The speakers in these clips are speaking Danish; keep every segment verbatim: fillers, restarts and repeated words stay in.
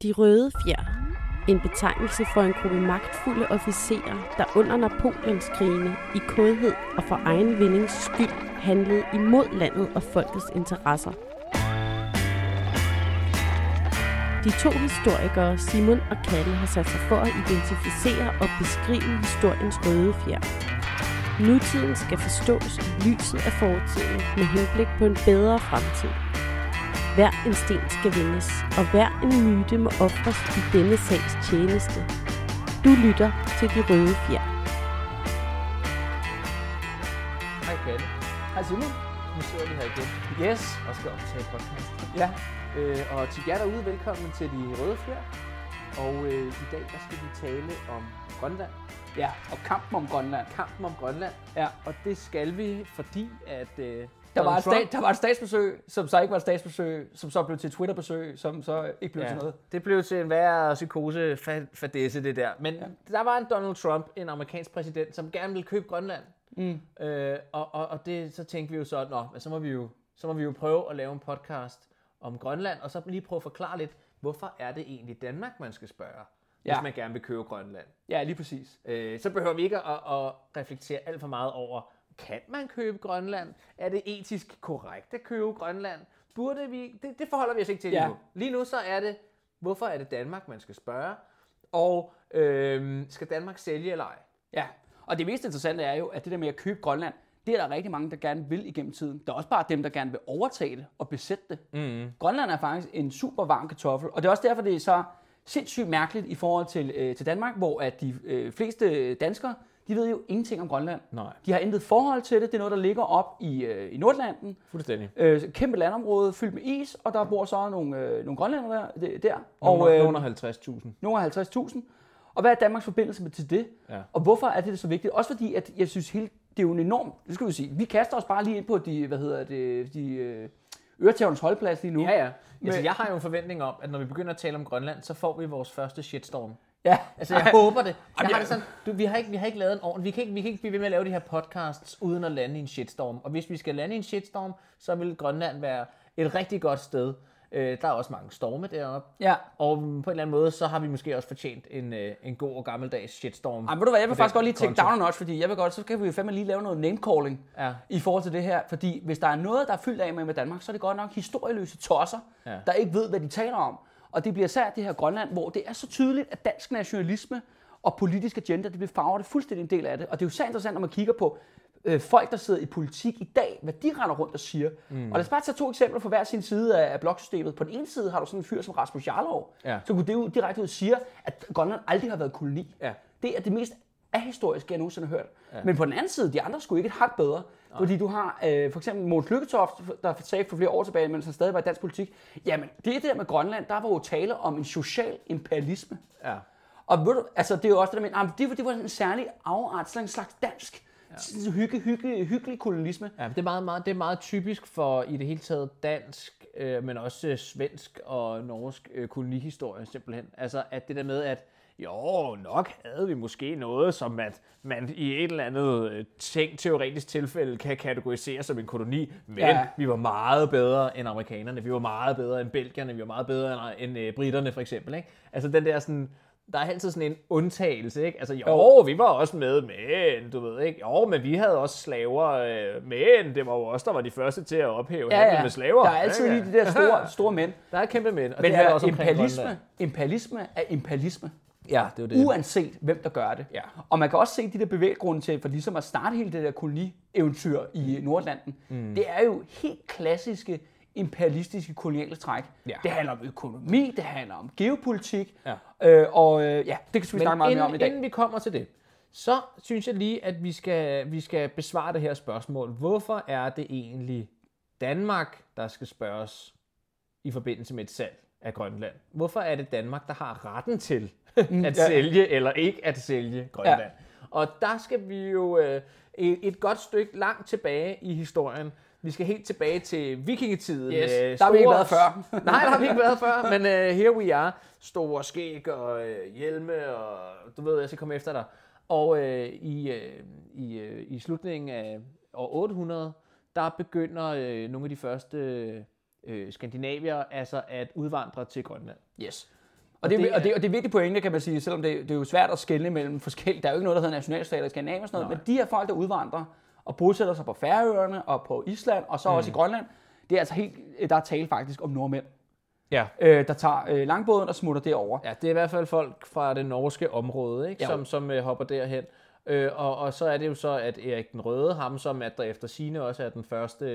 De røde fjer. En betegnelse for en gruppe magtfulde officerer, der under Napoleonskrigene i kådhed og for egen vindings skyld handlede imod landet og folkets interesser. De to historikere, Simon og Kalle, har sat sig for at identificere og beskrive historiens røde fjer. Nutiden skal forstås i lyset af fortiden med henblik på en bedre fremtid. Hver en sten skal vendes, og hver en myte må ofres i denne sags tjeneste. Du lytter til De Røde Fjer. Hej Kalle. Hej Simon. Nu sidder vi her igen. Yes. Og skal optage podcast. Ja. Øh, og til jer derude, velkommen til De Røde Fjer. Og øh, i dag der skal vi tale om Grønland. Ja, og kampen om Grønland. Kampen om Grønland. Ja. Og det skal vi, fordi at... Øh, Der var, et stat, der var et statsbesøg, som så ikke var et statsbesøg, som så blev til et Twitter-besøg, som så ikke blev ja, til noget. Det blev til en værre psykose-fadesse, det der. Men ja. Der var en Donald Trump, en amerikansk præsident, som gerne ville købe Grønland. Mm. Øh, og og, og det, så tænkte vi jo så, nå, så må vi jo, så må vi jo prøve at lave en podcast om Grønland, og så lige prøve at forklare lidt, hvorfor er det egentlig Danmark, man skal spørge, ja. Hvis man gerne vil købe Grønland. Ja, lige præcis. Øh, så behøver vi ikke at, at reflektere alt for meget over, kan man købe Grønland? Er det etisk korrekt at købe Grønland? Burde vi? Det, det forholder vi os ikke til lige ja. nu. Lige nu så er det, hvorfor er det Danmark, man skal spørge? Og øh, skal Danmark sælge eller ej? Ja, og det mest interessante er jo, at det der med at købe Grønland, det er der rigtig mange, der gerne vil igennem tiden. Der er også bare dem, der gerne vil overtage det og besætte det. Mm. Grønland er faktisk en super varm kartoffel, og det er også derfor, det er så sindssygt mærkeligt i forhold til, øh, til Danmark, hvor at de øh, fleste danskere, de ved jo ingenting om Grønland. Nej. De har intet forhold til det. Det er noget, der ligger op i, øh, i Nordlanden. Fuldstændig. Øh, kæmpe landområde fyldt med is, og der bor så nogle, øh, nogle grønlændere der. der. Og, øh, nogle halvtreds tusind. Nogle halvtreds tusind. Og hvad er Danmarks forbindelse med til det? Ja. Og hvorfor er det så vigtigt? Også fordi, at jeg synes, helt, det er jo en enorm... Det skal vi sige. Vi kaster os bare lige ind på de, hvad hedder det, de øh, øretævernes holdplads lige nu. Ja, ja. Altså, jeg har jo en forventning om, at når vi begynder at tale om Grønland, så får vi vores første shitstorm. Ja. Altså, jeg håber det. Jeg har det sådan, du, vi, har ikke, vi har ikke lavet en ordentlig... Vi kan ikke, vi kan ikke blive ved med at lave de her podcasts, uden at lande i en shitstorm. Og hvis vi skal lande i en shitstorm, så vil Grønland være et rigtig godt sted. Øh, der er også mange storme deroppe. Ja. Og på en eller anden måde, så har vi måske også fortjent en, øh, en god og gammeldags shitstorm. Ej, ved du hvad, jeg vil faktisk godt lige take down a notch, fordi jeg vil godt, så kan vi jo fandme lige lave noget name-calling ja. i forhold til det her. Fordi hvis der er noget, der er fyldt af med med Danmark, så er det godt nok historieløse tosser, ja. der ikke ved, hvad de taler om. Og det bliver særligt det her Grønland, hvor det er så tydeligt, at dansk nationalisme og politisk agenda, det bliver farvet det fuldstændig en del af det. Og det er jo så interessant, når man kigger på øh, folk, der sidder i politik i dag, hvad de render rundt og siger. Mm. Og lad os bare tage to eksempler fra hver sin side af, af bloksystemet. På den ene side har du sådan en fyr som Rasmus Jarlov, ja. så kunne det jo direkte ud sige, at Grønland aldrig har været koloni. Ja. Det er det mest ahistoriske, jeg nogensinde har hørt. Ja. Men på den anden side, de andre skulle ikke et hak bedre. Nej. Fordi du har øh, for eksempel Mogens Lykketoft, der sagde for flere år tilbage, mens han stadig var i dansk politik, jamen det der med Grønland, der var jo tale om en social imperialisme. Ja. Og ved du, altså det er jo også det der med, det var, det var en særlig afart, en slags dansk, ja. hygge, hygge, hyggelig kolonialisme. Ja, det er meget, meget, det er meget typisk for i det hele taget dansk, øh, men også øh, svensk og norsk øh, kolonihistorie simpelthen. Altså at det der med, at jo, nok havde vi måske noget, som at man i et eller andet øh, tænkt teoretisk tilfælde kan kategorisere som en koloni, men ja. vi var meget bedre end amerikanerne, vi var meget bedre end belgierne, vi var meget bedre end, end øh, britterne for eksempel, ikke? Altså den der sådan, der er altid sådan en undtagelse, ikke? Altså jo, jo, vi var også med, men du ved ikke, jo, men vi havde også slaver, øh, men det var jo os, der var de første til at ophæve ja, handel ja. med slaver. Der er altid lige de der store, store mænd. Der er kæmpe mænd, og men det er også imperialisme, imperialisme er imperialisme. Ja, det er det. Uanset hvem der gør det. Ja. Og man kan også se de der bevæggrunde til, for ligesom at starte hele det der koloni-eventyr i Nordlanden. Mm. Det er jo helt klassiske imperialistiske koloniale træk. Ja. Det handler om økonomi, det handler om geopolitik, ja. øh, og øh, ja, det kan vi snakke meget inden, mere om i dag. Inden vi kommer til det, så synes jeg lige, at vi skal, vi skal besvare det her spørgsmål. Hvorfor er det egentlig Danmark, der skal spørges i forbindelse med et salg af Grønland? Hvorfor er det Danmark, der har retten til at ja. sælge eller ikke at sælge Grønland? Ja. Og der skal vi jo øh, et godt stykke langt tilbage i historien. Vi skal helt tilbage til vikingetiden. Yes, øh, der har vi ikke været før. Nej, der har vi ikke været før, men uh, here we are. Store skæg og uh, hjelme, og du ved, jeg skal komme efter dig. Og uh, i, uh, i, uh, i slutningen af år otte hundrede, der begynder uh, nogle af de første uh, skandinavier altså at udvandre til Grønland. Yes. Og det, og, det, og det er vigtigt pointe, kan man sige, selvom det, det er jo svært at skelne mellem forskellige. Der er jo ikke noget, der hedder nationalstater i Skandinavien og sådan noget, men de her folk, der udvandrer og bosætter sig på Færøerne og på Island og så mm. også i Grønland, det er altså helt, der er tale faktisk om nordmænd. Ja. Øh, der tager øh, langbåden og smutter derover. Ja, det er i hvert fald folk fra det norske område, ikke? Som, som øh, hopper derhen. Øh, og, og så er det jo så, at Erik den Røde, ham som at der efter sigende også er den første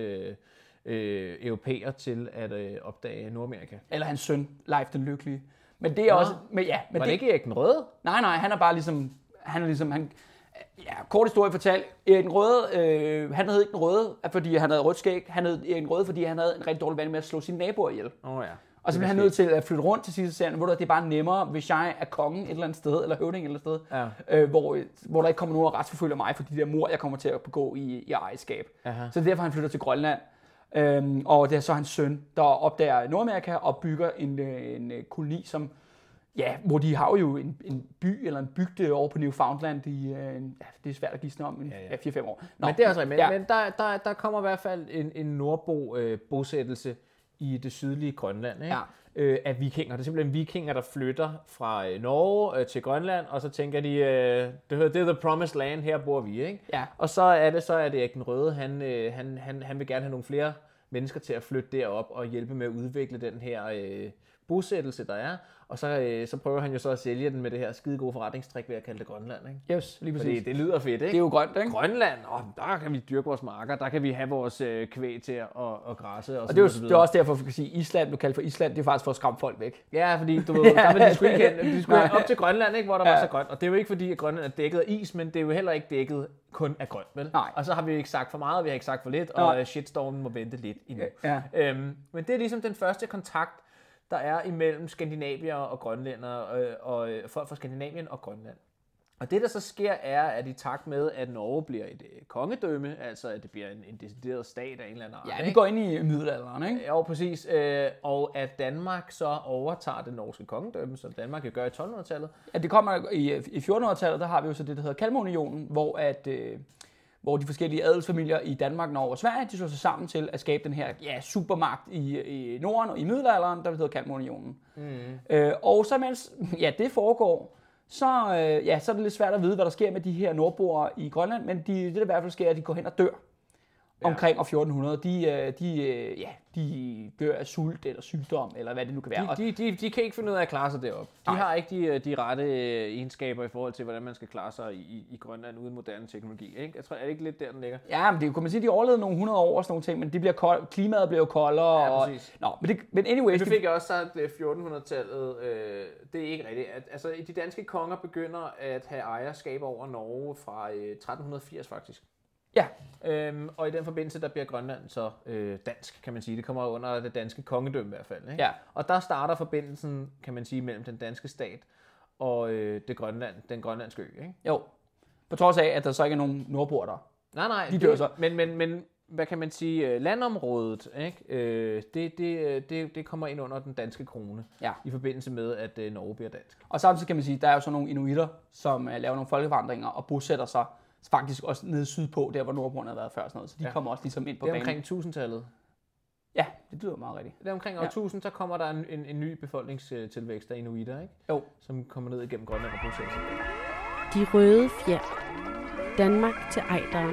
øh, europæer til at øh, opdage Nordamerika. Eller hans søn, Leif den Lykkelige. Men det er Nå. også... Men ja, men var det ikke Erik den Røde? Nej, nej, han er bare ligesom... Han er ligesom... Han, ja, kort historie fortalt. Erik den Røde, øh, han hed ikke den Røde, fordi han havde rødt skæg. Han hed Erik den Røde, fordi han havde en rigtig dårlig vane med at slå sine naboer ihjel. Åh oh, ja. Og så bliver han nødt til at flytte rundt til sidste serien, hvor det er bare nemmere, hvis jeg er kongen et eller andet sted, eller høvding et eller andet sted, ja. øh, hvor, hvor der ikke kommer nogen og retsforfølger mig for de der mord, jeg kommer til at begå i, i ejerskab. Aha. Så det er derfor, han flytter til Grønland. Øhm, og det er så hans søn, der opdager Nordamerika og bygger en, en, en koloni, som, ja, hvor de har jo en, en by eller en bygde over på Newfoundland i, øh, ja, det er svært at gisne om, i ja, ja. fire fem år. Nå, men det er også rigtigt, ja. men der, der, der kommer i hvert fald en, en nordbo-bosættelse øh, i det sydlige Grønland, ikke? Ja. Øh, af vikinger. Det er simpelthen vikinger, der flytter fra øh, Norge øh, til Grønland, og så tænker de, øh, det, det er the promised land, her bor vi, ikke? Ja. Og så er det så, at Erik den Røde, han, øh, han, han, han vil gerne have nogle flere mennesker til at flytte derop og hjælpe med at udvikle den her øh, bosættelse, der er. Og så, øh, så prøver han jo så at sælge den med det her skide gode forretningstrik ved at kalde det Grønland, ikke? Yes, lige præcis. Fordi det lyder fedt, ikke? Det er jo grønt, ikke? Grønland, åh, der kan vi dyrke vores marker, der kan vi have vores øh, kvæg til at og græsse og, og det er jo det er også derfor, at vi kan sige, Island blev kaldt for Island, det er faktisk for at skræmme folk væk. Ja, fordi du ved, der vil de skulle ikke de skulle op til Grønland, ikke, hvor der ja. var så grønt. Og det er jo ikke fordi, at Grønland er dækket af is, men det er jo heller ikke dækket kun af grønt, vel? Nej. Og så har vi ikke sagt for meget, vi har ikke sagt for lidt, og shitstormen må vente lidt endnu. Ja. Øhm, men det er ligesom den første kontakt, der er imellem skandinavier og grønlændere, øh, og øh, folk fra Skandinavien og Grønland. Og det, der så sker, er, at i takt med, at Norge bliver et øh, kongedømme, altså at det bliver en, en decideret stat af en eller anden art. Ja, vi går ind i middelalderen, ikke? Ja, præcis. Øh, og at Danmark så overtager det norske kongedømme, som Danmark jo gør i tolv-hundredetallet. Ja, det kommer i, i fjortenhundredetallet, der har vi jo så det, der hedder Kalmarunionen, hvor at... Øh, hvor de forskellige adelsfamilier i Danmark, Norge og Sverige, de slår sig sammen til at skabe den her ja, supermagt i, i Norden og i middelalderen, der hedder Kalmarunionen. Mm. Øh, og så mens ja, det foregår, så, øh, ja, så er det lidt svært at vide, hvad der sker med de her nordboere i Grønland, men de, det der i hvert fald sker, er, at de går hen og dør. Ja. Omkring år fjorten hundrede. De, de, ja, de dør af sult eller sygdom, eller hvad det nu kan være. De, de, de, de kan ikke finde ud af at klare sig deroppe. De Nej. har ikke de, de rette egenskaber i forhold til, hvordan man skal klare sig i, i Grønland uden moderne teknologi. Ikke? Jeg tror, er det ikke lidt der, den ligger? Ja, men det kan man sige, de overlevede nogle hundrede år og sådan nogle ting, men det bliver kold, klimaet bliver jo koldere. Ja, præcis. Og, nå, men, det, men anyways... Du fik også sagt, at fjortenhundredetallet, øh, det er ikke rigtigt. At, altså, de danske konger begynder at have ejerskab over Norge fra øh, tretten firs faktisk. Ja. Øhm, og i den forbindelse, der bliver Grønland så øh, dansk, kan man sige. Det kommer under det danske kongedømme i hvert fald. Ikke? Ja. Og der starter forbindelsen, kan man sige, mellem den danske stat og øh, det Grønland, den grønlandske ø. Ikke? Jo. På trods af, at der så ikke er nogen nordboer der. Nej, nej. De dør så. Men, men, men hvad kan man sige, landområdet, ikke? Øh, det, det, det, det kommer ind under den danske krone, ja. I forbindelse med, at øh, Norge bliver dansk. Og samtidig kan man sige, at der er jo så nogle inuitter, som øh, laver nogle folkevandringer og bosætter sig faktisk også nede sydpå, der hvor nordboerne har været før. Sådan noget. Så de ja. kommer også ligesom ind på banen. Det er omkring tusindtallet. Ja, det lyder meget rigtigt. Det er omkring år ja. tusind, så kommer der en, en, en ny befolkningstilvækst af inuitter, ikke? Jo. Som kommer ned igennem Grønland og bosætter sig. De røde fjer. Danmark til Ejderen.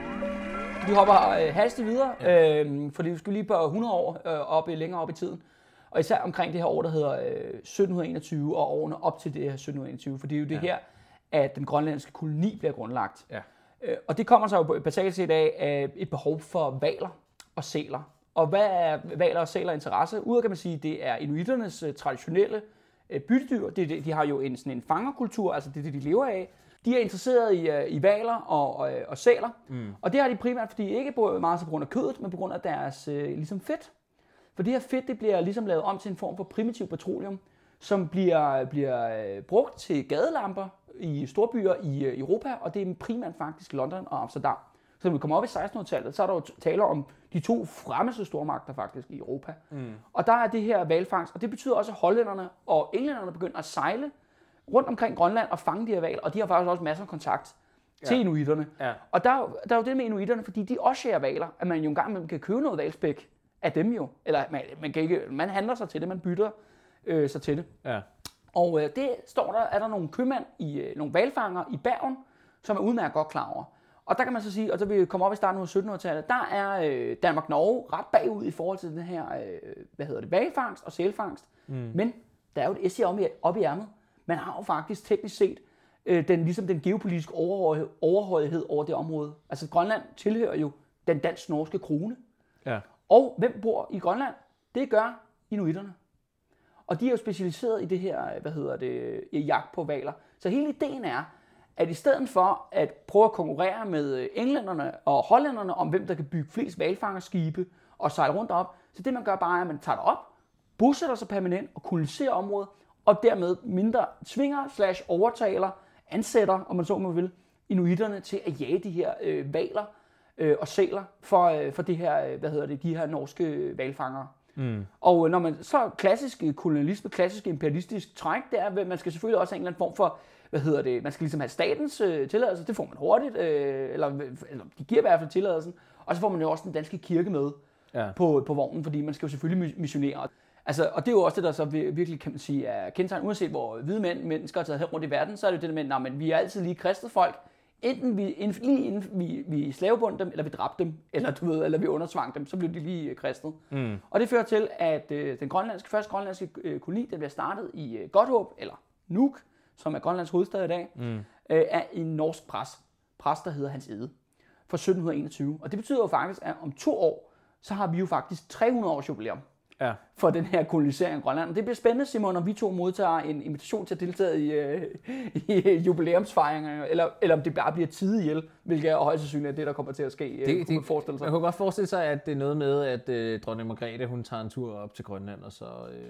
Vi hopper øh, hastigt videre, ja. øh, fordi vi skal lige på hundrede år øh, op, længere op i tiden. Og især omkring det her år, der hedder øh, sytten enogtyve, og årene op til det her sytten enogtyve. For det er jo det ja. her, at den grønlandske koloni bliver grundlagt. Ja. Øh, og det kommer så jo basalt set af, af et behov for hvaler og sæler. Og hvad er hvaler og sæler interesse? Udover kan man sige, det er inuitternes øh, traditionelle øh, byttedyr. Det, det, de har jo en, sådan en fangerkultur, altså det er det, de lever af. De er interesseret i, uh, i hvaler og, og, og sæler, mm. og det har de primært, fordi ikke meget så på grund af kødet, men på grund af deres uh, ligesom fedt. For det her fedt, det bliver ligesom lavet om til en form for primitiv petroleum, som bliver, bliver uh, brugt til gadelamper i storbyer i uh, Europa, og det er primært faktisk London og Amsterdam. Så når vi kommer op i sekstenhundredetallet, så er der jo taler om de to fremmeste stormagter faktisk i Europa. Mm. Og der er det her hvalfangst, og det betyder også, at hollænderne og englænderne begynder at sejle rundt omkring Grønland og fange de her hvaler, og de har faktisk også masser af kontakt ja. til inuitterne. Ja. Og der er, der er jo det med inuitterne, fordi de også jæger hvaler, at man jo engang man kan købe noget hvalspæk af dem jo. Eller man, man, kan ikke, man handler sig til det, man bytter øh, sig til det. Ja. Og øh, det står der, er der nogle købmænd i øh, nogle hvalfanger i Bergen, som er udmærket godt klar over. Og der kan man så sige, og så vil vi komme op i starten af syttenhundredetallet, der er øh, Danmark-Norge ret bagud i forhold til den her, øh, hvad hedder det, hvalfangst og sælfangst. Mm. Men der er jo et S op i, op i ærmet. Man har jo faktisk teknisk set øh, den, ligesom den geopolitiske overhøjhed, overhøjhed over det område. Altså Grønland tilhører jo den dansk-norske krone. Ja. Og hvem bor i Grønland? Det gør inuitterne. Og de er jo specialiseret i det her, hvad hedder det, i jagt på hvaler. Så hele ideen er, at i stedet for at prøve at konkurrere med englænderne og hollænderne om, hvem der kan bygge flest hvalfangerskibe og sejle rundt op, så det man gør bare er, at man tager det op, bosætter sig permanent og koloniserer området, og dermed mindre tvinger slash overtaler, ansætter, om man så må vil, inuitterne til at jage de her øh, hvaler øh, og sæler for, øh, for det her, øh, hvad hedder det, de her norske hvalfangere. Mm. Og når man så klassisk kolonialisme, klassisk imperialistisk træk, det er, at man skal selvfølgelig også have en eller anden form for, hvad hedder det, man skal ligesom have statens øh, tilladelse, det får man hurtigt, øh, eller, eller de giver i hvert fald tilladelsen, og så får man jo også den danske kirke med ja. på, på vognen, fordi man skal jo selvfølgelig missionere. Altså, og det er jo også det, der så virkelig, kan man sige, er kendetegn, uanset hvor hvide mænd, mennesker er taget her rundt i verden, så er det jo det der med, at vi er altid lige kristne folk, enten vi, lige inden vi, vi slavebundte dem, eller vi dræbte dem, eller, du ved, eller vi undertvang dem, så blev de lige kristne. Mm. Og det fører til, at øh, den grønlandske, første grønlandske øh, koloni, den bliver startet i øh, Godthåb, eller Nuuk, som er Grønlands hovedstad i dag, mm. øh, er en norsk præst, præst, der hedder Hans Ede, fra sytten enogtyve. Og det betyder jo faktisk, at om to år, så har vi jo faktisk tre hundrede års jubilæum ja. for den her kolonisering af Grønland. Og det bliver spændende, Simon, når vi to modtager en invitation til at deltage i, øh, i jubilæumsfejringer, eller, eller om det bare bliver tid ihjel, hvilket er højst sandsynligt, at det, der kommer til at ske. Det, øh, det, forestille sig. Man kunne godt forestille sig, at det er noget med, at øh, dronning Margrethe, hun tager en tur op til Grønland, og så... Øh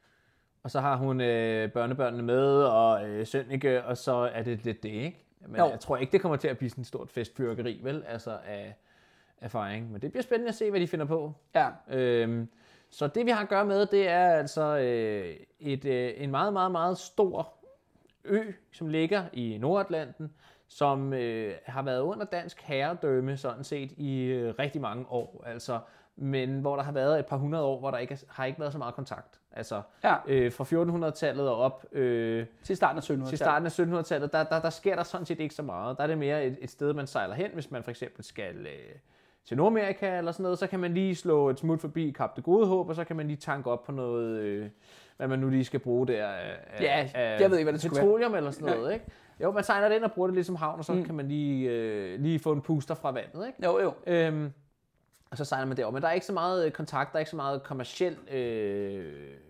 Og så har hun øh, børnebørnene med, og øh, Sønneke, og så er det lidt det, ikke? Men jo. Jeg tror ikke, det kommer til at blive sådan et stort festfyrkeri, vel? Altså af erfaring. Men det bliver spændende at se, hvad de finder på. Ja. Øhm, så det, vi har at gøre med, det er altså øh, et, øh, en meget, meget, meget stor ø, som ligger i Nordatlanten, som øh, har været under dansk herredømme, sådan set, i øh, rigtig mange år. Altså... men hvor der har været et par hundrede år, hvor der ikke har ikke været så meget kontakt. Altså ja. øh, fra fjortenhundredetallet og op øh, til starten af syttenhundredetallet. Til starten af syttenhundredetallet, der, der, der sker der sådan set ikke så meget. Der er det mere et, et sted, man sejler hen, hvis man for eksempel skal øh, til Nordamerika eller sådan noget, så kan man lige slå et smut forbi Kap det Gode Håb, og så kan man lige tanke op på noget, øh, hvad man nu lige skal bruge der af, ja, af jeg ved ikke, hvad det skal petroleum være. Eller sådan noget, ikke? Jo, man sejler det ind og bruger det ligesom havn, og så mm. kan man lige, øh, lige få en puster fra vandet, ikke? Jo, jo. Øhm, og så sejler man derover. Men der er ikke så meget kontakt, der er ikke så meget kommerciel øh,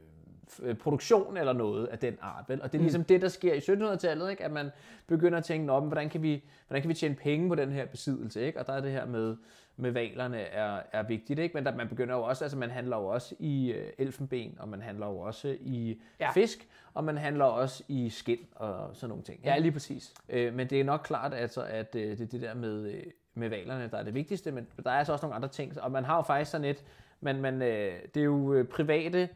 produktion eller noget af den art, vel? Og det er ligesom mm. det, der sker i syttenhundredetallet, ikke? At man begynder at tænke, hvordan kan vi, hvordan kan vi tjene penge på den her besiddelse, ikke? Og der er det her med, med hvalerne er, er vigtigt, ikke? Men der, man begynder jo også, altså man handler jo også i øh, elfenben, og man handler jo også i ja. fisk, og man handler også i skind og sådan nogle ting. Ikke? Ja, lige præcis. Øh, men det er nok klart, altså, at øh, det er det der med... Øh, med hvalerne, der er det vigtigste, men der er altså også nogle andre ting, og man har jo faktisk sådan et, man, man, øh, det er jo private,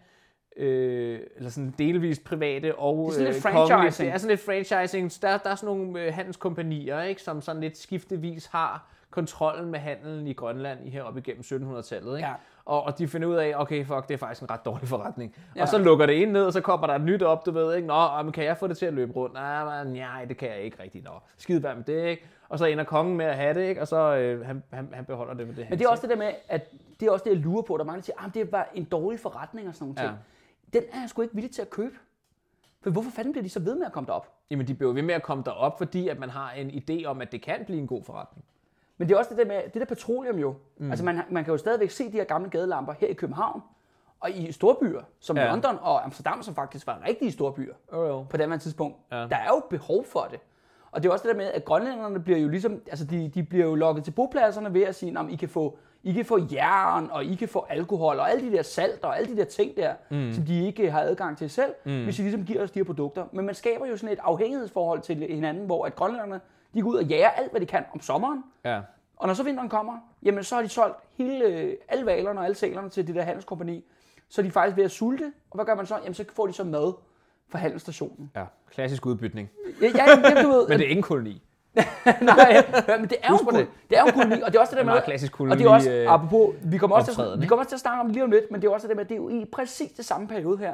øh, eller sådan delvist private og det er sådan lidt øh, franchising. Det er sådan lidt franchising. Der, der er sådan nogle øh, handelskompanier, ikke, som sådan lidt skiftevis har kontrollen med handelen i Grønland i heroppe igennem syttenhundredetallet, ikke? Ja. Og, og de finder ud af, okay, fuck, det er faktisk en ret dårlig forretning. Ja. Og så lukker det ind ned, og så kommer der et nyt op, du ved, ikke? Nå, men kan jeg få det til at løbe rundt? Nej, nej, det kan jeg ikke rigtig. Nå, skide være med det, ikke? Og så ender kongen med at have det, ikke? Og så øh, han, han, han beholder det med det. Men det er også det der med, at det er også det, jeg lurer på. Der er mange, der siger, at det var en dårlig forretning og sådan nogle ting. Ja. Den er jeg sgu ikke villig til at købe. For hvorfor fanden bliver de så ved med at komme derop? Jamen, de bliver ved med at komme derop, fordi at man har en idé om, at det kan blive en god forretning. Men det er også det der med, det der petroleum jo. Mm. Altså man, man kan jo stadigvæk se de her gamle gadelamper her i København, og i storbyer, som ja. London og Amsterdam, som faktisk var rigtige storbyer oh, oh. på det her tidspunkt. Ja. Der er jo behov for det. Og det er også det der med, at grønlænderne bliver jo ligesom, altså de, de bliver jo lokket til bopladserne ved at sige, at I kan få, I kan få jern, og I kan få alkohol, og alle de der salt, og alle de der ting der, mm. som de ikke har adgang til selv, mm. hvis I ligesom giver os de her produkter. Men man skaber jo sådan et afhængighedsforhold til hinanden, hvor at grønlænderne, de går ud og jager alt, hvad de kan om sommeren. Ja. Og når så vinteren kommer, jamen så har de solgt hele, alle hvalerne og alle sælerne til det der handelskompani. Så er de faktisk ved at sulte, og hvad gør man så? Jamen så får de så mad fra handelsstationen. Ja, klassisk udbytning. Ja, ja, ja, du ved. Men det er ikke en koloni. Nej, men det er jo en koloni. Det er jo en koloni, og det er også det der med. Det er klassisk koloni. Og det er også, apropos, vi kommer også, til, vi kommer også til at snakke om det lige om lidt, men det er også det der med, at det er jo i præcis det samme periode her,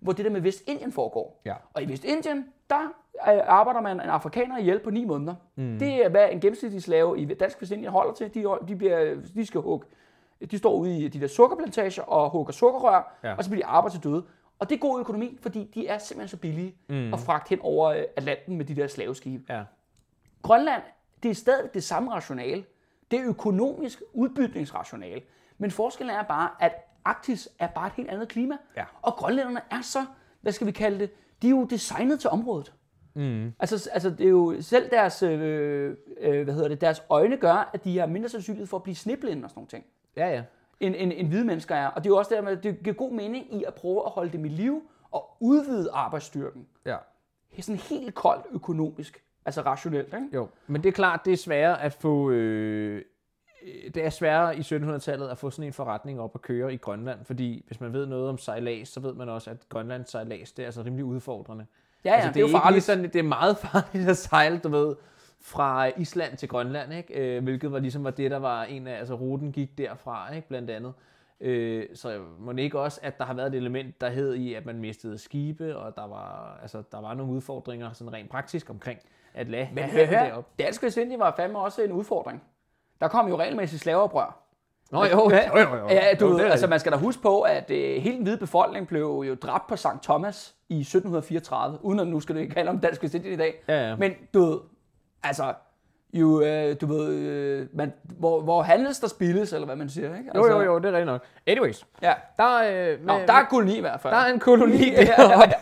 hvor det der med Vestindien foregår. Ja. Og i Vestindien, der arbejder man en afrikaner ihjel på ni måneder. Mm. Det er, hvad en gennemsnitlig slave i Dansk Vestindien holder til. De, de, bliver, de skal hugge. De står ude i de der sukkerplantager og hugger sukkerrør, ja. Og så bliver de arbejdet til døde. Og det er god økonomi, fordi de er simpelthen så billige mm. at fragte hen over Atlanten med de der slaveskibe. Ja. Grønland, det er stadig det samme rationale. Det er økonomisk udbytningsrationale. Men forskellen er bare, at Arktis er bare et helt andet klima. Ja. Og grønlænderne er så, hvad skal vi kalde det, de er jo designet til området. Mm. Altså, altså det er jo selv deres, øh, øh, hvad hedder det, deres øjne gør, at de har mindre sandsynlighed for at blive sneblinde og sådan nogle ting. Ja, ja. End, end, end hvide mennesker er. Og det er jo også der med, det giver god mening i at prøve at holde dem i live og udvide arbejdsstyrken. Ja. Sådan helt koldt økonomisk, altså rationelt, ikke? Jo, men det er klart, det er sværere at få... Øh Det er sværere i sytten hundrede-tallet at få sådan en forretning op at køre i Grønland, fordi hvis man ved noget om sejlads, så ved man også, at Grønlands sejlads, det er altså rimelig udfordrende. Ja, ja, altså, det, det er jo farligt. Sådan, det er meget farligt at sejle, du ved, fra Island til Grønland, ikke? Øh, hvilket var ligesom var det, der var en af, altså ruten gik derfra, ikke? Blandt andet. Øh, så må det ikke også, at der har været et element, der hed i, at man mistede skibe, og der var, altså, der var nogle udfordringer sådan rent praktisk omkring at lade Men hør her, Dansk Vestindien var fandme også en udfordring. Der kom jo regelmæssigt slaveoprør. Nå jo, jo, jo, jo. Ja, du, jo, altså man skal da huske på, at uh, hele den hvide befolkning blev jo dræbt på Sankt Thomas i sytten fireogtredive, uden at nu skal du ikke kalde om Dansk Vestindien i dag. Ja, ja. Men du ved, altså, jo, uh, du ved, uh, man, hvor, hvor handles der spildes, eller hvad man siger, ikke? Altså, jo, jo, jo, det er rigtigt nok. Anyways. Ja. Der, øh, med, Nå, der er koloni i hvert fald. Der er en koloni deroppe.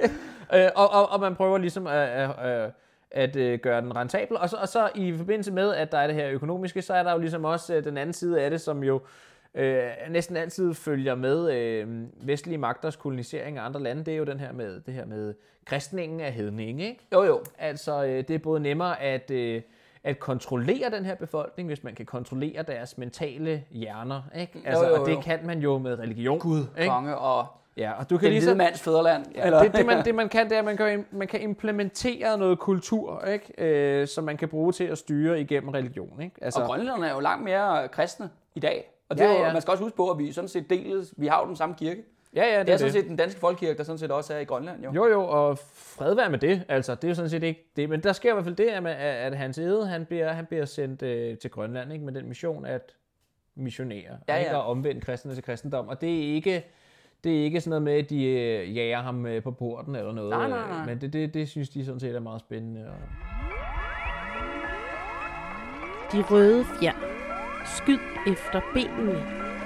øh, og, og, og man prøver ligesom at... at, at at øh, gøre den rentabel, og så, og så i forbindelse med, at der er det her økonomiske, så er der jo ligesom også øh, den anden side af det, som jo øh, næsten altid følger med øh, vestlige magters kolonisering af andre lande. Det er jo den her med det her med kristningen af hedninge, ikke? Jo, jo. Altså, øh, det er både nemmere at, øh, at kontrollere den her befolkning, hvis man kan kontrollere deres mentale hjerner, ikke? Altså, jo, jo, jo. Og det kan man jo med religion. Gud, ikke? konge og... Ja, og du kan den ligesom, hvide mands fædreland. Ja, eller? Det, det, man, det man kan, det er, at man kan, man kan implementere noget kultur, ikke? Øh, som man kan bruge til at styre igennem religion. Ikke? Altså, og grønlænderne er jo langt mere kristne i dag. Og det ja, er jo, ja. man skal også huske på, at vi sådan set deles, vi har jo den samme kirke. Ja, ja, det, det er er sådan det. set den danske folkekirke, der sådan set også er i Grønland. Jo, jo, jo og fred være med det. Altså, det er jo sådan set ikke det. Men der sker i hvert fald det, at, at Hans Egede, han bliver, han bliver sendt øh, til Grønland, ikke? Med den mission at missionere. Ja, ja. Ikke? Og omvende kristne til kristendom. Og det er ikke... Det er ikke sådan noget med, at de øh, jager ham øh, på porten eller noget. Nej, nej, nej. Men det, det, det synes de sådan set er meget spændende. Og... De røde fjer. Skyd efter benene.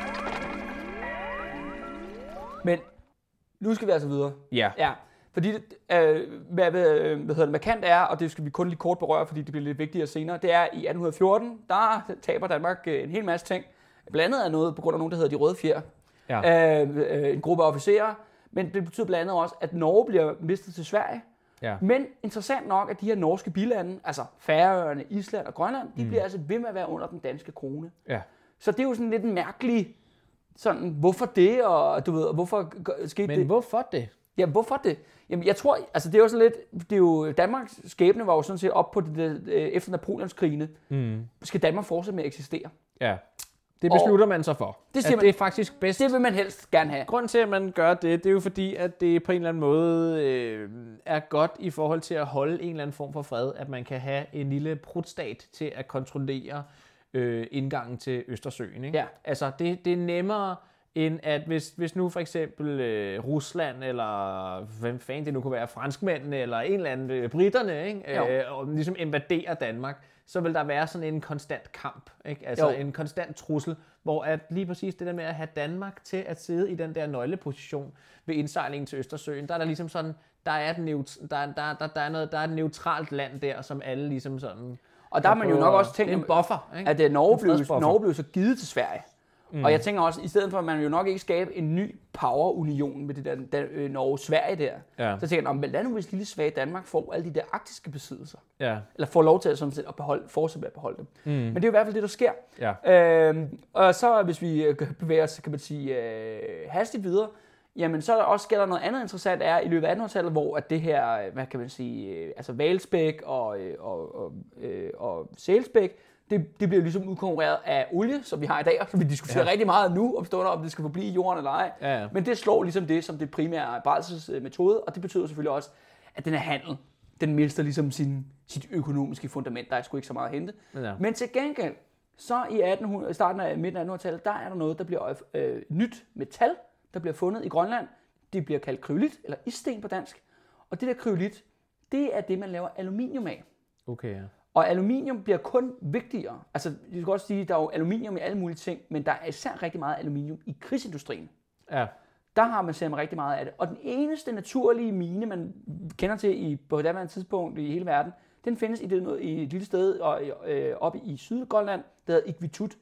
Men nu skal vi altså videre. Ja. Ja. Fordi det, øh, hvad, hvad, hvad hedder det, markant er, og det skal vi kun lige kort berøre, fordi det bliver lidt vigtigere senere, det er i atten fjorten, der taber Danmark en hel masse ting. Blandt andet er noget på grund af nogen, der hedder de røde fjer. Ja. Øh, øh, en gruppe officerer, men det betyder blandt andet også, at Norge bliver mistet til Sverige. Ja. Men interessant nok, at de her norske bilande, altså Færøerne, Island og Grønland, de mm. bliver altså ved med at være under den danske krone. Ja. Så det er jo sådan lidt en mærkelig, sådan, hvorfor det, og du ved, hvorfor skete Men det? hvorfor det? Ja, hvorfor det? Jamen, jeg tror, altså det er jo sådan lidt, det er jo, Danmarks skæbne var jo sådan set op på det, øh, efter Napoleonskrigene. Mm. Skal Danmark fortsætte med at eksistere? Ja. Det beslutter og man sig for. Det, at man, det er faktisk bedst. Det vil man helst gerne have. Grunden til, at man gør det, det er jo fordi, at det på en eller anden måde øh, er godt i forhold til at holde en eller anden form for fred, at man kan have en lille prutstat til at kontrollere øh, indgangen til Østersøen. Ikke? Ja. Altså, det, det er nemmere end at hvis, hvis nu for eksempel øh, Rusland, eller hvem fanden det nu kunne være, franskmændene, eller en eller anden øh, britterne, ikke? Øh, og ligesom invaderer Danmark, så vil der være sådan en konstant kamp, ikke? Altså jo. En konstant trussel, hvor at lige præcis det der med at have Danmark til at sidde i den der nøgleposition ved indsejlingen til Østersøen, der er der ligesom sådan, der er et, neut- der, der, der, der er noget, der er et neutralt land der, som alle ligesom sådan... Og der har man jo nok også tænkt, en buffer, ikke? At Norge blev, Norge blev så givet til Sverige. Mm. Og jeg tænker også, i stedet for at man jo nok ikke skabe en ny power-union med det der, der øh, Norge-Sverige der, ja. Så tænker jeg, men lad nu hvis lille svage Danmark får alle de der arktiske besiddelser. Ja. Eller får lov til at, sådan set, at beholde, fortsætte med at beholde dem. Mm. Men det er jo i hvert fald det, der sker. Ja. Øhm, og så hvis vi bevæger os, kan man sige, øh, hastigt videre, jamen så er der også sker der noget andet interessant er i løbet af attenhundredetallet, hvor at det her, hvad kan man sige, øh, altså Valsbæk og, og, og, øh, og Sælsbæk, Det, det bliver ligesom udkonkurreret af olie, som vi har i dag, og som vi diskuterer ja. rigtig meget nu, om, om det skal forblive i jorden eller ej. Ja, ja. Men det slår ligesom det som det primære brændselsmetode, og det betyder selvfølgelig også, at den her handel, den mister ligesom sin, sit økonomiske fundament. Der er sgu ikke så meget at hente. Ja. Men til gengæld, så i attenhundrede, starten af midten af attenhundredetallet, der er der noget, der bliver øh, nyt metal, der bliver fundet i Grønland. Det bliver kaldt kryolit, eller issten på dansk. Og det der kryolit, det er det, man laver aluminium af. Okay, ja. Og aluminium bliver kun vigtigere. Altså, jeg kan godt sige, at der er jo aluminium i alle mulige ting, men der er især rigtig meget aluminium i krigsindustrien. Ja. Der har man set rigtig meget af det. Og den eneste naturlige mine, man kender til i, på et andet tidspunkt i hele verden, den findes i, det, i et lille sted og, øh, oppe i Sydgrønland, der hedder Iqaluit.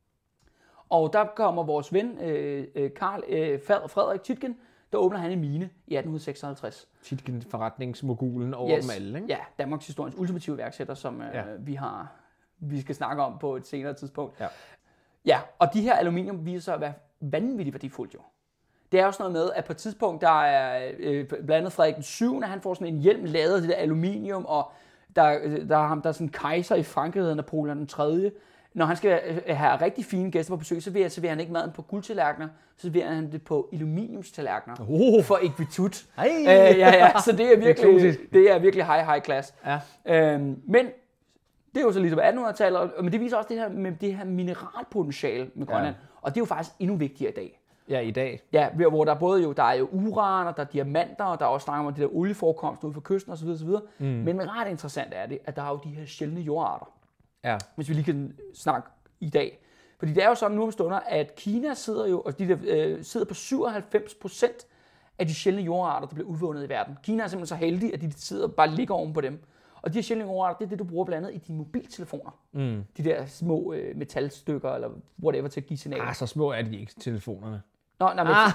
Og der kommer vores ven, øh, Karl øh, Frederik Tietgen, der åbner han en mine i atten seksoghalvtreds. Tietgen, forretningsmogulen over yes. dem alle, ikke? Ja, Danmarks historiens ultimative iværksætter, som øh, ja. vi har, vi skal snakke om på et senere tidspunkt. Ja, ja og de her aluminium viser sig at være vanvittigt værdifuldt jo. Det er også noget med, at på et tidspunkt, der er øh, blandt andet Frederik den syvende, han får sådan en hjelm lavet af det der aluminium, og der, der er ham, der er sådan en kejser i Frankrig, der hedder Napoleon den tredje. Når han skal have rigtig fine gæster på besøg, så vil serverer han ikke maden på guldtallerkener, så serverer han det på aluminiumstallerkener oh. for Iqaluit. Hey. Øh, ja, ja, så det er virkelig, det er virkelig high, high class. Ja. Øhm, men det er jo så ligesom attenhundredetallet, men det viser også det her med det her mineralpotentiale med Grønland, ja. Og det er jo faktisk endnu vigtigere i dag. Ja, i dag. Ja, hvor der både jo, der er jo uran, og der er diamanter, og der er også snakker om det der olieforekomst ude for kysten osv. osv. Mm. Men ret interessant er det, at der er jo de her sjældne jordarter. Ja. Hvis vi lige kan snakke i dag. Fordi det er jo sådan nu om stunder, at Kina sidder jo, og de der, øh, sidder på syvoghalvfems procent af de sjældne jordarter, der bliver udvundet i verden. Kina er simpelthen så heldig, at de sidder bare ligger oven på dem. Og de her sjældne jordarter, det er det, du bruger blandt andet i dine mobiltelefoner. Mm. De der små øh, metalstykker, eller whatever, til at give signaler. Ah, så små er de ikke, telefonerne. Nå, nej, men... Ah.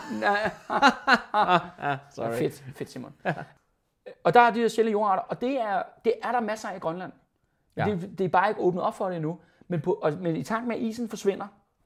ah, sorry. Fedt, fedt Simon. Og der er de her sjældne jordarter, og det er, det er der masser af i Grønland. Ja. Det, det er bare ikke åbnet op for det endnu. Men, på, og, men i takt med, at isen forsvinder,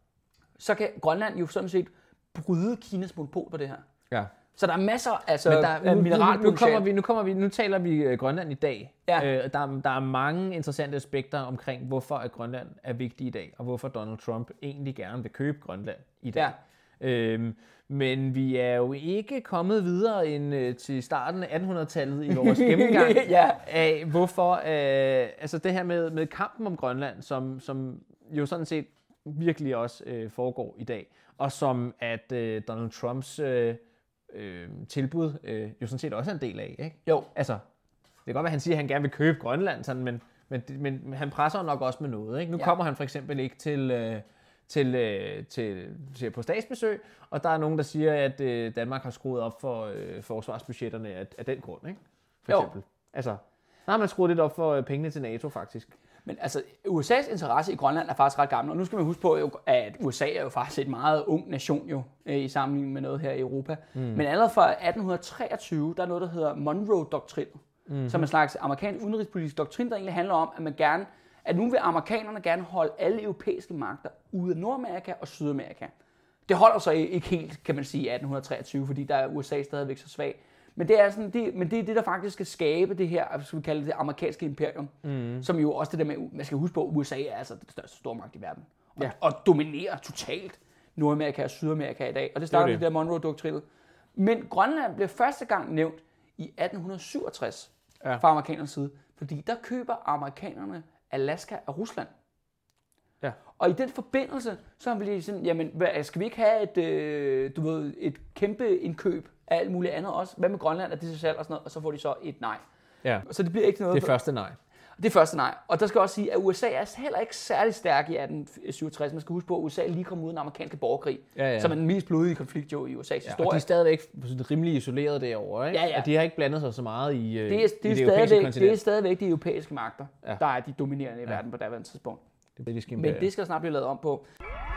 så kan Grønland jo sådan set bryde Kinas monopol på det her. Ja. Så der er masser altså, der, af nu, mineralpotentiale. Nu, kommer vi, nu, kommer vi, nu taler vi uh, Grønland i dag. Ja. Uh, der, der er mange interessante aspekter omkring, hvorfor at Grønland er vigtig i dag, og hvorfor Donald Trump egentlig gerne vil købe Grønland i dag. Ja. Øhm, men vi er jo ikke kommet videre end øh, til starten af attenhundredetallet i vores gennemgang ja. af, hvorfor øh, altså det her med, med kampen om Grønland, som, som jo sådan set virkelig også øh, foregår i dag, og som at øh, Donald Trumps øh, øh, tilbud øh, jo sådan set også er en del af, ikke? Jo. Altså, det kan godt være, at han siger, at han gerne vil købe Grønland, sådan, men, men, men han presser nok også med noget, ikke? Nu ja. kommer han for eksempel ikke til... Øh, Til, øh, til, til på statsbesøg, og der er nogen, der siger, at øh, Danmark har skruet op for øh, forsvarsbudgetterne af, af den grund, ikke? For jo. eksempel. Altså, der har man skruet lidt op for øh, pengene til NATO, faktisk. Men altså, U S A's interesse i Grønland er faktisk ret gammel, og nu skal man huske på, at U S A er jo faktisk et meget ung nation jo, i sammenligning med noget her i Europa. Mm. Men allerede fra atten treogtyve, der er noget, der hedder Monroe-doktrinen, mm-hmm. som er en slags amerikansk udenrigspolitisk doktrin, der egentlig handler om, at man gerne at nu vil amerikanerne gerne holde alle europæiske magter ude af Nordamerika og Sydamerika. Det holder så ikke helt, kan man sige, i atten treogtyve, fordi der er U S A stadigvæk så svag. Men det er sådan, det, men det er det, der faktisk skal skabe det her, skal vi kalde det, det amerikanske imperium, mm. som jo også det der med, man skal huske på, at U S A er altså den største stormagt i verden, og, ja. og dominerer totalt Nordamerika og Sydamerika i dag, og det starter det, det der Monroe-doktrinen. Men Grønland blev første gang nævnt i atten syvogtres ja. fra amerikanernes side, fordi der køber amerikanerne Alaska og Rusland. Ja. Og i den forbindelse, så har vi lige sådan, jamen, hvad, skal vi ikke have et, øh, du ved, et kæmpe indkøb af alt muligt andet også? Hvad med Grønland, er det så selv og sådan noget? Og så får de så et nej. Ja. Så det bliver ikke noget. Det er første nej. Det er første nej. Og der skal også sige, at U S A er heller ikke særlig stærk i atten syvogtres. Man skal huske på, at U S A lige kom ud af den amerikanske borgerkrig, ja, ja. som er den mest blodige konflikt jo i U S A's ja, historie. Og de er stadigvæk rimelig isoleret derovre, ikke? Ja, ja. Og de har ikke blandet sig så meget i, det er, det er, i det europæiske kontinent. Det er stadigvæk de europæiske magter, ja. der er de dominerende i ja. verden på daværende tidspunkt. Det det, de Men det skal snart blive lavet om på.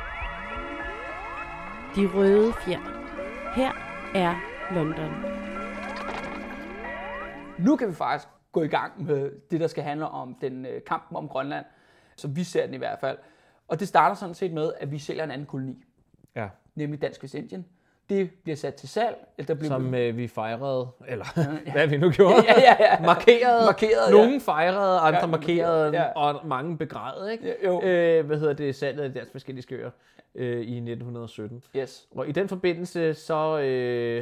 De røde fjer. Her er London. Nu kan vi faktisk gå i gang med det, der skal handle om den øh, kampen om Grønland, som vi ser den i hvert fald. Og det starter sådan set med, at vi sælger en anden koloni, ja. nemlig Dansk Vestindien, det bliver sat til salg. Der bliver som øh, vi fejrede, eller ja. hvad vi nu gjorde. Ja, ja, ja. Markerede. Markerede. Nogle ja. fejrede, andre ja, markerede, ja. og mange begrædede, ikke? Ja, jo. Øh, hvad hedder det, salget af deres forskellige skøer øh, i nitten sytten. Yes. Og i den forbindelse, så, øh,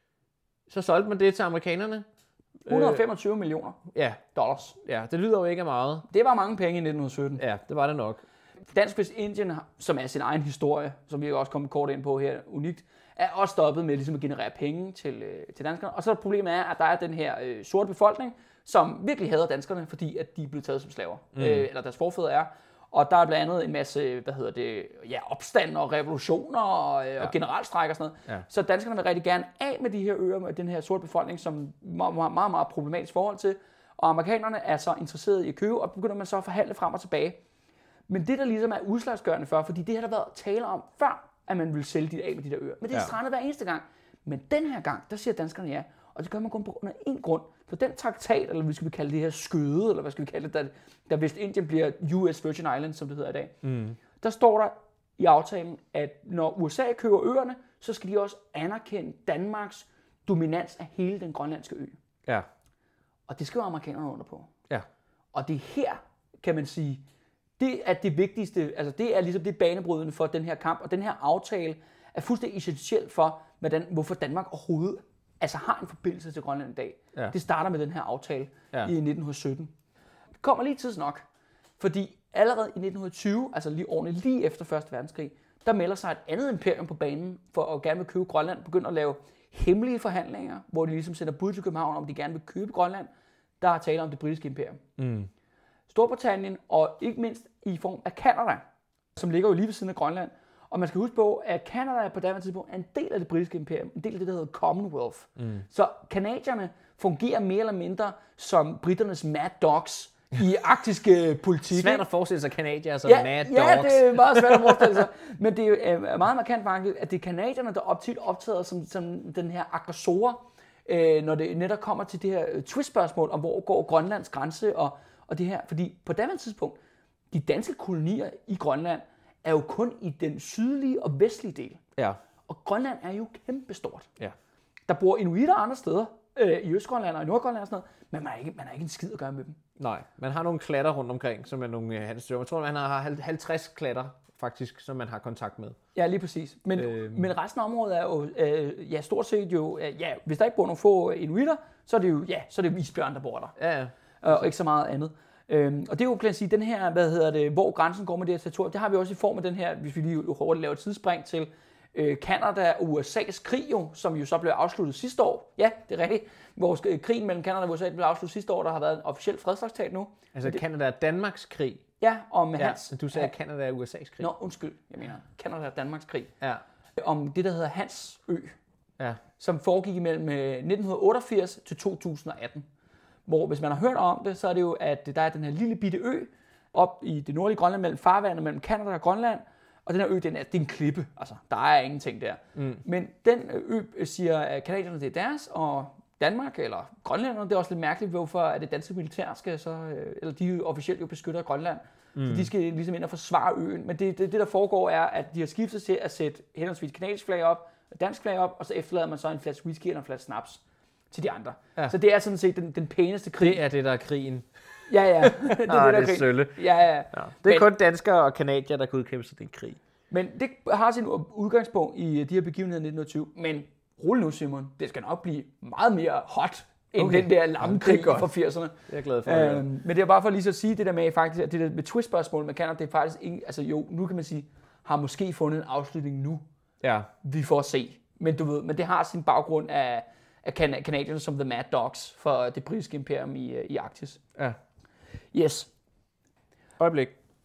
så solgte man det til amerikanerne. et hundrede og femogtyve øh, millioner ja. dollars. Ja, det lyder jo ikke af meget. Det var mange penge i nitten sytten. Ja, det var det nok. Dansk Vestindien, som er sin egen historie, som vi også kommet kort ind på her, unikt, er også stoppet med ligesom at generere penge til, øh, til danskerne. Og så problemet er, at der er den her øh, sorte befolkning, som virkelig hader danskerne, fordi at de er blevet taget som slaver, mm. øh, eller deres forfædre er. Og der er blandt andet en masse, hvad hedder det, ja, opstand og revolutioner og, øh, ja. og generalstræk og sådan noget. Ja. Så danskerne vil rigtig gerne af med de her øer, med den her sorte befolkning, som meget, meget, meget, meget problematisk forhold til. Og amerikanerne er så interesserede i at købe, og begynder man så at forhandle frem og tilbage. Men det, der ligesom er udslagsgørende for, fordi det har der været tale om før, at man vil sælge de af med de der øer. Men det er ja. strandet hver eneste gang. Men den her gang, der siger danskerne ja. Og det gør man kun på grund af én grund. For den traktat, eller hvad skal vi kalde det her skøde, eller hvad skal vi kalde det, der, der Vestindien bliver U S Virgin Islands, som det hedder i dag. Mm. Der står der i aftalen, at når U S A køber øerne, så skal de også anerkende Danmarks dominans af hele den grønlandske ø. Ja. Og det skriver amerikanerne under på. Ja. Og det her, kan man sige, det er det vigtigste, altså det er ligesom det banebrydende for den her kamp, og den her aftale er fuldstændig essentiel for, hvordan, hvorfor Danmark overhovedet altså har en forbindelse til Grønland i dag. Ja. Det starter med den her aftale ja. i nitten sytten. Det kommer lige tidsnok, fordi allerede i nitten tyve, altså lige årene lige efter første verdenskrig, der melder sig et andet imperium på banen for at gerne vil købe Grønland, begynder at lave hemmelige forhandlinger, hvor de ligesom sender bud til København, om de gerne vil købe Grønland. Der er tale om det britiske imperium. Mm. Storbritannien og ikke mindst i form af Canada, som ligger jo lige ved siden af Grønland. Og man skal huske på, at Canada på daværende tidspunkt er en del af det britiske imperium, en del af det, der hedder Commonwealth. Mm. Så kanadierne fungerer mere eller mindre som britternes mad dogs i arktisk politik. Svært at forestille sig kanadier som ja, mad dogs. Ja, det er meget svært at forestille sig. Men det er jo meget markant faktisk, at det er kanadierne, der tit optræder som, som den her aggressorer, øh, når det netop kommer til det her twist-spørgsmål om, hvor går Grønlands grænse og, og det her. Fordi på daværende tidspunkt, de danske kolonier i Grønland er jo kun i den sydlige og vestlige del. Ja. Og Grønland er jo kæmpestort. Ja. Der bor inuitter andre steder, øh, i Østgrønland og i Nordgrønland og sådan noget, men man har, ikke, man har ikke en skid at gøre med dem. Nej, man har nogle klatter rundt omkring, som er nogle øh, handelsstyrker. Jeg tror, man har halvtreds klatter faktisk, som man har kontakt med. Ja, lige præcis. Men, øhm. men resten af området er jo, øh, ja, stort set jo, øh, ja, hvis der ikke bor nogle få inuitter, så er det jo, ja, så er det jo isbjørn, der bor der. Ja, ja. Og ikke så meget andet. Øhm, og det er jo, kan jeg sige, den her, hvad hedder det, hvor grænsen går med det her territorium, det har vi også i form af den her, hvis vi lige hurtigt laver et tidsspring til øh, Canada og U S A's krig jo, som jo så blev afsluttet sidste år. Ja, det er rigtigt. Vores øh, krigen mellem Canada og U S A blev afsluttet sidste år, der har været en officiel fredstraktat nu. Altså det, Canada og Danmarks krig? Ja, og med ja, Hans... Du sagde ja, Canada og U S A's krig. Nå, undskyld, jeg mener Canada og Danmarks krig. Ja. Om det, der hedder Hans Ø, ja. som foregik imellem nitten otteogfirs til to tusind og atten. Hvor hvis man har hørt om det, så er det jo, at der er den her lille bitte ø op i det nordlige Grønland mellem farvandet mellem Canada og Grønland. Og den her ø, den er, det er en klippe. Altså, der er ingenting der. Mm. Men den ø siger, at kanadierne det er deres, og Danmark eller Grønlænderne, det er også lidt mærkeligt, hvorfor at det danske militær skal så, eller de officielt jo beskytter Grønland. Mm. Så de skal ligesom ind og forsvare øen. Men det, det, det der foregår er, at de har skiftet til at sætte henholdsvis kanadisk flag op, og dansk flag op, og så efterlader man så en flaske whisky og en flaske snaps til de andre. Ja. Så det er sådan set den, den pæneste krig. Det er det, der er krigen. Ja, ja. det er Nå, det, der det er sølle. Ja, ja. ja. Det er men, kun danskere og kanadier, der kan udkæmpe sig den krig. Men det har sin udgangspunkt i de her begivenheder nitten tyve. Men rolig nu, Simon. Det skal nok blive meget mere hot end okay. den der lammekrig fra firserne. Det er jeg glad for. Øhm, men det er bare for lige så at sige det der med faktisk, at det der med twist-spørgsmål, man kan, det er faktisk ikke, altså jo, nu kan man sige, har måske fundet en afslutning nu. Ja. Vi får se. Men du ved, men det har sin baggrund af, af kan- kanadierne som the mad dogs for det britiske imperium i, i Arktis. Ja. Yes. Øjeblik.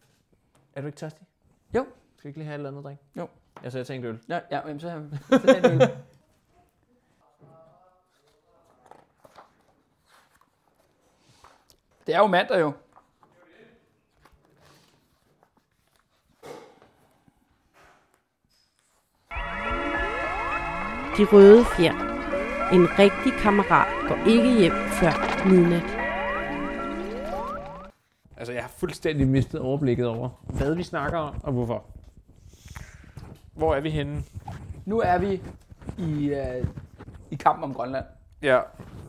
Er du ikke tørstig? Jo. Skal vi ikke lige have et eller andet drik? Jo. Jeg så jeg tænkte øl. Ja, ja, jamen, så har vi. Så den øl. Det er jo mandag jo. De røde fjer. En rigtig kammerat går ikke hjem før midnat. Altså, jeg har fuldstændig mistet overblikket over, hvad vi snakker om, og hvorfor. Hvor er vi henne? Nu er vi i, øh, i kampen om Grønland. Ja.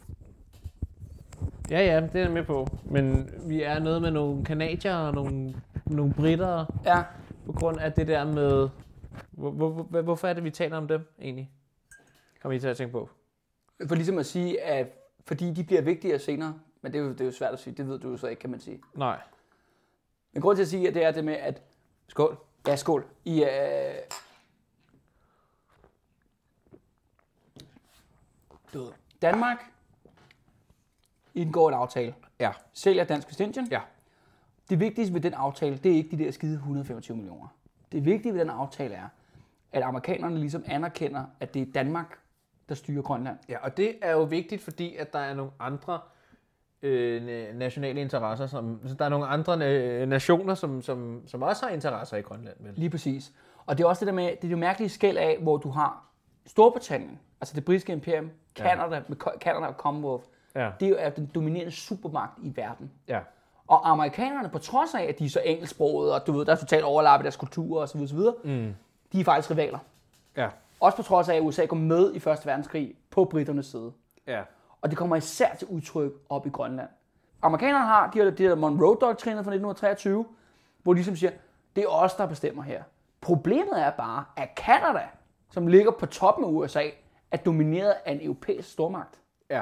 Ja, ja, det er jeg med på. Men vi er noget med nogle canadier og nogle, nogle britter. Ja. På grund af det der med... Hvor, hvor, hvor, hvorfor er det, vi taler om dem, egentlig? Kommer I til at tænke på? For ligesom at sige, at fordi de bliver vigtigere senere, men det er jo, det er jo svært at sige, det ved du jo så ikke, kan man sige. Nej. Men grund til at sige, at det er det med, at... Skål. Ja, skål. I, øh... du ved, Danmark indgår en aftale. Ja. Sælger Dansk Vestindien. Ja. Det vigtigste ved den aftale, det er ikke de der skide et hundrede og femogtyve millioner. Det vigtige ved den aftale er, at amerikanerne ligesom anerkender, at det er Danmark, der styrer Grønland. Ja, og det er jo vigtigt, fordi at der er nogle andre øh, nationale interesser, som, så der er nogle andre øh, nationer, som, som, som også har interesser i Grønland. Vel? Lige præcis. Og det er også det der med, det er jo mærkelige skæld af, hvor du har Storbritannien, altså det britiske imperium, Canada, ja. med Canada og Commonwealth, ja. Det er jo den dominerende supermagt i verden. Ja. Og amerikanerne, på trods af, at de er så engelsksprogede, og du ved, der er totalt overlap i deres kultur osv., osv., mm. de er faktisk rivaler. Ja. Også på trods af, at U S A går med i første verdenskrig på britternes side. Ja. Og det kommer især til udtryk op i Grønland. Amerikanerne har de her, de her Monroe-doktriner fra nitten treogtyve, hvor de ligesom siger, det er os, der bestemmer her. Problemet er bare, at Canada, som ligger på toppen af U S A, er domineret af en europæisk stormagt. Ja.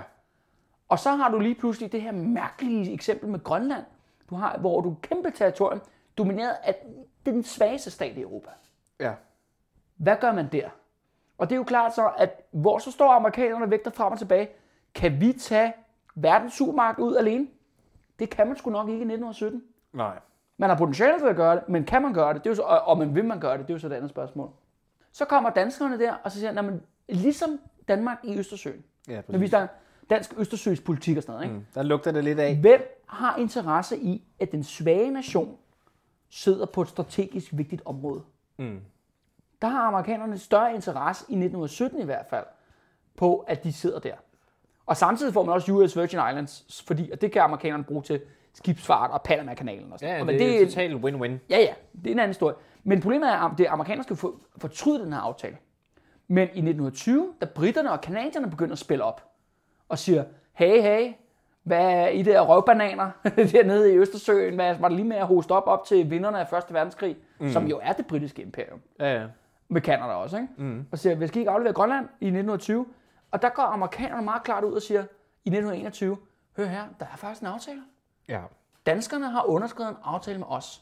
Og så har du lige pludselig det her mærkelige eksempel med Grønland, du har, hvor du er kæmpe territorium, domineret af den svageste stat i Europa. Ja. Hvad gør man der? Og det er jo klart så, at hvor så står amerikanerne vægter frem og tilbage, kan vi tage verdens supermagt ud alene? Det kan man sgu nok ikke i nitten sytten. Nej. Man har potentiale til at gøre det, men kan man gøre det? Det er jo så, og man vil man gøre det? Det er jo så et andet spørgsmål. Så kommer danskerne der, og så siger man, ligesom Danmark i Østersøen. Ja, når vi snakker dansk Østersøs politik og sådan noget, ikke? Mm, der lugter det lidt af. Hvem har interesse i, at den svage nation sidder på et strategisk vigtigt område? Mm. Der har amerikanerne større interesse i nitten sytten i hvert fald, på at de sidder der. Og samtidig får man også U S Virgin Islands, fordi og det kan amerikanerne bruge til skibsfart og Panama-kanalen og sådan. Ja, og det, det er totalt win-win. Ja, ja, det er en anden historie. Men problemet er, at amerikanerne skal få fortryde den her aftale. Men i nitten tyve, da britterne og canadierne begynder at spille op, og siger, hey, hey, hvad er I der røvbananer dernede i Østersøen? Hvad var det lige med at hoste op op til vinderne af første verdenskrig, mm. som jo er det britiske imperium. Ja, ja. Med Canada også, ikke? Mm. Og siger, vi skal ikke aflevere Grønland i nitten tyve. Og der går amerikanerne meget klart ud og siger, i nitten enogtyve, hør her, der er faktisk en aftale. Ja. Danskerne har underskrevet en aftale med os.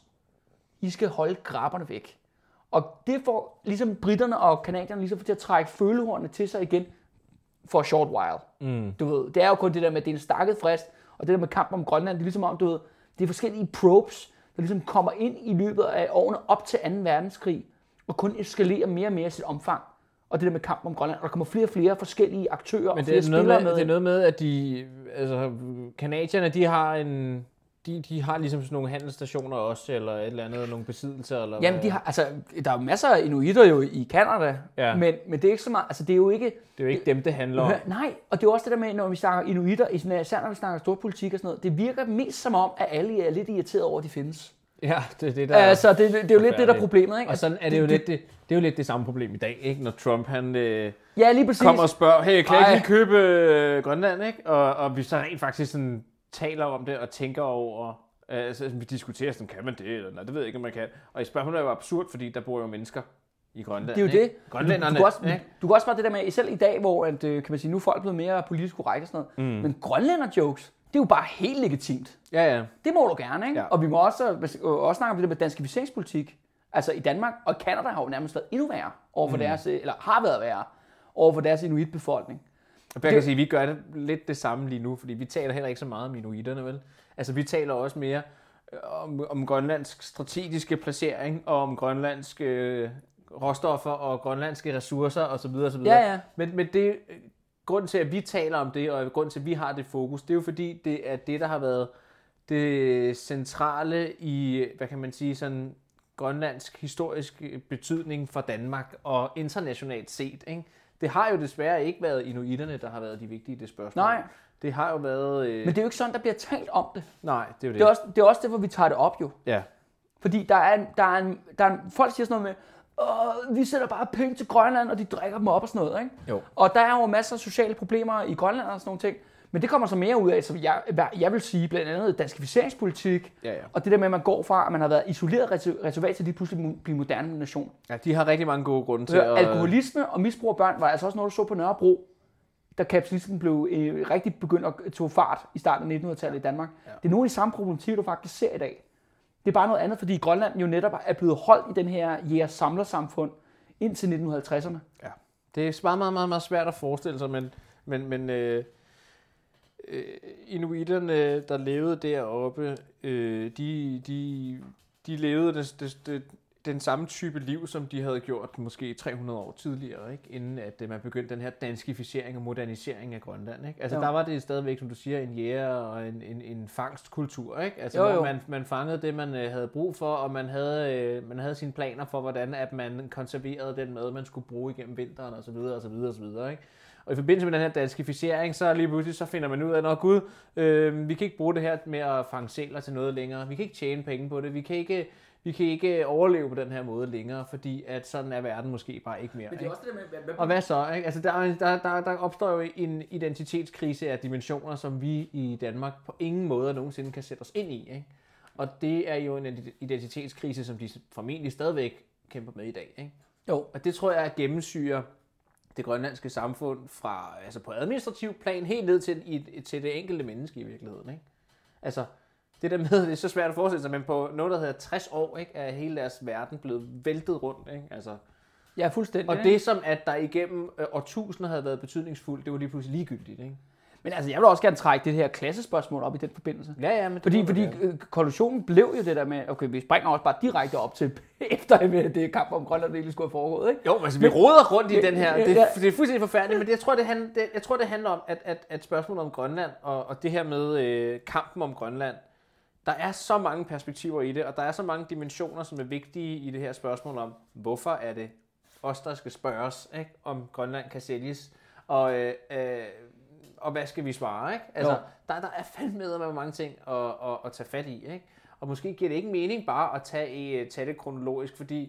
I skal holde grabberne væk. Og det får ligesom britterne og canadierne ligesom til at trække følehornene til sig igen for a short while. Mm. Du ved, det er jo kun det der med, at det er en stakket frist, og det der med kamp om Grønland, det er ligesom om, du ved, det er forskellige probes, der ligesom kommer ind i løbet af årene op til anden verdenskrig, og kun eskalerer mere og mere sit omfang. Og det der med kamp om Grønland, og der kommer flere og flere forskellige aktører og flere spillere med, med. Det er noget med, at de, altså, canadierne, de har en... De, de har ligesom sådan nogle handelsstationer også, eller et eller andet, nogle besiddelser, eller Jamen, de har, altså, der er masser af inuitter jo i Canada, ja. men, men det er ikke så meget, altså det er jo ikke... Det er jo ikke det, dem, det handler om. Nej, og det er også det der med, når vi snakker inuitter, især når vi snakker storpolitik og sådan noget, det virker mest som om, at alle er lidt irriteret over, at de findes. Ja, det er det, der... Altså, det, det er jo lidt det, der er problemet, ikke? Og sådan er det jo det, lidt det, det er jo lidt det samme problem i dag, ikke? Når Trump, han øh, ja, lige præcis. kommer og spørger, hey, kan jeg ikke lige købe øh, Grønland, ikke? Og, og vi så rent faktisk sådan taler om det og tænker over... Altså, vi diskuterer sådan, kan man det, eller nej, det ved jeg ikke, om man kan. Og i spørgsmålet er jo absurd, fordi der bor jo mennesker i Grønland. Det er jo ikke? det. Grønlænderne. Du, du, kan også, ja. du kan også bare det der med, selv i dag, hvor at, kan man sige, nu er folk blevet mere politisk korrekt og sådan noget. Mm. Men grønlænder-jokes, det er jo bare helt legitimt. Ja, ja. Det må du gerne, ikke? Ja. Og vi må også, også snakke om det der med danskificeringspolitik. Altså i Danmark og Canada har jo nærmest været endnu værre over for mm. deres, eller har været værre over for deres inuitbefolkning. Jeg kan det, sige, at vi gør det lidt det samme lige nu, fordi vi taler heller ikke så meget om inuitterne, vel? Altså vi taler også mere om, om grønlandsk strategiske placering, og om grønlandske øh, råstoffer og grønlandske ressourcer osv. osv. Ja, ja. Men, men det, grunden til, at vi taler om det, og grunden til, at vi har det fokus, det er jo fordi, det er det, der har været det centrale i, hvad kan man sige, sådan grønlandsk historisk betydning for Danmark og internationalt set, ikke? Det har jo desværre ikke været inuitterne, der har været de vigtige det spørgsmål. Nej. Det har jo været... Øh... Men det er jo ikke sådan, der bliver talt om det. Nej, det er jo det. Det er også, det er også det, hvor vi tager det op jo. Ja. Fordi der er, der er, en, der er en, folk siger sådan noget og vi sætter bare penge til Grønland, og de drikker dem op og sådan noget, ikke? Jo. Og der er jo masser af sociale problemer i Grønland og sådan nogle ting. Men det kommer så mere ud af, som jeg, jeg vil sige, blandt andet danskificeringspolitik, ja, ja. og det der med, at man går fra, at man har været isoleret reservat til, de pludselig bliver moderne nation. Ja, de har rigtig mange gode grunde til at... Alkoholisme og misbrug af børn var altså også noget, du så på Nørrebro, da kapitalismen blev øh, rigtig begyndt at tage fart i starten af nittenhundredetallet i Danmark. Ja. Det er nogle af de samme problematikker, du faktisk ser i dag. Det er bare noget andet, fordi Grønland jo netop er blevet holdt i den her jæger-samler-samfund indtil nitten halvtredserne. Ja, det er meget, meget, meget, meget svært at forestille sig, men, men, men øh, øh, inuiterne, der levede deroppe, øh, de, de, de levede det, det, det, den samme type liv, som de havde gjort måske tre hundrede år tidligere, ikke? Inden at man begyndte den her danskificering og modernisering af Grønland. Ikke? Altså jo. Der var det stadigvæk, som du siger, en jæger og en, en, en fangstkultur, ikke? Altså, jo, jo. Hvor man, man fangede det, man øh, havde brug for, og man havde, øh, man havde sine planer for, hvordan at man konserverede den mad, man skulle bruge igennem vinteren osv. osv. osv. Ikke? Og i forbindelse med den her danskificering, så lige pludselig så finder man ud af, at gud, øh, vi kan ikke bruge det her med at fange sæler til noget længere. Vi kan ikke tjene penge på det. Vi kan ikke... Vi kan ikke overleve på den her måde længere, fordi at sådan er verden måske bare ikke mere. Men det er også det der med, med... Og hvad så? Ikke? Altså der, der, der, der opstår jo en identitetskrise af dimensioner, som vi i Danmark på ingen måde nogensinde kan sætte os ind i. Ikke? Og det er jo en identitetskrise, som de formentlig stadigvæk kæmper med i dag. Ikke? Jo. Og det tror jeg at gennemsyrer det grønlandske samfund fra, altså på administrativ plan helt ned til, til det enkelte menneske i virkeligheden. Ikke? Altså... Det der med, det er så svært at forestille sig, men på noget, der hedder tres år, ikke, er hele deres verden blevet væltet rundt. Ikke? Altså, ja, fuldstændig. Og det, som at der igennem øh, årtusinder havde været betydningsfuldt, det var lige pludselig ligegyldigt. Ikke? Men altså, jeg vil også gerne trække det her klassespørgsmål op i den forbindelse. Ja, ja, men det fordi fordi koalitionen blev jo det der med, okay, vi springer også bare direkte op til, efter at det kamp om Grønland egentlig skulle have foregået, ikke? Jo, altså vi men, roder rundt i den her, det, det er fuldstændig forfærdeligt, men det, jeg, tror, det handler, det, jeg tror, det handler om, at, at, at spørgsmålet om Grønland, og, og det her med øh, kampen om Grønland, der er så mange perspektiver i det, og der er så mange dimensioner, som er vigtige i det her spørgsmål om, hvorfor er det os, der skal spørges, ikke? Om Grønland kan sælges, og, øh, øh, og hvad skal vi svare? Ikke? Altså, der, der er fandme med mange ting at, at, at tage fat i, ikke? Og måske giver det ikke mening bare at tage, tage det kronologisk, fordi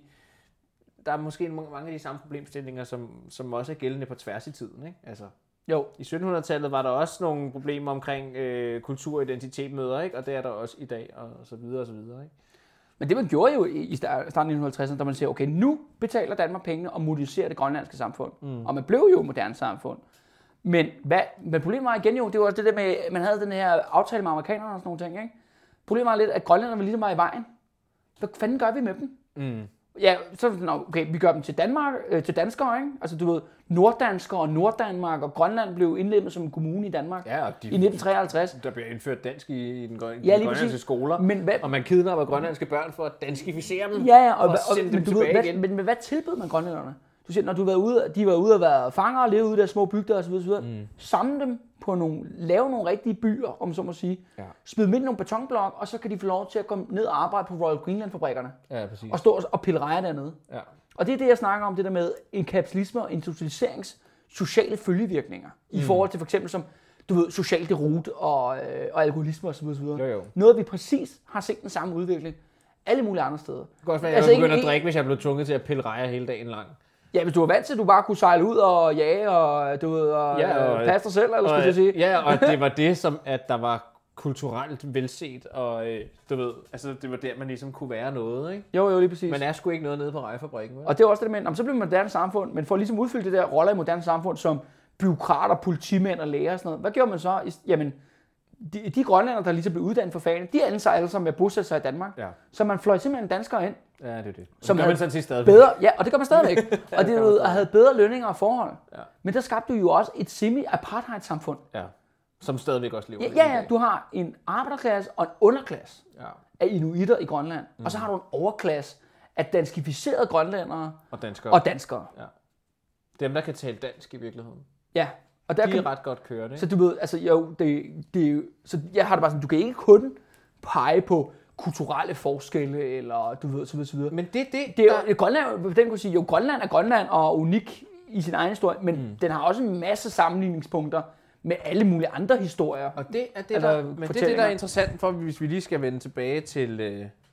der er måske mange af de samme problemstillinger, som, som også er gældende på tværs i tiden. Ikke? Altså, jo. I syttenhundredetallet var der også nogle problemer omkring øh, kultur- og identitetmøder, ikke? Og det er der også i dag, og så videre og så videre. Ikke? Men det man gjorde jo i starten af nitten halvtredserne, da man siger, okay, nu betaler Danmark pengene og modificerer det grønlandske samfund. Mm. Og man blev jo et moderne samfund. Men, hvad, men problemet var igen jo, det var også det der med, man havde den her aftale med amerikanerne og sådan nogle ting, ikke? Problemet var lidt, at grønlænderne var lige så meget i vejen. Hvad fanden gør vi med dem? Mm. Ja, så okay, vi gør dem til Danmark, øh, til danskere, ikke? Altså du ved, norddanskere og Norddanmark og Grønland blev indlemmet som en kommune i Danmark ja, de, i nitten treoghalvtreds. Der bliver indført dansk i, i den, grøn, ja, de grønlandske skoler, men hvad, og man kidnapper grønlandske børn for at danskificere dem, ja, ja, og, og, og sende dem men, tilbage ved, igen. Hvad, men, men hvad tilbød man grønlænderne? Du siger, når du var ude, de var ude at være fanger og leve ude af små bygder osv., osv. Mm. Samle dem på nogle, lave nogle rigtige byer, om så må sige. Ja. Smid dem ind i nogle betonblok, og så kan de få lov til at komme ned og arbejde på Royal Greenland-fabrikkerne. Ja, præcis. Og stå og pille rejer dernede. Ja. Og det er det, jeg snakker om, det der med en kapitalisme og industrialiserings sociale følgevirkninger. Mm. I forhold til for eksempel som, du ved, social deroute og, øh, og alkoholisme osv. Jo, jo. Noget, vi præcis har set den samme udvikling alle mulige andre steder. Det kan også være, at jeg altså, begynder at drikke, hvis jeg blev tvunget til at pille rejer hele dagen lang. Ja, hvis du var vant til, at du bare kunne sejle ud og jage og, du ved, og, ja, og passe dig selv, eller skulle jeg sige. Ja, og det var det, som at der var kulturelt velset, og øh, du ved, altså det var der, man ligesom kunne være noget, ikke? Jo, jo, lige præcis. Man er sgu ikke noget nede på rejefabrikken, vel? Og det er også det, men så bliver man moderne samfund, men for at ligesom udfylde det der roller i moderne samfund, som bureaukrater, politimænd og læger og sådan noget, hvad gjorde man så? Jamen, de, de grønlænder, der ligesom blev uddannet for fagene, de endte sig alle sammen med at bosætte sig i Danmark. Ja. Så man fløj simpelthen danskere ind. Ja, det er det. Og som det gør man sådan set stadigvæk. Bedre, ja, og det gør man stadigvæk. ja, og det, det og havde bedre lønninger og forhold. Ja. Men der skabte du jo også et semi-apartheid-samfund. Ja. Som stadigvæk også lever. Ja, ja, ja, du har en arbejderklasse og en underklasse ja. af inuitter i Grønland. Mm. Og så har du en overklasse af danskificerede grønlændere og danskere. Og danskere. Ja. Dem, der kan tale dansk i virkeligheden. Ja. Og der de kan, er ret godt kørt, ikke? Så du ved, altså jo, det, det, så jeg har det bare sådan, du kan ikke kun pege på kulturelle forskelle, eller du ved, så videre, så videre. Men det, det, det er jo, Grønland, den kunne sige, jo, Grønland er Grønland og unik i sin egen historie, men mm. den har også en masse sammenligningspunkter med alle mulige andre historier. Og det er det, der, men det, er det, der er interessant for, hvis vi lige skal vende tilbage til, øh,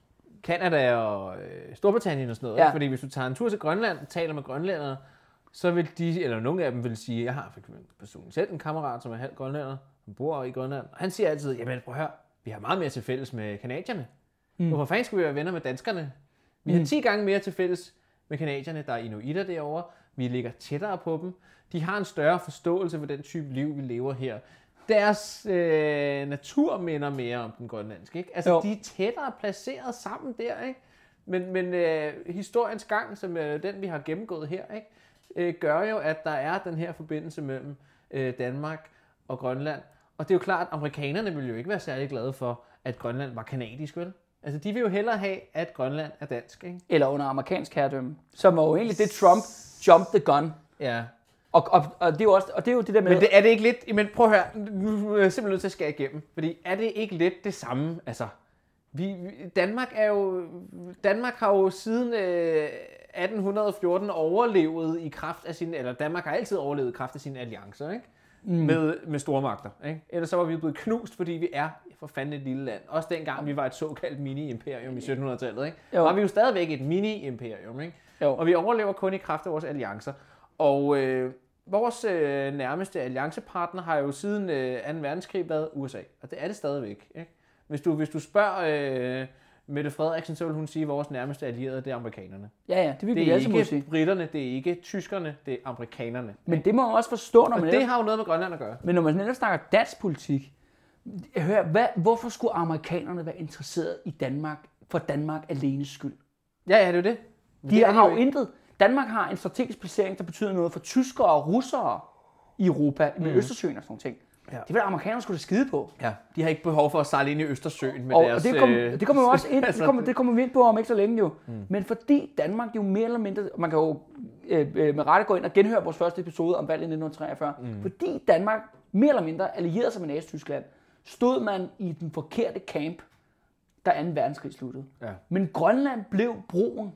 Canada og øh, Storbritannien og sådan noget. Ja. Fordi hvis du tager en tur til Grønland og taler med grønlændere, så vil de, eller nogle af dem vil sige, jeg har for eksempel personligt selv en kammerat, som er halv grønlænder, som bor i Grønland, og han siger altid, jamen prøv at høre, vi har meget mere til fælles med kanadierne. Mm. Hvorfor fanden skal vi være venner med danskerne? Vi mm. har ti gange mere til fælles med kanadierne, der er inuitter derovre. Vi ligger tættere på dem. De har en større forståelse for den type liv, vi lever her. Deres øh, natur minder mere om den grønlandske, ikke? Altså, jo. De er tættere placeret sammen der, ikke? Men, men øh, historiens gang, som er den, vi har gennemgået her, ikke? Øh, gør jo, at der er den her forbindelse mellem øh, Danmark og Grønland. Og det er jo klart, at amerikanerne vil jo ikke være særlig glade for, at Grønland var kanadisk, vel? Altså, de vil jo hellere have, at Grønland er dansk, ikke? Eller under amerikansk herredømme. Som var jo egentlig det, Trump jump the gun. Ja. Og, og, og, det er jo også, og det er jo det der med... Men det, er det ikke lidt... Men prøv at høre, nu er jeg simpelthen nødt til at skære igennem. Fordi er det ikke lidt det samme? Altså, vi, Danmark er jo... Danmark har jo siden øh, atten fjorten overlevet i kraft af sin... Eller Danmark har altid overlevet i kraft af sine alliancer, ikke? Mm. Med, med stormagter, ikke? Ellers så var vi blevet knust, fordi vi er for fanden et lille land. Også dengang vi var et såkaldt mini-imperium i syttenhundredetallet, ikke? Jo. Var vi jo stadigvæk et mini-imperium, ikke? Jo. Og vi overlever kun i kraft af vores alliancer. Og øh, vores øh, nærmeste alliancepartner har jo siden øh, anden verdenskrig været U S A. Og det er det stadigvæk, ikke? Hvis du, hvis du spørger øh, Mette Frederiksen, så vil hun sige, at vores nærmeste allierede, det er amerikanerne. Ja, ja, det vil vi altid sige. Det er ikke britterne, det er ikke tyskerne, det er amerikanerne. Men det må man også forstå, når man... Og det har jo noget med Grønland at gøre. Men når man netop snakker dansk politik, hør, hvad, hvorfor skulle amerikanerne være interesseret i Danmark for Danmark alene skyld? Ja, ja, det er jo det. Men de det har jo intet... Danmark har en strategisk placering, der betyder noget for tyskere og russere i Europa, med mm. Østersøen og sådan ting. Ja. Det vil amerikanerne skulle skide på. Ja, de har ikke behov for at sejle ind i Østersøen med og, deres... Og det kommer, det kommer jo også ind, det kommer, det kommer vi ind på om ikke så længe jo. Mm. Men fordi Danmark jo mere eller mindre, man kan jo øh, med rette gå ind og genhøre vores første episode om valget i nitten treogfyrre, mm. fordi Danmark mere eller mindre allierede sig med Nazi-Tyskland, stod man i den forkerte camp, da anden verdenskrig sluttede. Ja. Men Grønland blev broen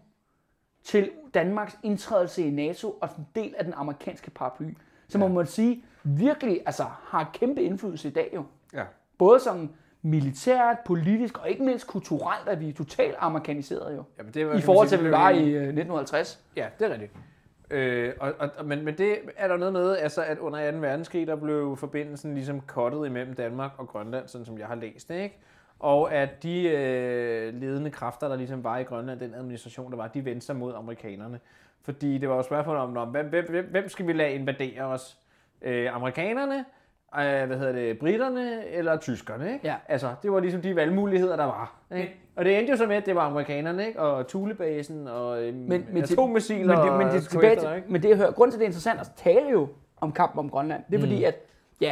til Danmarks indtrædelse i NATO og en del af den amerikanske paraply. Så man ja. må sige, virkelig altså, har kæmpe indflydelse i dag jo. Ja. Både som militært, politisk og ikke mindst kulturelt, at vi er totalt amerikaniseret jo. Ja, men det var, I forhold til, at vi var i nitten halvtreds. Ja, det er rigtigt. Øh, og, og, men, men det er der noget med, altså, at under anden verdenskrig, der blev forbindelsen ligesom cuttet imellem Danmark og Grønland, sådan som jeg har læst det, ikke? Og at de øh, ledende kræfter, der ligesom var i Grønland, den administration, der var, de vendte sig mod amerikanerne. Fordi det var jo spørgsmål om, om hvem, hvem, hvem skal vi lade invadere os? Øh, amerikanerne, øh, hvad hedder det, britterne eller tyskerne, ikke? Ja. Altså, det var ligesom de valgmuligheder, der var. Ikke? Og det endte jo så med, at det var amerikanerne, ikke? Og Thulebasen og øh, men, men atommissiler men det, men det, og tilbage til, ikke? Men det, jeg hører, grunden til, det er interessant at tale jo om kampen om Grønland, det er fordi, mm. at ja,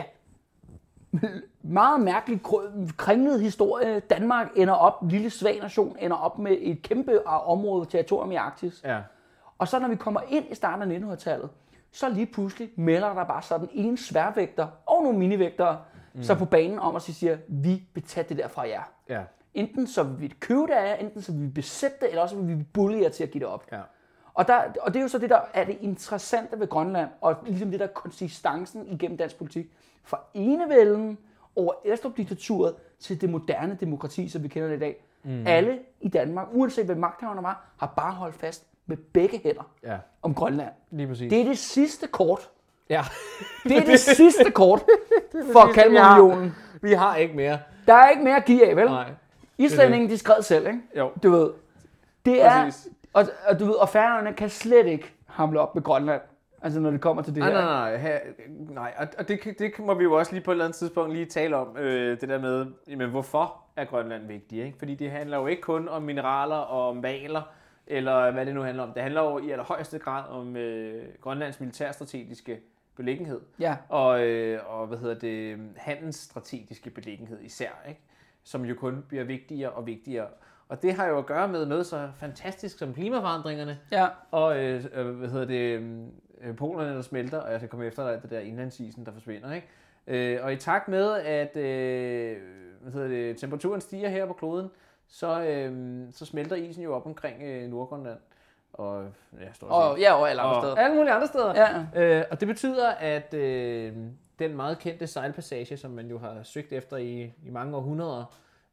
meget mærkelig kringlet historie. Danmark ender op, en lille svag nation, ender op med et kæmpe område, territorium i Arktis. Ja. Og så når vi kommer ind i starten af nittenhundredetallet, så lige pludselig melder der bare sådan en sværvægter og nogle minivægtere, mm. så på banen om, at de siger, vi vil tage det der fra jer. Ja. Enten så vil vi købe det af jer, enten så vil vi besætte det, eller også vil vi bully jer til at give det op. Ja. Og, der, og det er jo så det, der er det interessante ved Grønland, og ligesom det der konsistensen igennem dansk politik, fra enevælden over Estrup-diktaturet til det moderne demokrati, som vi kender det i dag. Mm. Alle i Danmark, uanset hvad magthaverne var, har bare holdt fast med begge hænder ja. om Grønland. Lige præcis. Det er det sidste kort. Ja. Det er det sidste kort for Kalmarunionen. Vi har ikke mere. Der er ikke mere at give af, vel? Nej. Islændingen, de skred selv, ikke? Jo. Du ved. Det er, og, og, du ved, og Færøerne kan slet ikke hamle op med Grønland. Altså når det kommer til det ah, her. Nej, nej, nej. nej. Og det, det må vi jo også lige på et eller andet tidspunkt lige tale om. Øh, det der med, jamen, hvorfor er Grønland vigtig? Ikke? Fordi det handler jo ikke kun om mineraler og om valer, eller hvad det nu handler om. Det handler jo i allerhøjeste grad om øh, Grønlands militærstrategiske beliggenhed. Ja. Og, øh, og hvad hedder det, handelsstrategiske beliggenhed især, ikke? Som jo kun bliver vigtigere og vigtigere. Og det har jo at gøre med noget så fantastisk som klimaforandringerne. Ja. Og øh, hvad hedder det, øh, polerne, der smelter, og jeg skal komme efter dig, det der indlandsisen, der forsvinder, ikke? Øh, og i takt med, at øh, hvad hedder det, temperaturen stiger her på kloden, så, øh, så smelter isen jo op omkring øh, Nordgrønland. Og, ja, står og, ja, og alle andre steder. Alle mulige andre steder. Ja. Øh, og det betyder, at øh, den meget kendte sejlpassage, som man jo har søgt efter i, i mange århundreder,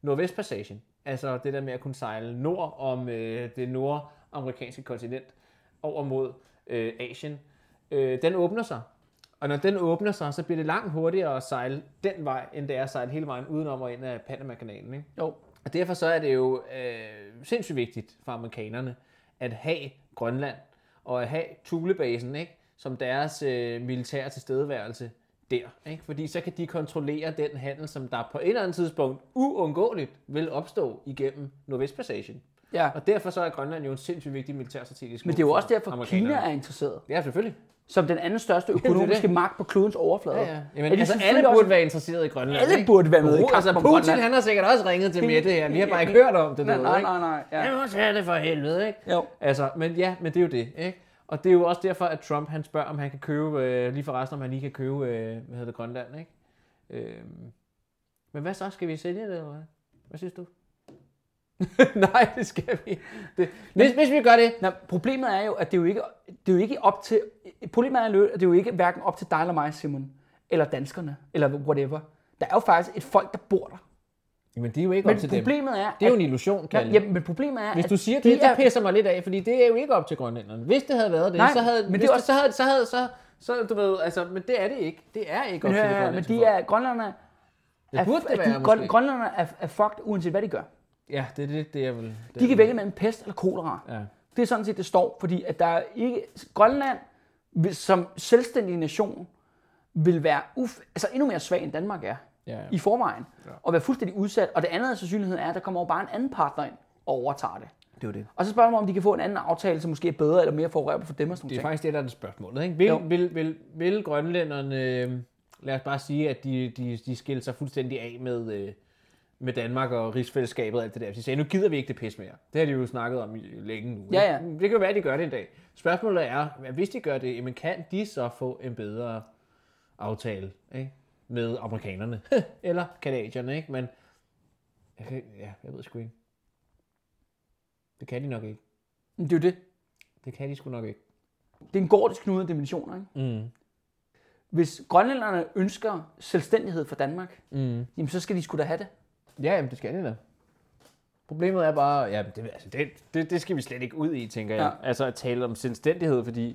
Nordvestpassagen, altså det der med at kunne sejle nord om øh, det nordamerikanske kontinent over mod øh, Asien, øh, den åbner sig. Og når den åbner sig, så bliver det langt hurtigere at sejle den vej, end det er at sejle hele vejen udenom og ind af Panama-kanalen. Ikke? Jo. Og derfor så er det jo øh, sindssygt vigtigt for amerikanerne at have Grønland og at have Thulebasen, ikke? Som deres øh, militære tilstedeværelse der. Ikke? Fordi så kan de kontrollere den handel, som der på et eller andet tidspunkt uundgåeligt vil opstå igennem Nordvestpassagen. Ja. Og derfor så er Grønland jo en sindssygt vigtig militærstrategisk. Men det er jo også derfor, Kina er interesseret. Ja, selvfølgelig. Som den anden største økonomiske magt på klodens overflade. Ja, ja. Jamen, altså, alle burde også være interesseret i Grønland. Alle ikke? Burde være med i kampen altså, om Putin, Grønland. Han har sikkert også ringet til Mette her. Vi har bare ikke hørt om det. Nej, noget, nej, ikke? nej, nej. Ja. Jeg må tage det for helvede, ikke? Jo. Altså, men ja, men det er jo det, ikke? Og det er jo også derfor, at Trump, han spørger, om han kan købe, øh, lige forresten, om han lige kan købe, øh, hvad hedder det, Grønland, ikke? Øh, men hvad så? Skal vi sælge det, eller hvad? Hvad synes du? Nej, det skal vi. Det, hvis, hvis vi gør det. Nå, problemet er jo, at det er jo ikke, det er jo ikke op til... Problemet er, at det er jo ikke hverken op til dig eller mig, Simon, eller danskerne, eller whatever. Der er jo faktisk et folk, der bor der. Jamen, det er jo ikke men op til problemet dem. Er, det er jo en illusion, Kalle. Ja, men problemet er, hvis du siger at det, de der pisser mig lidt af, fordi det er jo ikke op til grønlænderne. Hvis det havde været det, Nej, så havde... Men det også... det, så havde, så havde, så, så, du ved, altså, men det er det ikke. Det er ikke op men, til det ja, men de er, grønlænderne... Det burde det være, de, måske. Grønlænderne er, er fucked, uanset hvad de gør. Ja, det er det, det er vel... Det de kan vælge mellem pest eller kolera. Ja. Det er sådan set, det står, fordi at der er ikke... Grønland som selvstændig nation vil være uf, altså endnu mere svag, end Danmark er ja, ja. i forvejen. Ja. Og være fuldstændig udsat. Og det andet af sandsynligheden er, at der kommer over bare en anden partner ind og overtager det. Det er det. Og så spørger man, om de kan få en anden aftale, som måske er bedre eller mere forurevet for dem. Og sådan det er ting. faktisk det, der er det spørgsmål. Ikke? Vil, vil, vil, vil grønlænderne... Lad os bare sige, at de, de, de skiller sig fuldstændig af med, med Danmark og rigsfællesskabet og alt det der. De sagde, nu gider vi ikke det pis mere. Det har de jo snakket om længe nu. Ja, ja. Det kan jo være, at de gør det en dag. Spørgsmålet er, at hvis de gør det, jamen kan de så få en bedre aftale, ikke? Med amerikanerne eller kanadierne, ikke? Men jeg, kan, ja, jeg ved sgu ikke. Det kan de nok ikke. Det er jo det. Det kan de sgu nok ikke. Det er en gordisk knude af dimensioner, ikke? Mm. Hvis grønlænderne ønsker selvstændighed for Danmark, mm. jamen så skal de sgu da have det. Ja, jamen det skal de da. Problemet er bare, ja, det, altså det, det, det skal vi slet ikke ud i, tænker jeg. Ja. Altså at tale om selvstændighed, fordi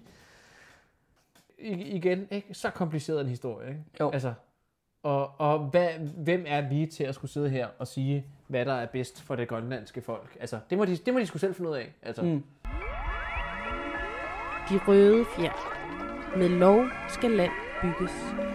igen, ikke så kompliceret en historie, ikke? Jo. Altså, og, og hvad, hvem er vi til at skulle sidde her og sige, hvad der er bedst for det grønlandske folk? Altså, det må de, det må de sgu selv finde ud af. Altså. Mm. De røde fjer. Med lov skal land bygges.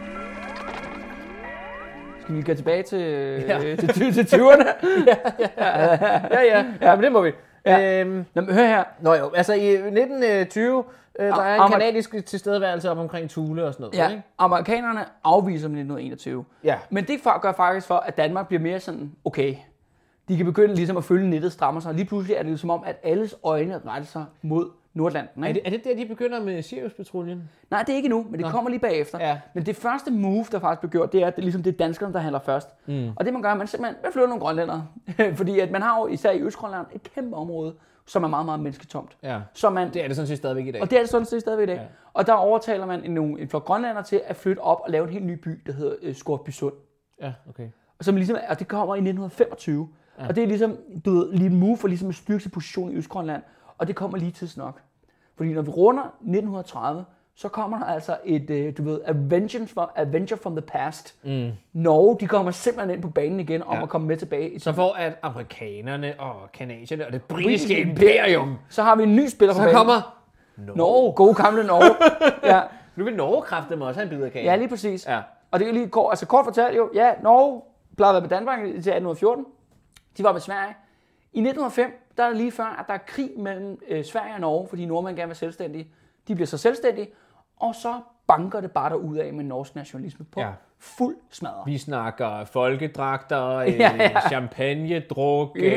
Skal vi gå tilbage til, ja. til, til tyverne? ja, ja, ja, ja, ja, men det må vi. Ja. Øhm, Nå, hør her. Nå jo, altså i nitten tyve, øh, der er en Amer- kanadisk tilstedeværelse op omkring Thule og sådan noget. Ja, ikke? Amerikanerne afviser dem i nitten enogtyve. Ja. Men det gør faktisk for, at Danmark bliver mere sådan, okay, de kan begynde ligesom at følge nettet strammer sig. Lige pludselig er det jo som om, at alles øjne retter sig mod Nordatlanten. Er det, er det der, de begynder med Sirius-patruljen? Nej, det er ikke nu, men det Nå. kommer lige bagefter. Ja. Men det første move, der faktisk blev gjort, det er, at det, ligesom det er danskerne, der handler først. Mm. Og det man gør, man simpelthen man flytter nogle grønlændere. Fordi at man har jo især i Østgrønland et kæmpe område, som er meget, meget mennesketomt. Ja. Så man, det er det sådan set stadigvæk i dag. Og det er det sådan set stadigvæk i dag. Ja. Og der overtaler man en, en flok grønlænder til at flytte op og lave en helt ny by, der hedder uh, Skorpysund. Ja, okay. Og, som ligesom, og det kommer i nitten femogtyve. Ja. Og det er ligesom, du ved, lige move for ligesom at styrke sin position i Østgrønland. Og det kommer lige tidsnok. Fordi når vi runder nitten tredive, så kommer der altså et, du ved, Avenger from, Avenger from the past. Mm. Norge, de kommer simpelthen ind på banen igen om ja. at komme med tilbage. Så for at amerikanerne og kanadierne og det britiske imperium, så har vi en ny spiller på så banen. Så kommer Norge. Norge. Gode gamle Norge. Ja. Nu vil Norge kraftedeme også have en bid af kagen. Ja, lige præcis. Ja. Og det er jo lige kort, altså kort fortalt jo, ja, Norge plejede at være med Danmark til atten fjorten. De var med Sverige. I nitten hundrede og fem, der er det lige før, at der er krig mellem øh, Sverige og Norge, fordi nordmænd gerne vil være selvstændige. De bliver så selvstændige, og så banker det bare derud af med norsk nationalisme på ja. fuld smadre. Vi snakker folkedragter, øh, ja, ja. champagnedruk, øh,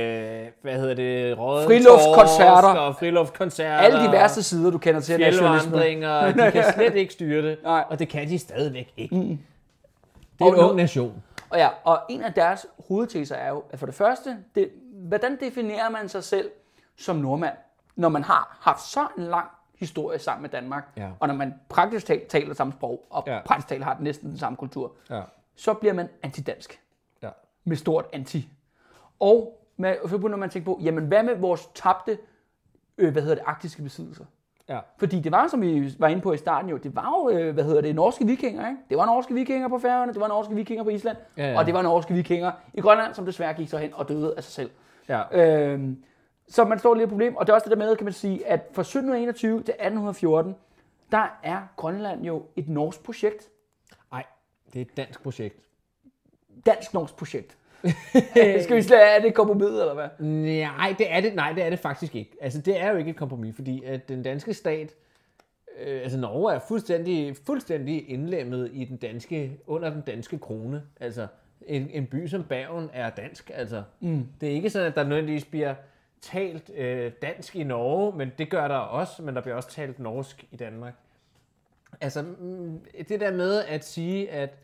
hvad hedder det, røde friluftskoncerter, og friluftskoncerter. Alle de værste sider, du kender til nationalisme. De kan slet ikke styre det, Nej. og det kan de stadigvæk ikke. Mm. Det er en ung nation. Og ja, og en af deres hovedteser er jo, at for det første, det, hvordan definerer man sig selv som nordmand, når man har haft så en lang historie sammen med Danmark, ja. og når man praktisk talt taler samme sprog, og ja. praktisk talt har næsten den samme kultur, ja. så bliver man antidansk. Ja. Med stort anti. Og man, så begynder man at tænke på, jamen hvad med vores tabte, øh, hvad hedder det, arktiske besiddelser? Ja. Fordi det var, som vi var inde på i starten jo, det var jo, øh, hvad hedder det, norske vikinger, ikke? Det var norske vikinger på Færøerne, det var norske vikinger på Island, ja, ja. Og det var norske vikinger i Grønland, som desværre gik så hen og døde af sig selv. Ja. Øhm, så man står lidt et problem, og det er også det der med, kan man sige, at fra sytten enogtyve til atten fjorten, der er Grønland jo et norsk projekt. Nej, det er et dansk projekt. Dansk-norsk projekt. Skal vi slet er det et kompromis, eller hvad? Nej, det er det, nej, det er det faktisk ikke. Altså, det er jo ikke et kompromis, fordi at den danske stat, øh, altså Norge er fuldstændig, fuldstændig indlemmet i den danske, under den danske krone. Altså, en, en by som Bergen er dansk, altså. Mm. Det er ikke sådan, at der nødvendigvis bliver talt øh, dansk i Norge, men det gør der også, men der bliver også talt norsk i Danmark. Altså, det der med at sige, at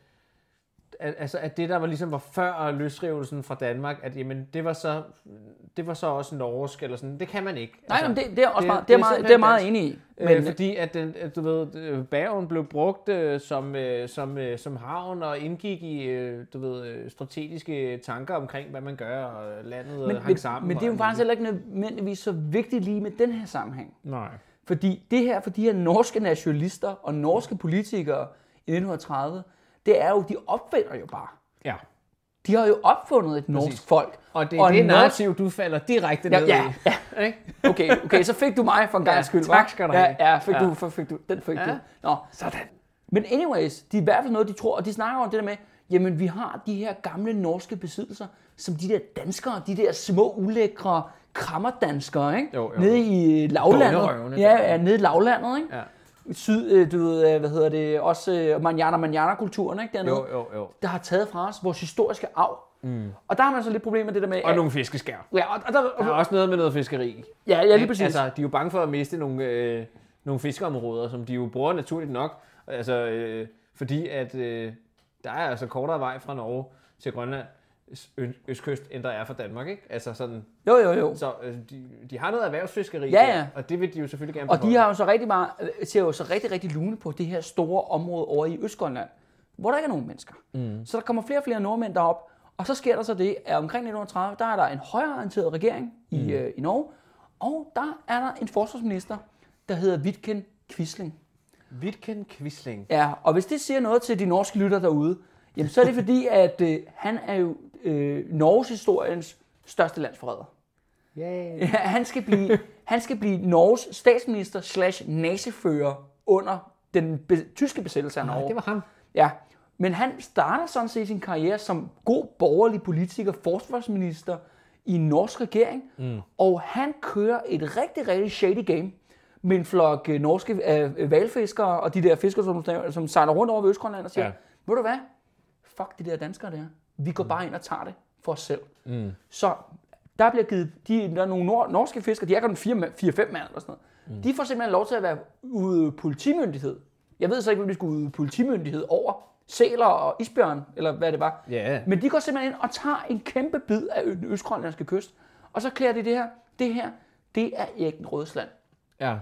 At, altså, at det der var ligesom var før løsrivelsen fra Danmark, at jamen, det var så det var så også norsk eller sådan, det kan man ikke. Nej, altså, men det, det er også det, meget, det er meget, det er meget enig i. Men øh, fordi at den, du ved, Bergen blev brugt øh, som øh, som øh, som havn og indgik i øh, du ved strategiske tanker omkring hvad man gør og landet men, hang sammen. Men det er jo faktisk heller ikke nødvendigvis så vigtigt lige med den her sammenhæng. Nej. Fordi det her for de her norske nationalister og norske politikere i nitten tredive, det er jo, de opfinder jo bare. Ja. De har jo opfundet et norsk Præcis. folk. Og det er og det narrativ, du falder direkte ned ja, i. Ja, ja. Okay, okay, så fik du mig for en gang skyld, ja, tak skal du have. Ja, ja, fik ja. Du, fik du, den fik ja. du. Nå, sådan. Men anyways, de er i hvert fald noget, de tror, og de snakker om det der med, jamen vi har de her gamle norske besiddelser, som de der danskere, de der små, ulækre krammerdanskere, ikke? Jo, jo. Nede i lavlandet. Ja, ja, nede i lavlandet, ikke? Ja. Syd, du ved, hvad hedder det, også manjana manjana kulturen, ikke, dernede, jo, jo, jo. Der har taget fra os vores historiske arv. Mm. Og der har man så lidt problem med det der med... Og at, nogle fiskeskær. Ja, og, og der, og, der er også noget med noget fiskeri. Ja, ja, lige præcis. Altså, de er jo bange for at miste nogle, øh, nogle fiskeområder, som de jo bruger naturligt nok, altså, øh, fordi at øh, der er altså kortere vej fra Norge til Grønland, østkyst, end der er fra Danmark, ikke? Altså sådan... Jo, jo, jo. Så øh, de, de har noget erhvervsfiskeri, ja, ja. Og det vil de jo selvfølgelig gerne beholde. Og de har jo så rigtig meget, ser jo så rigtig, rigtig lune på det her store område over i Østgrønland, hvor der ikke er nogen mennesker. Mm. Så der kommer flere og flere nordmænd derop, og så sker der så det, at omkring nitten tredive, der er der en højreorienteret regering i, mm. øh, i Norge, og der er der en forsvarsminister, der hedder Vidkun Quisling. Vidkun Quisling? Ja, og hvis det siger noget til de norske lytter derude, jamen så er det fordi, at øh, han er jo øh, Norges historiens største landsforræder. Yeah. Ja, han skal blive, han skal blive Norges statsminister slash nazifører under den be- tyske besættelse af Norge. Nej, det var ham. Ja, men han starter sådan set sin karriere som god borgerlig politiker, forsvarsminister i en norsk regering, mm. og han kører et rigtig, rigtig shady game med en flok øh, norske øh, hvalfiskere og de der fiskere, som, som sejler rundt over ved Østgrønland og siger, ja. Ved du hvad? Fuck de der danskere der. Vi går bare ind og tager det for os selv. Mm. Så der bliver givet, de, der er nogle nord, norske fiskere, de er kun fire fem mand eller sådan noget. Mm. De får simpelthen lov til at være ude politimyndighed. Jeg ved så ikke, om de skulle ude politimyndighed over sæler og isbjørn, eller hvad det var. Yeah. Men de går simpelthen ind og tager en kæmpe bid af den østgrønlandske kyst. Og så klæder de det her. Det her, det er Erik Rødsland. Ja.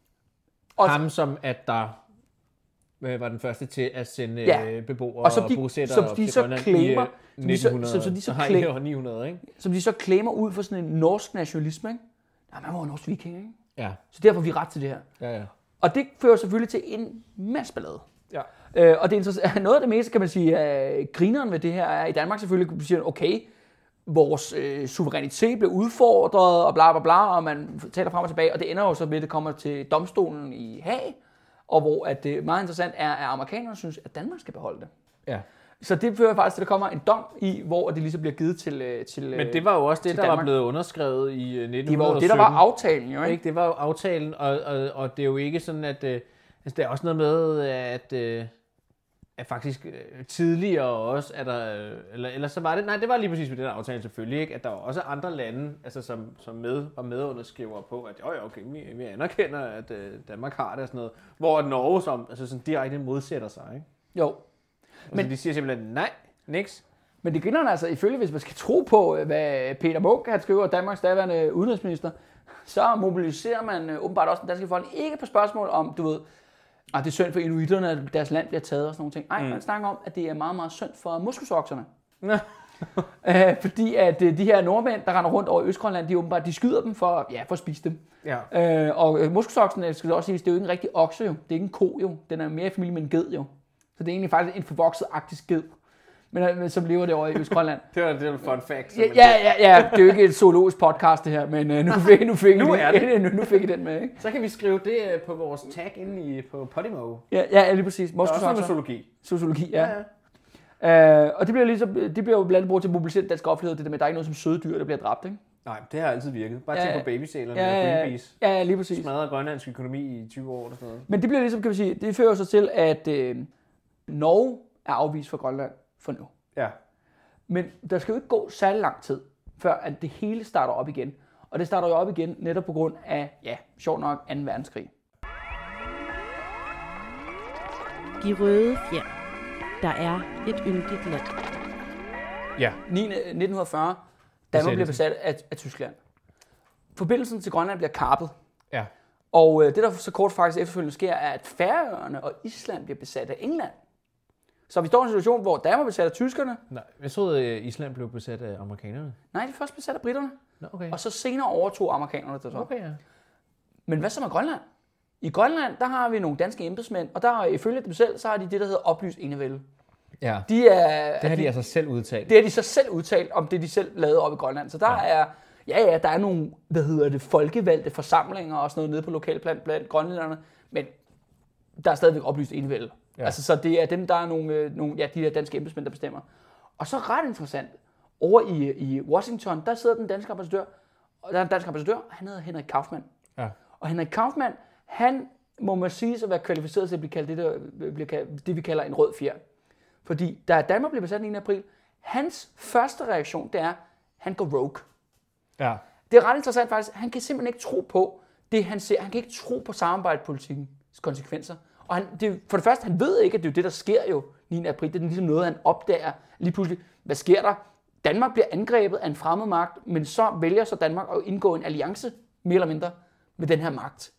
Og ham som at der var den første til at sende ja. beboere og, og bosættere op til Grønland claimer, i nitten hundrede. Som, som, de så claimer, ni hundrede, ikke? Som de så claimer ud for sådan en norsk nationalisme, ikke? Ja, man var en norsk viking, ikke? Ja. Så derfor har vi ret til det her. Ja, ja. Og det fører selvfølgelig til en masse ballade. Ja. Øh, og det er noget af det meste, kan man sige, uh, grineren ved det her er i Danmark selvfølgelig, kan man sige, okay, vores øh, suverænitet bliver udfordret, og bla bla bla, og man taler frem og tilbage, og det ender jo så ved, at det kommer til domstolen i Haag, og hvor at det meget interessant er, at amerikanerne synes, at Danmark skal beholde det. Ja. Så det fører faktisk til, at der kommer en dom i, hvor det ligesom bliver givet til til Men det var jo også det, der Danmark. var blevet underskrevet i nitten sytten. Det var jo det, der var aftalen, jo, ikke? Det var jo aftalen, og, og, og det er jo ikke sådan, at... Øh, altså, der er også noget med, at... Øh, at faktisk øh, tidligere også, at der, øh, eller, eller så var det, nej, det var lige præcis med den aftale selvfølgelig, ikke, at der var også andre lande, altså som, som med, var medunderskriver på, at jo, jo, okay, vi, vi anerkender, at øh, Danmark har det og sådan noget, hvor Norge som, altså sådan direkte modsætter sig, ikke? Jo. Men så de siger simpelthen, nej, niks. Men det griner altså, ifølge, hvis man skal tro på, hvad Peter Munk har skriver, Danmarks daværende udenrigsminister, så mobiliserer man øh, åbenbart også den danske folk, ikke på spørgsmål om, du ved, og det er synd for inuiterne, at deres land bliver taget og sådan nogle ting. Nej, mm. man snakker om, at det er meget, meget synd for moskusokserne. Æh, fordi at de her nordmænd, der render rundt over i Østgrønland, de åbenbart, de skyder dem for, ja, for at spise dem. Ja. Æh, og muskelsoksen, skal det også sige, det er jo ikke en rigtig okse jo. Det er ikke en ko jo. Den er mere i familie med en ged jo. Så det er egentlig faktisk en forvokset arktisk ged. Men som lever det over i Østgrønland. Det var det fun fact. Ja, ja, ja, ja, det er jo ikke et zoologisk podcast det her, men uh, nu fik, nu fik nu I det. Nu, nu fik I den med, ikke? Så kan vi skrive det på vores tag inde i, på Podimo. Ja, ja, lige præcis. Det er også noget med zoologi. Zoologi, ja. ja, ja. Uh, og det bliver, ligesom, det bliver jo blandt andet brugt til at mobilisere den danske offentlighed, det der med, at der er ikke noget som søde dyr, der bliver dræbt, ikke? Nej, det har altid virket. Bare tænk ja, på babysælerne ja, og Greenpeace. Ja, ja, lige præcis. Smadret grønlandsk økonomi i tyve år eller sådan noget. Men det bliver ligesom, kan vi sige, det fører så til, at øh, Norge er afvist fra Grønland for nu. Ja. Men der skal jo ikke gå særlig lang tid, før at det hele starter op igen. Og det starter jo op igen netop på grund af, ja, sjovt nok, anden verdenskrig. De røde fjer. Der er et yndigt land. Ja. nitten fyrre. Danmark bliver besat af, af Tyskland. Forbindelsen til Grønland bliver kappet. Ja. Og øh, det, der så kort faktisk efterfølgende sker, er, at Færøerne og Island bliver besat af England. Så vi står i en situation, hvor Danmark besat af tyskerne. Nej, jeg troede, at Island blev besat af amerikanerne. Nej, de er først besat af britterne. Nå, okay. Og så senere overtog amerikanerne det så. Okay, ja. Men hvad så med Grønland? I Grønland, der har vi nogle danske embedsmænd, og der ifølge dem selv, så har de det, der hedder oplyst enevælde. Ja, de er, det har de, de altså selv udtalt. Det har de så selv udtalt om det, de selv lavede op i Grønland. Så der ja. er, ja ja, der er nogle, hvad hedder det, folkevalgte forsamlinger og sådan noget nede på lokalplan blandt grønlænderne, men der er stadigvæk oplyst enevælde. Ja. Altså, så det er dem, der er nogle, nogle, ja, de der danske embedsmænd, der bestemmer. Og så ret interessant, over i, i Washington, der sidder den danske ambassadør, og der er en dansk ambassadør, han hedder Henrik Kaufmann. Ja. Og Henrik Kaufmann, han må man sige at være kvalificeret til at blive kaldt det, der, bliver kaldt, det vi kalder en rød fjer. Fordi da Danmark blev besat den niende april, hans første reaktion, det er, han går rogue. Ja. Det er ret interessant faktisk, han kan simpelthen ikke tro på det, han ser. Han kan ikke tro på samarbejdspolitikkens konsekvenser. Og han, det, for det første, han ved ikke, at det er det, der sker jo niende april. Det er ligesom noget, han opdager lige pludselig. Hvad sker der? Danmark bliver angrebet af en fremmed magt, men så vælger så Danmark at indgå en alliance, mere eller mindre, med den her magt.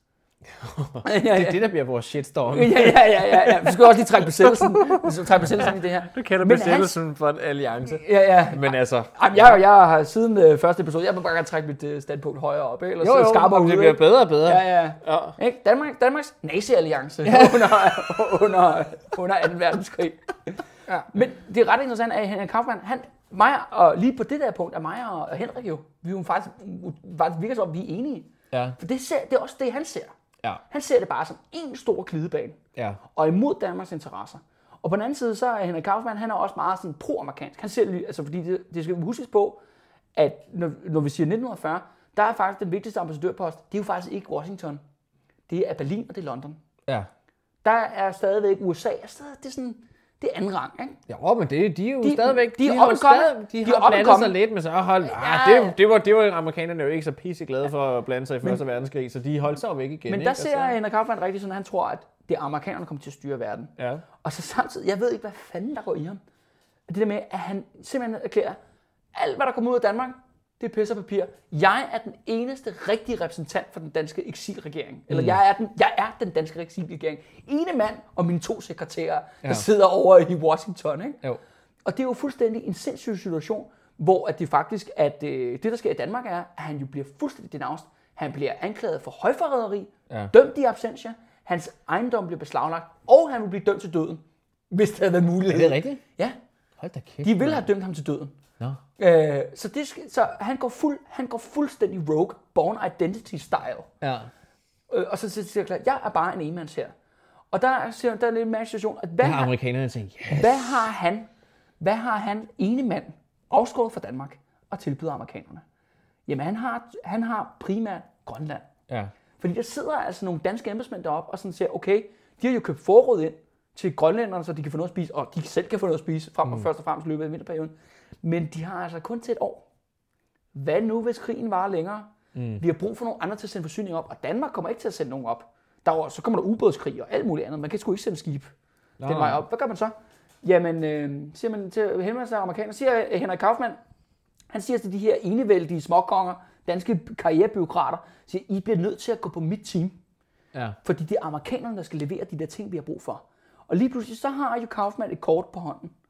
ja, ja. Det er det, der bliver vores shitstorm. ja, ja, ja, ja, ja. Vi skal også lige trække besættelsen. Vi skal trække besættelsen i det her. Du kalder besættelsen hans... for en alliance. Ja, ja. Men altså... Jamen, jeg, jeg har siden øh, første episode, jeg må bare gerne trække mit øh, standpunkt højere op, ikke? Eller jo, jo, skarpere ud, det bliver bedre og bedre. Ja, ja. ja. Ikke? Danmark, Danmarks nazi-alliance ja. under, under, under anden verdenskrig. ja. Men det er ret interessant, at Henrik Kaufmann, han, mig, og lige på det der punkt, er mig og Henrik jo, vi er jo faktisk, faktisk virker som, at vi er enige. Ja. For det, ser, det er også det, han ser. Ja. Han ser det bare som en stor glidebane, ja. og imod Danmarks interesser. Og på den anden side, så er Henrik Kaufmann, han er også meget sådan pro-amerikansk. Han ser, altså fordi det, det skal huskes på, at når, når vi siger nitten fyrre, der er faktisk den vigtigste ambassadørpost, det er jo faktisk ikke Washington. Det er Berlin, og det er London. Ja. Der er stadigvæk U S A, det er sådan... Det er anden rang, ikke? Ja, men det, de er jo de, stadigvæk... De, de, har, stadig, de, de har blandet sig lidt med sig. Hold, ja, ah, det, det, var, det var amerikanerne jo ikke så pisseglade for at blande sig i første verdenskrig, så de holdt sig jo væk igen. Men der ikke? ser Henrik Kaufmann rigtig sådan, han tror, at det er amerikanerne, der kommer til at styre verden. Ja. Og så samtidig, jeg ved ikke, hvad fanden der går i ham. Det der med, at han simpelthen erklærer, alt hvad der kommer ud af Danmark, det er pisse og papir. Jeg er den eneste rigtige repræsentant for den danske eksilregering. Eller mm. jeg, er den, jeg er den danske eksilregering. Ene mand og mine to sekretærer, ja. der sidder over i Washington. Ikke? Jo. Og det er jo fuldstændig en sindssyg situation, hvor at det faktisk, at øh, det der sker i Danmark er, at han jo bliver fuldstændig denounced. Han bliver anklaget for højforræderi, ja. dømt i absentia, hans ejendom bliver beslaglagt, og han vil blive dømt til døden, hvis det havde været muligt. Er det rigtigt? Ja. Hold da kæft. De ville have dømt ham til døden. No. Øh, så det, så han, går fuld, han går fuldstændig rogue, born identity style. Ja. Øh, og så siger jeg klart, jeg er bare en enmands her. Og der, siger, der er en lidt mærkelig situation. At hvad har amerikanerne tænkt, yes. Hvad har han, hvad har han ene mand afskåret fra Danmark og tilbyder amerikanerne? Jamen han har, han har primært Grønland. Ja. Fordi der sidder altså nogle danske embedsmænd deroppe og sådan siger, okay, de har jo købt forråd ind til grønlænderne, så de kan få noget at spise, og de selv kan få noget at spise, frem og mm. først og fremmest løbet af vinterperioden. Men de har altså kun til et år. Hvad nu, hvis krigen varer længere? Mm. Vi har brug for nogle andre til at sende forsyninger op, og Danmark kommer ikke til at sende nogen op. Der var, så kommer der ubådskrig og alt muligt andet. Man kan sgu ikke sende skib no. den vej op. Hvad gør man så? Jamen, øh, siger man til henvender sig amerikaner, siger Henrik Kaufmann, han siger til de her enevældige småkonger, danske karrierebureaukrater, siger, I bliver nødt til at gå på mit team. Ja. Fordi det er amerikanerne, der skal levere de der ting, vi har brug for. Og lige pludselig så har jo Kaufmann et kort på hånden.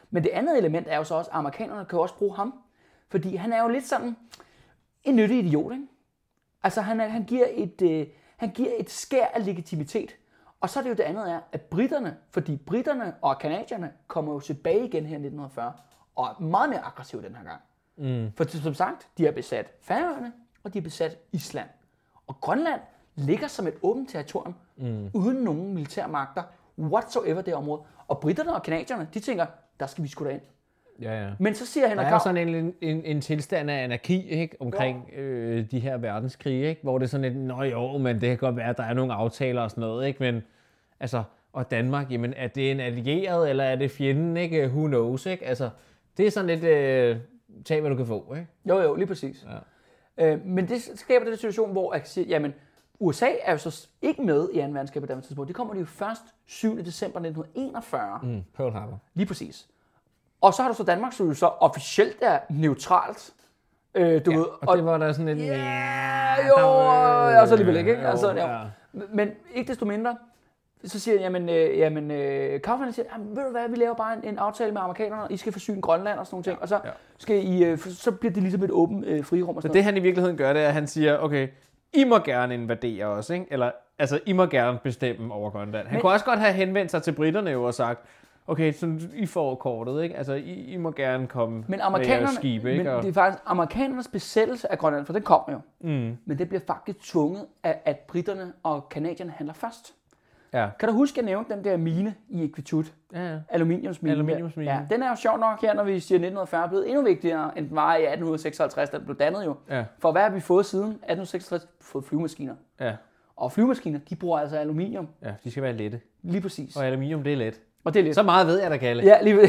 Men det andet element er jo så også, at amerikanerne kan også bruge ham. Fordi han er jo lidt sådan en nyttig idiot, ikke? Altså han, er, han, giver et, øh, han giver et skær af legitimitet. Og så er det jo det andet er, at britterne, fordi britterne og canadierne kommer jo tilbage igen her i nitten fyrre, og er meget mere aggressive den her gang. Mm. For som sagt, de har besat Færøerne, og de har besat Island. Og Grønland ligger som et åbent territorium, mm. uden nogen militærmagter, whatsoever det område. Og britterne og canadierne, de tænker, der skal vi sgu da ind. Ja, ja. Men så siger Henrik Kav... Der er sådan en, en, en tilstand af anarki, ikke? Omkring øh, de her verdenskrige, ikke? Hvor det er sådan et, nå jo, men det kan godt være, at der er nogle aftaler og sådan noget, ikke? Men altså, og Danmark, jamen er det en allieret, eller er det fjenden, ikke? Who knows, ikke? Altså, det er sådan lidt, øh, tag hvad du kan få, ikke? Jo, jo, lige præcis. Ja. Øh, men det skaber den situation, hvor jeg kan sige, jamen, U S A er jo så ikke med i anden verdenskrig på det tidspunkt. Det kommer de jo først syvende december nitten enogfyrre. Mm, Pearl Harbor. Lige præcis. Og så har du så Danmark, som jo så officielt er neutralt. Øh, du ja, ved, og, og det var der sådan en... Ja, jo, og så alligevel ikke. ikke? Altså, ja. Men ikke desto mindre, så siger jeg, jamen, øh, jamen øh, Kaufmann siger, ved du hvad, vi laver bare en, en aftale med amerikanerne, og I skal forsyne Grønland og sådan nogle ting, ja, og så, ja. skal I, øh, så bliver det ligesom et åbent øh, frirum og sådan så det han i virkeligheden gør, det er, at han siger, okay, I må gerne invadere os, ikke? Eller, altså, I må gerne bestemme over Grønland. Han men, kunne også godt have henvendt sig til britterne jo og sagt, okay, så I får kortet, ikke? Altså, I, I må gerne komme men med jeres skibe, ikke? Men og... det er faktisk amerikanernes besættelse af Grønland, for den kommer jo. Mm. Men det bliver faktisk tvunget, at, at britterne og canadierne handler først. Ja. Kan du huske, at jeg nævnte den der mine i Iqaluit? Ja, ja. Aluminiumsmine. Aluminiumsmine. Ja, den er jo sjov nok her, når vi siger nitten fyrre, blevet endnu vigtigere, end den var i atten seksoghalvtreds, da den blev dannet jo. Ja. For hvad har vi fået siden atten seksoghalvtreds? Vi har fået flyvemaskiner. Ja. Og flyvemaskiner, de bruger altså aluminium. Ja, de skal være lette. Lige præcis. Og aluminium, det er let. Og det er let. Så meget ved jeg, der Kalle. Ja, lige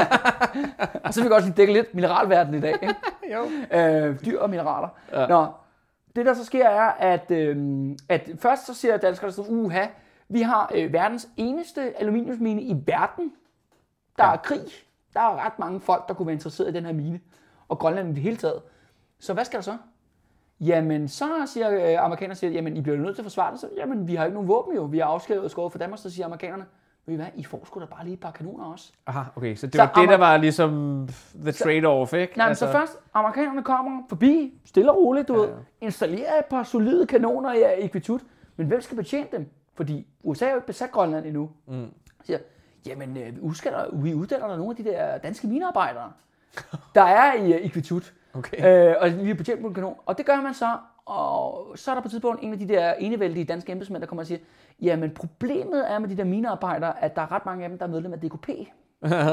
og så vil vi godt lige dække lidt mineralverden i dag, ikke? Jo. Øh, dyr og mineraler. Ja. Nå, det der så sker er, at, øh, at først så siger danskerne sådan, uha, vi har øh, verdens eneste aluminiumsmine i verden. Der ja. er krig. Der er ret mange folk, der kunne være interesseret i den her mine. Og Grønland i det hele taget. Så hvad skal der så? Jamen, så siger øh, amerikanerne, siger, jamen, I bliver nødt til at forsvare det. Så, jamen, vi har ikke nogen våben jo. Vi har afskrevet og skåret for Danmark, så siger amerikanerne, ved I hvad, I får sgu da bare lige et par kanoner også. Aha, okay, så det så var det, der var ligesom the trade-off, ikke? Nej, altså... så først, amerikanerne kommer forbi, stille og roligt, du ja, ja. ved, installerer et par solide kanoner i Iqaluit. Men hvem skal betjene dem? Fordi U S A er jo ikke besat Grønland endnu. Mm. Så siger, jamen, vi uddanner der nogle af de der danske minearbejdere, der er i Iqaluit. Okay. Øh, og vi er betjent på en kanon. Og det gør man så, og så er der på et tidspunkt en af de der enevældige danske embedsmænd, der kommer og siger, jamen problemet er med de der minearbejdere, at der er ret mange af dem, der er medlem af D K P. ah.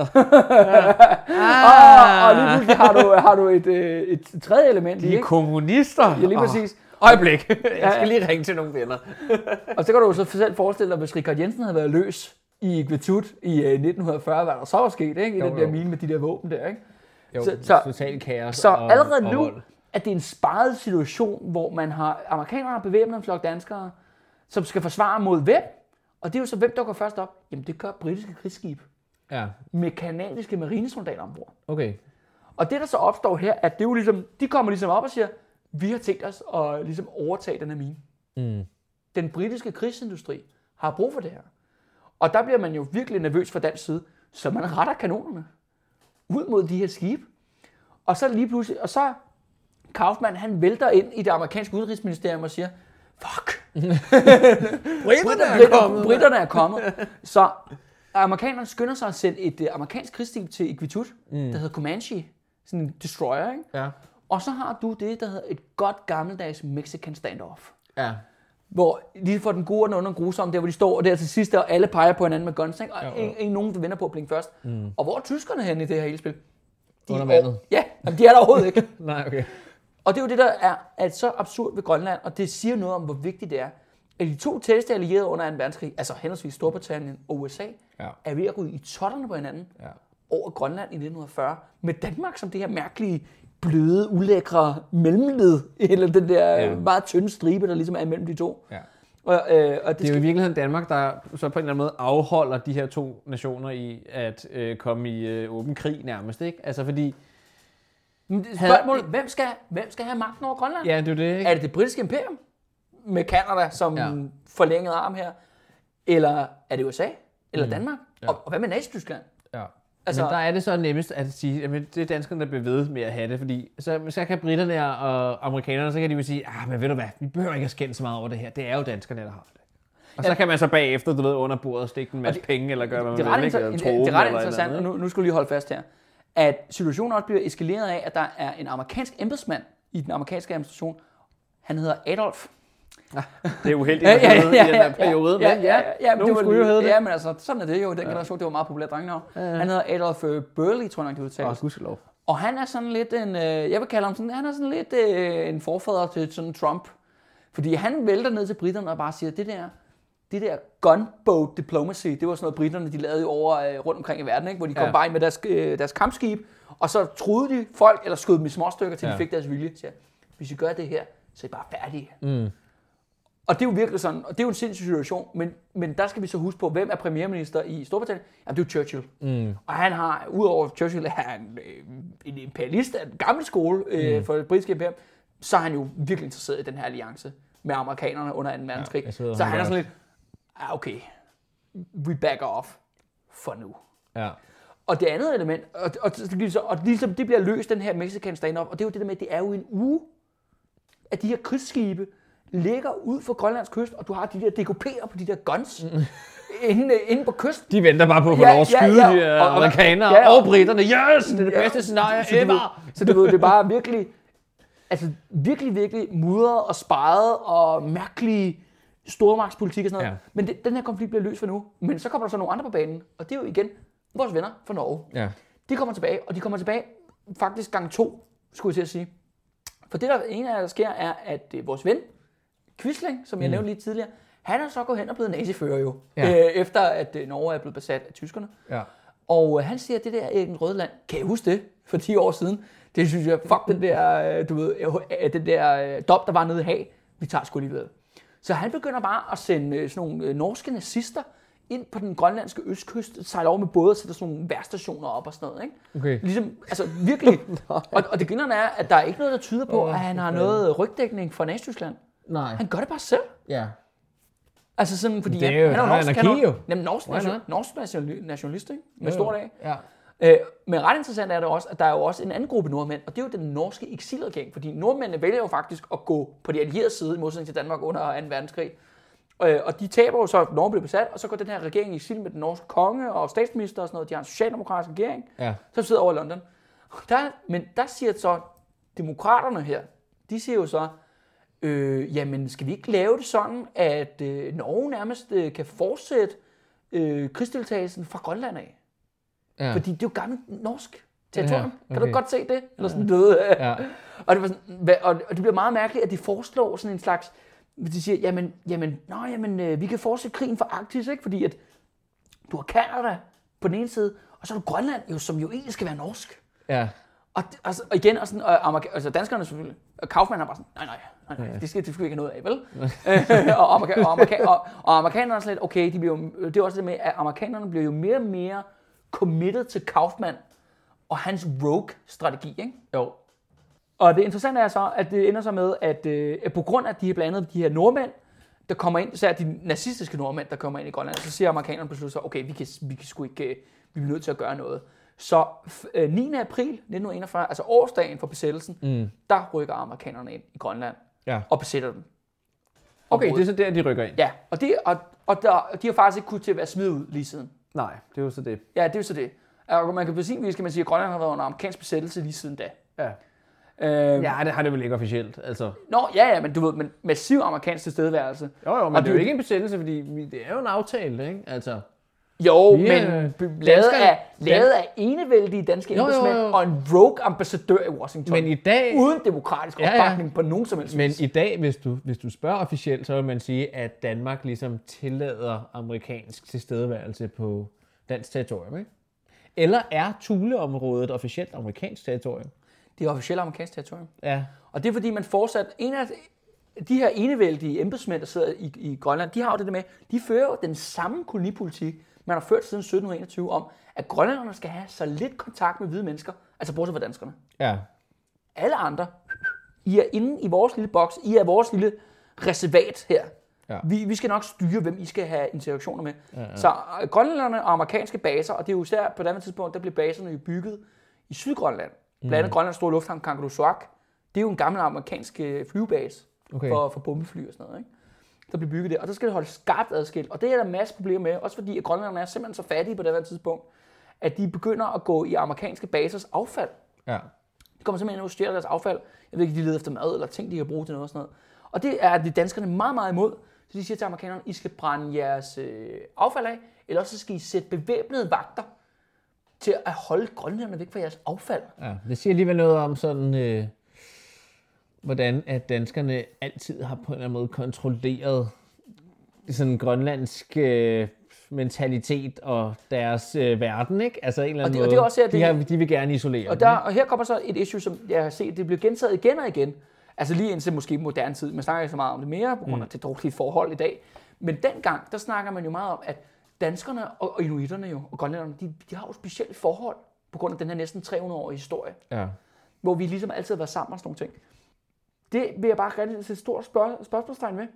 og, og lige pludselig har du, har du et, et, et tredje element. De er kommunister. Ja, lige præcis. Oh. Øjeblik, jeg skal lige ringe til nogle venner. Og så kan du jo så selv forestille dig, hvis Richard Jensen havde været løs i Iqaluit i nitten fyrre, hvad der så var sket, ikke? I jo, den der mine med de der våben der, ikke? Jo, så, så, total kaos. Så og, allerede og nu, vold. at det er en sparet situation, hvor man har amerikanere har bevæbnet en flok danskere, som skal forsvare mod hvem? Og det er jo så, hvem der går først op? Jamen, det gør britiske krigsskib. Ja. Med kanadiske marinesoldater ombord. Okay. Og det, der så opstår her, at det er jo ligesom, de kommer ligesom op og siger, vi har tænkt os at ligesom overtage den her mine. Mm. Den britiske krigsindustri har brug for det her. Og der bliver man jo virkelig nervøs fra dansk side, så man retter kanonerne ud mod de her skibe. Og så lige pludselig, og så Kaufmann, han vælter ind i det amerikanske udenrigsministerium og siger, fuck, britterne er kommet. Britterne er kommet. Så amerikanerne skynder sig at sende et uh, amerikansk krigsskib til Iqaluit, mm. der hedder Comanche, sådan en destroyer, ikke? Ja. Og så har du det, der hedder et godt gammeldags Mexican standoff. Ja. Hvor de får den gode og den under grusomme, der hvor de står, og der til sidst, og alle peger på hinanden med guns, ikke? Og ingen, ingen nogen, der vender på at blinke først. Mm. Og hvor er tyskerne henne i det her hele spil? De under vandet? Ja, de er der overhovedet ikke. Nej, okay. Og det er jo det, der er, er så absurd ved Grønland, og det siger noget om, hvor vigtigt det er, at de to tætteste allierede under anden verdenskrig, altså henholdsvis Storbritannien og U S A, ja. er ved at gå i totterne på hinanden ja. over Grønland i nitten fyrre, med Danmark som det her mærkelige, bløde, ulækre mellemled, eller den der ja. meget tynde stribe, der ligesom er mellem de to. Ja. Og, øh, og det, det er jo i virkeligheden Danmark, der så på en eller anden måde afholder de her to nationer i at øh, komme i øh, åben krig nærmest, ikke? Altså fordi... Spørgsmålet, hvem skal, hvem skal have magten over Grønland? Ja, det er det, ikke? Er det det britiske imperium med Canada som ja. forlænget arm her? Eller er det U S A? Eller mm. Danmark? Ja. Og, og hvad med Nazi-Tyskland? Ja. Altså, men der er det så nemmest at sige, at det er danskerne, der bliver ved med at have det, fordi så, så kan britterne og amerikanerne, så kan de jo sige, ah, men ved du hvad, vi behøver ikke at skænde så meget over det her, det er jo danskerne, der har det. Og ja. Så kan man så bagefter, du ved, under bordet stikke en masse det, penge, eller gøre, hvad man vil, ikke? Det, det er ret interessant, og nu, nu skal du lige holde fast her, at situationen også bliver eskaleret af, at der er en amerikansk embedsmand i den amerikanske administration, han hedder Adolf. Ja, det er uheldigt at ja, ja, ja, ja, i den her periode, ja, men ja, ja, ja, nogen skulle jo hedde det. Ja, men altså, sådan er det jo, den generation, det var meget populært drengenavn. Ja, ja. Han hedder Adolf Burley, tror jeg nok, det udtales. Åh, gudskelov. Og han er sådan lidt en, jeg vil kalde ham sådan, han er sådan lidt øh, en forfader til sådan Trump. Fordi han vælter ned til britterne og bare siger, det der, det der gunboat diplomacy, det var sådan noget, britterne de lavede over øh, rundt omkring i verden, ikke? Hvor de kom ja. bare ind med deres, øh, deres kampskib, og så troede de folk, eller skød dem i småstykker, til ja. de fik deres vilje. Så hvis I gør det her, så er I bare færdige. Mm. Og det er jo virkelig sådan, og det er jo en sindssyg situation, men, men der skal vi så huske på, hvem er premierminister i Storbritannien? Jamen, det er jo Churchill. Mm. Og han har, udover Churchill er han en imperialist af den gamle skole øh, mm. for det britiske imperium, så er han jo virkelig interesseret i den her alliance med amerikanerne under anden verdenskrig. Ja, så, så han er sådan lidt, ah, okay, we back off for nu. Ja. Og det andet element, og, og, og, og ligesom det bliver løst, den her Mexican standoff, og det er jo det der med, at det er jo en uge, at de her krigsskibe ligger ud for Grønlands kyst, og du har de der D K P'er på de der guns mm. inde, inde på kysten. De venter bare på at få lov at skyde ja, ja. de uh, amerikanere og, og, og britterne. Yes, det er det ja, bedste scenarie så, ever! Så det, det er bare virkelig, altså virkelig, virkelig mudret og sparet og mærkelige stormagtspolitik og sådan noget. Ja. Men det, den her konflikt bliver løst for nu. Men så kommer der så nogle andre på banen, og det er jo igen vores venner fra Norge. Ja. De kommer tilbage, og de kommer tilbage faktisk gang to, skulle jeg til at sige. For det der ene af der sker, er, at vores ven, Quisling, som jeg mm. nævnte lige tidligere, han er så gået hen og blevet nazifører jo, ja. øh, efter at øh, Norge er blevet besat af tyskerne. Ja. Og øh, han siger, at det der er en røde land, kan I huske det, for ti år siden? Det synes jeg, fuck den der, øh, du ved, øh, den der øh, dom, der var nede i Haag, vi tager sgu lige ved. Så han begynder bare at sende øh, sådan nogle øh, norske nazister ind på den grønlandske østkyst, sejler over med både og sætter sådan nogle værstationer op og sådan noget, ikke? Okay. Ligesom, altså virkelig. og, og det griner er, at der er ikke noget, der tyder på, oh, at han har okay. noget rygdækning fra Nazi-Tyskland. Nej. Han gør det bare selv. Ja. Altså sådan, fordi det er jo, han, han er jo norsk, han jo. Jamen, norsk, nation, norsk nationalist, ikke? Med jo, stort A. Ja. Øh, men ret interessant er det også, at der er jo også en anden gruppe nordmænd, og det er jo den norske eksilregering, fordi nordmændene vælger jo faktisk at gå på de allierede side, i modsætning til Danmark under anden verdenskrig. Øh, og de taber jo så, at Norge bliver besat, og så går den her regering i eksil med den norske konge og statsminister og sådan noget. De har en socialdemokratisk regering, ja. Så sidder over i London. Der, men der siger så demokraterne her, de siger jo så, Øh, jamen, skal vi ikke lave det sådan, at øh, Norge nærmest øh, kan fortsætte øh, krigsdeltagelsen fra Grønland af? Ja. Fordi det er jo gammelt norsk territorium. Ja, okay. Kan du godt se det? Eller sådan ja. Noget. Ja. Og, det var sådan, og det bliver meget mærkeligt, at de foreslår sådan en slags, de siger, jamen, jamen, nå, jamen øh, vi kan fortsætte krigen for Arktis, ikke? Fordi at du har Canada på den ene side, og så er du Grønland, jo, som jo egentlig skal være norsk. Ja. Og, altså, og igen, og sådan, og amerika- altså danskerne selvfølgelig, og Kaufmann har bare sådan, nej, nej, nej, nej det skal det skal vi ikke have noget af, vel? og, amerika- og, amerika- og, og amerikanerne er sådan lidt, okay, de bliver jo, det er også det med, at amerikanerne bliver jo mere og mere committed til Kaufmann og hans rogue-strategi, ikke? Jo. Og det interessante er så, at det ender så med, at, at på grund af de her blandt andet de her nordmænd, der kommer ind, så er de nazistiske nordmænd, der kommer ind i Grønland, så siger amerikanerne pludselig så, okay, vi kan, vi kan sgu ikke, vi er nødt til at gøre noget. Så niende april nitten enogfyrre, altså årsdagen for besættelsen, mm. der rykker amerikanerne ind i Grønland ja. Og besætter dem. Okay, det er så der, de rykker ind? Ja, og, det, og, og der, de har faktisk ikke kunnet til at være smidt ud lige siden. Nej, det er jo så det. Ja, det er jo så det. Og man kan på sin vis, kan man sige, at Grønland har været under amerikansk besættelse lige siden da. Ja. Øhm, ja, det har det vel ikke officielt, altså. Nå, ja, ja, men du ved, men massiv amerikansk tilstedeværelse. Jo, jo, men og det er jo ikke en besættelse, fordi det er jo en aftale, ikke? Altså. Jo, vi er, men lavet af, lavet af enevældige danske embedsmænd og en rogue ambassadør i Washington. Men i dag, uden demokratisk opbakning ja, ja. På nogen som helst. Men i dag, hvis du, hvis du spørger officielt, så vil man sige, at Danmark ligesom tillader amerikansk tilstedeværelse på dansk territorium, ikke? Eller er Thuleområdet officielt amerikansk territorium? Det er officielt amerikansk territorium. Ja. Og det er fordi, man fortsat... En af de her enevældige embedsmænd, der sidder i, i Grønland, de har jo det der med, de fører jo den samme kolonipolitik, man har ført siden sytten enogtyve om, at grønlænderne skal have så lidt kontakt med hvide mennesker, altså bortset fra danskerne. Ja. Alle andre, I er inde i vores lille boks, I er vores lille reservat her. Ja. Vi, vi skal nok styre, hvem I skal have interaktioner med. Ja, ja. Så grønlænderne og amerikanske baser, og det er jo især på et andet tidspunkt, der blev baserne jo bygget i Sydgrønland. Blandt andet mm. Grønlands store lufthavn Kangerlussuaq. Det er jo en gammel amerikansk flyvebase okay. for, for bombefly og sådan noget, ikke? Der bliver bygget der, og så skal det holde skarpt adskilt. Og det er der en masse problemer med, også fordi at grønlænderne er simpelthen så fattige på det her tidspunkt, at de begynder at gå i amerikanske basers affald. Ja. De kommer simpelthen ind og stjæler deres affald. Jeg ved ikke, de leder efter mad eller ting, de kan bruge til noget og sådan noget. Og det er de danskerne meget, meget imod. Så de siger til amerikanerne, I skal brænde jeres øh, affald af, eller så skal I sætte bevæbnede vagter til at holde grønlænderne væk fra jeres affald. Ja, det siger alligevel noget om sådan, øh, hvordan at danskerne altid har på en eller anden måde kontrolleret sådan grønlandsk øh, mentalitet og deres øh, verden, ikke? Altså en eller anden og det, måde. Og det er også her, de, har, de vil gerne isolere. Og, der, og her kommer så et issue, som jeg har set, det bliver gentaget igen og igen. Altså lige indtil måske moderne tid. Man snakker ikke så meget om det mere, på grund af mm. det drukkelige forhold i dag. Men dengang, der snakker man jo meget om, at danskerne og inuiterne jo, og grønlænderne, de, de har jo specielle forhold, på grund af den her næsten tre hundrede-årige historie. Ja. Hvor vi ligesom altid har været sammen og sådan nogle ting. Det vil jeg bare rigtig sætte et stort spørg- spørgsmålstegn med.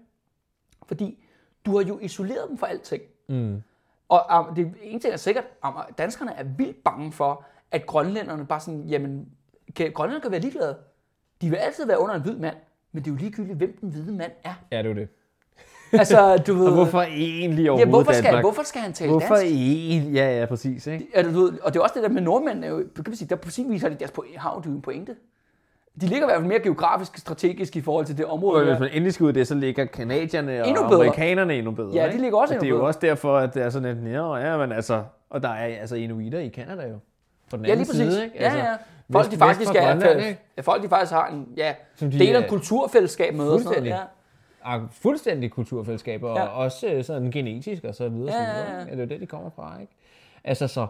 Fordi du har jo isoleret dem fra alting. Mm. Og um, det ene ting er sikkert, at um, danskerne er vildt bange for, at grønlænderne bare sådan, jamen, kan, grønlænderne kan være ligeglade. De vil altid være under en hvid mand, men det er jo ligegyldigt, hvem den hvide mand er. Ja, det er jo det. Altså, du ved... Og hvorfor egentlig overhovedet ja, hvorfor skal, Danmark? Hvorfor skal han tale hvorfor dansk? Hvorfor egentlig? Ja, ja, præcis. Ikke? Ja, du ved, og det er også det der med nordmændene, jo, kan man sige, der på sin vis har de deres havn, de en pointe. De ligger i hvert fald mere geografisk strategisk i forhold til det område. Og hvis man endelig skal ud af det, så ligger kanadierne og amerikanerne endnu bedre. Ja, de ligger også endnu bedre. Det er jo også derfor, at det er sådan et, ja, ja, men altså, og der er altså inuiter i Canada jo. På den ja, anden lige præcis. Side, ikke? Altså, ja, ja. Folk, de faktisk er, Grønland, ja, folk, de faktisk har en, ja, de del af en kulturfællesskab med og sådan noget. Ja. Fuldstændig kulturfællesskaber, ja. Og også sådan genetisk og så videre. Ja, ja, ja. Ja, det er jo det, de kommer fra, ikke? Altså så,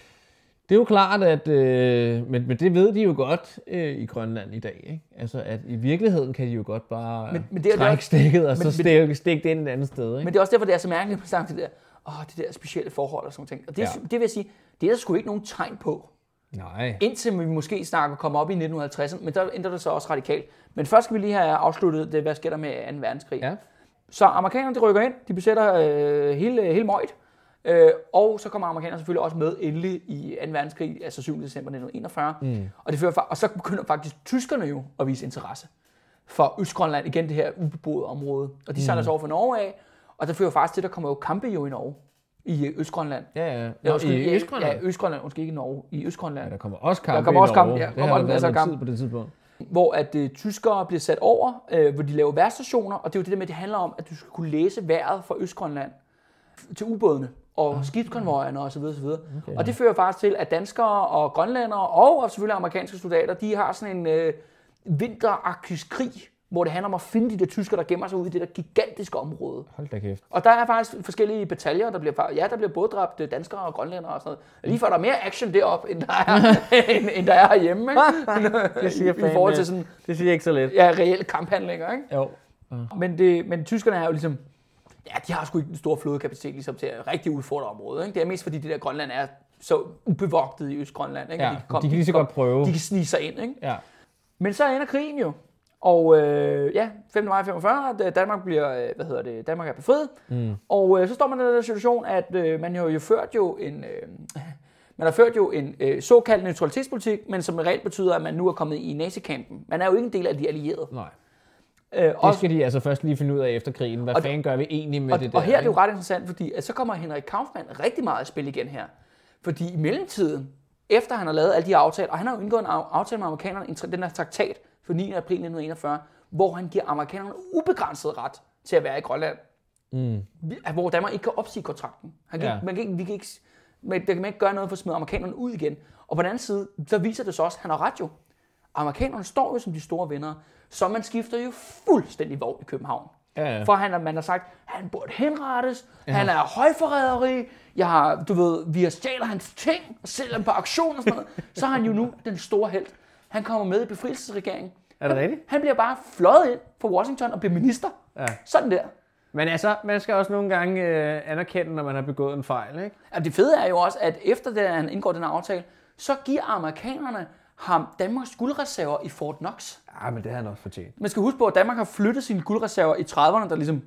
det er jo klart, at, øh, men, men det ved de jo godt øh, i Grønland i dag, ikke? Altså at i virkeligheden kan de jo godt bare men, men det er, trække stikket og men, så stikke, stikke det ind et andet sted, ikke? Men det er også derfor, det er så mærkeligt at snakke det der, åh, det der specielle forhold og sådan ting. Og det, ja. det vil jeg sige, det er der sgu ikke nogen tegn på. Nej. Indtil vi måske snakker komme op i nitten halvtredserne, men der ændrer det så også radikalt. Men først skal vi lige have afsluttet det, hvad sker der med anden verdenskrig. Ja. Så amerikanerne, de rykker ind, de besætter øh, hele, hele Møjt, øh, og så kommer amerikanerne selvfølgelig også med endelig i anden verdenskrig, altså syvende december nitten enogfyrre. Mm. Og, det fører, og så begynder faktisk tyskerne jo at vise interesse for Østgrønland, igen det her ubeboede område. Og de sejler mm. så over for Norge af, og der fører faktisk til, der kommer jo kampe jo i Norge. I Østgrønland. Ja, ja. Nå, undskyld, i Østgrønland? Ja, Østgrønland, måske ikke i Norge. I Østgrønland. Ja, der kommer også kampe der kommer også kampe, i Norge. Ja, det har der været altså tid på det tidspunkt. Hvor at uh, tyskere bliver sat over, uh, hvor de laver vejrstationer, og det er jo det der med, at det handler om, at du skal kunne læse vejret fra Østgrønland til ubådene og okay. skibskonvojerne osv. osv. Okay. Og det fører faktisk til, at danskere og grønlændere og, og selvfølgelig amerikanske soldater, de har sådan en uh, vinterarktisk krig, hvor det handler om at finde de der tyskere, der gemmer sig ud i det der gigantiske område. Hold da kæft. Og der er faktisk forskellige bataljer, der bliver, ja, der bliver både dræbt danskere og grønlændere og sådan noget. Lige for der er mere action deroppe, end der er, end, end der er herhjemme, ikke? Det siger I, i forhold til sådan, det siger ikke så let. Ja, reelle kamphandlinger, ikke? Jo. Uh. Men, det, men tyskerne er jo ligesom, ja, de har sgu ikke en stor flådekapacitet ligesom, til at rigtig udfordre området, ikke? Det er mest fordi det der Grønland er så ubevogtet i Østgrønland, ikke? Ja, de kan, komme, de kan lige så godt prøve. De kan snige sig ind, ikke? Ja. Men så ender krigen jo. Og øh, ja, femte maj femogfyrre, Danmark bliver, hvad hedder det, Danmark er befriet. Mm. Og øh, så står man i den der situation, at øh, man jo, jo ført jo en, øh, man har ført jo en øh, såkaldt neutralitetspolitik, men som reelt betyder, at man nu er kommet i nazikampen. Man er jo ikke en del af de allierede. Nej. Øh, det også, skal de altså først lige finde ud af efter krigen. Hvad fanden gør vi egentlig med og, det der? Og her er det jo ret interessant, fordi at så kommer Henrik Kaufmann rigtig meget at spille igen her. Fordi i mellemtiden, efter han har lavet alle de aftaler, og han har jo indgået en aftale med amerikanerne, den her traktat, for niende april nitten enogfyrre, hvor han giver amerikanerne ubegrænset ret til at være i Grønland. Mm. Hvor Danmark ikke kan opsige kontrakten. Han kan, ja. man kan, vi kan ikke, man, der kan man ikke gøre noget for at smide amerikanerne ud igen. Og på den anden side, så viser det så også, at han har ret jo. Amerikanerne står jo som de store vinder, så man skifter jo fuldstændig vogn i København. Ja, ja. For han, man har sagt, han burde henrettes, ja. Han er højforræderi, jeg har, du ved, vi har stjæler hans ting, og sælger dem på auktion og sådan noget. Så er han jo nu den store helt. Han kommer med i befrielsesregeringen. Er det han, rigtigt? Han bliver bare fløjet ind fra Washington og bliver minister. Ja. Sådan der. Men altså, man skal også nogle gange øh, anerkende, når man har begået en fejl, ikke? Ja, det fede er jo også, at efter det, han indgår den aftale, så giver amerikanerne ham Danmarks guldreserver i Fort Knox. Ja, men det har han også fortjent. Man skal huske på, at Danmark har flyttet sine guldreserver i trediverne, der ligesom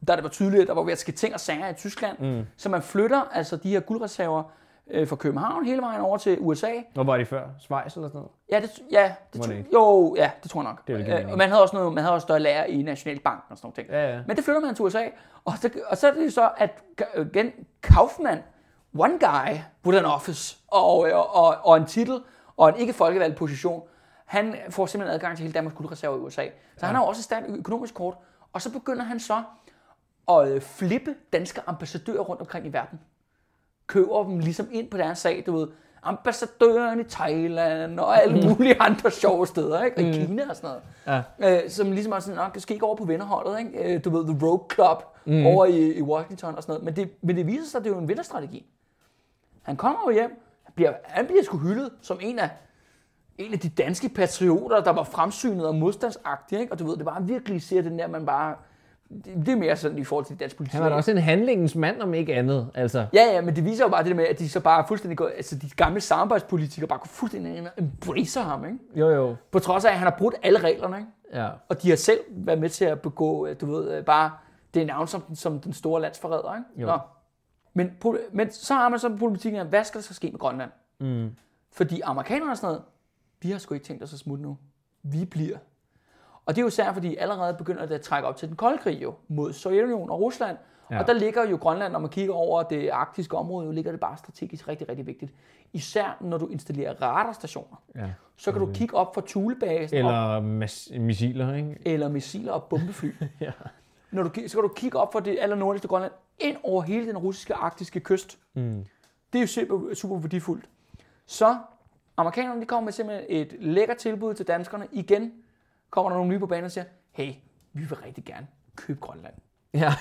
der det var tydeligt, at der var ved at ske ting og sager i Tyskland. Mm. Så man flytter altså de her guldreserver øh, fra København hele vejen over til U S A. Hvor var de før? Schweiz eller sådan noget? Ja, det, ja, det, det jo, ja, det tror jeg nok. Det øh, og man havde også noget, man havde også større lager i Nationalbanken og sådan noget ting. Ja, ja. Men det flytter man til U S A, og, så, og så er det så, at igen, Kaufmann, one guy with an office, og, og, og, og en titel, og en ikke folkevalgt position, han får simpelthen adgang til hele Danmarks guldreserver i U S A. Så ja. Han har også et stærkt økonomisk kort, og så begynder han så at flippe danske ambassadører rundt omkring i verden. Køber dem ligesom ind på deres sag, du ved, ambassadøren i Thailand og alle mulige andre sjove steder, ikke? Og i Kina og sådan noget. Ja. Øh, som ligesom også sådan, skal ikke over på vinderholdet, ikke? Du ved, The Rogue Club mm. over i, i Washington og sådan noget. Men det, men det viser sig, at det er jo en vinderstrategi. Han kommer jo hjem, han bliver, han bliver sgu hyldet som en af, en af de danske patrioter, der var fremsynet og modstandsagtig, ikke? Og du ved, det var virkelig, siger den der, man bare... Det er mere sådan i forhold til dansk politik. Han var da også en handlingens mand, om ikke andet. Altså. Ja, ja, men det viser jo bare det der med, at de så bare fuldstændig går, altså de gamle samarbejdspolitikere bare går fuldstændig embracer ham, ikke? Jo, jo. På trods af, at han har brudt alle reglerne, ikke? Ja. Og de har selv været med til at begå, du ved, bare det navn som, som den store landsforræder, ikke? Nå. Men, men så har man så politikken, hvad skal der så ske med Grønland? Mm. Fordi amerikanerne og sådan noget, vi har sgu ikke tænkt os at smutte nu. Vi bliver. Og det er jo især, fordi allerede begynder det at trække op til den kolde krig jo, mod Sovjetunionen og Rusland. Ja. Og der ligger jo Grønland, når man kigger over det arktiske område, jo ligger det bare strategisk rigtig, rigtig vigtigt. Især når du installerer radarstationer. Ja. Så kan du kigge op fra Thulebasen. Eller mas- missiler, ikke? Eller missiler og bombefly. Ja. Når du, så kan du kigge op fra det allernordligste Grønland, ind over hele den russiske arktiske kyst. Mm. Det er jo super, super værdifuldt. Så amerikanerne, de kommer med simpelthen et lækkert tilbud til danskerne. Igen kommer der nogle nye på banen og siger, hey, vi vil rigtig gerne købe Grønland. Ja.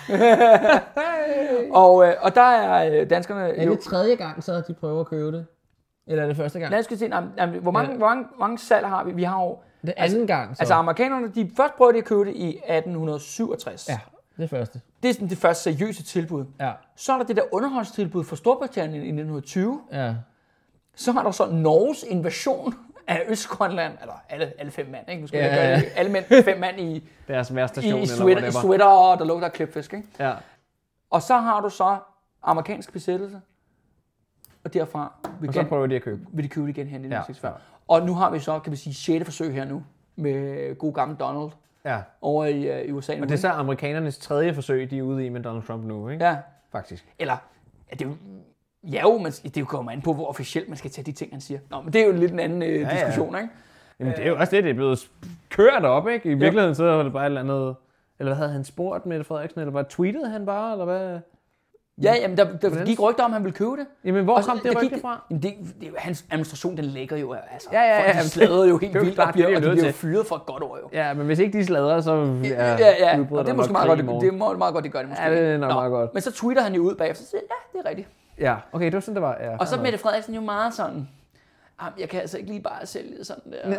og, øh, og der er danskerne... Er det jo, tredje gang, så de prøver at købe det? Eller er det første gang? Lad os se, hvor mange, ja. hvor mange, hvor mange salg har vi? Vi har jo... Det er anden altså, gang, så. Altså amerikanerne, de først prøvede de at købe det i atten syvogtres. Ja, det første. Det er sådan det første seriøse tilbud. Ja. Så er der det der underholdstilbud fra Storbritannien i nitten tyve. Ja. Så har der så Norges invasion af Østgrønland, eller alle, alle fem mand, ikke? Nu skal ja, jeg gøre ja. det. Alle mænd, fem mand i, deres værstation, i, i, sweater, i sweater, der lugter klipfisk, ikke? Ja. Og så har du så amerikansk besættelse, og derfra vil, og så prøver de at købe. vil de købe det igen her i nitten seksogfyrre. Ja. Og nu har vi så, kan vi sige, sjette forsøg her nu, med god gammel Donald ja. over i, i U S A nu. Og det er så amerikanernes tredje forsøg, de er ude i med Donald Trump nu, ikke? Ja. Faktisk. Eller, ja, det er jo... Ja jo, men det kommer an på, hvor officielt man skal tage de ting, han siger. Nå, men det er jo lidt en anden øh, ja, diskussion, ja. Ikke? Jamen, det er jo også det, det er blevet kørt op, ikke? I virkeligheden så var det bare et eller andet... Eller hvad havde han spurgt Mette Frederiksen, eller bare tweetede han bare, eller hvad? Ja, jamen, der, der gik rygter om, at han ville købe det. Jamen, hvor kom det rygte fra? Jamen, det, det, hans administration, den ligger jo, altså. Ja, ja, ja. Folk, de sladrede jo helt vildt, og de bliver jo fyret for et godt år, jo. Ja, men hvis ikke de sladrer, så ja, ja, ja, og det er måske meget godt, det, det er meget godt, det gør det måske. Ja, det er nok meget godt. Men så tweeter han jo ud bagefter, så siger ja, det er rigtigt. Ja, okay, det var sådan, det var. Ja, og så Mette Frederiksen jo meget sådan, jeg kan altså ikke lige bare sælge sådan der.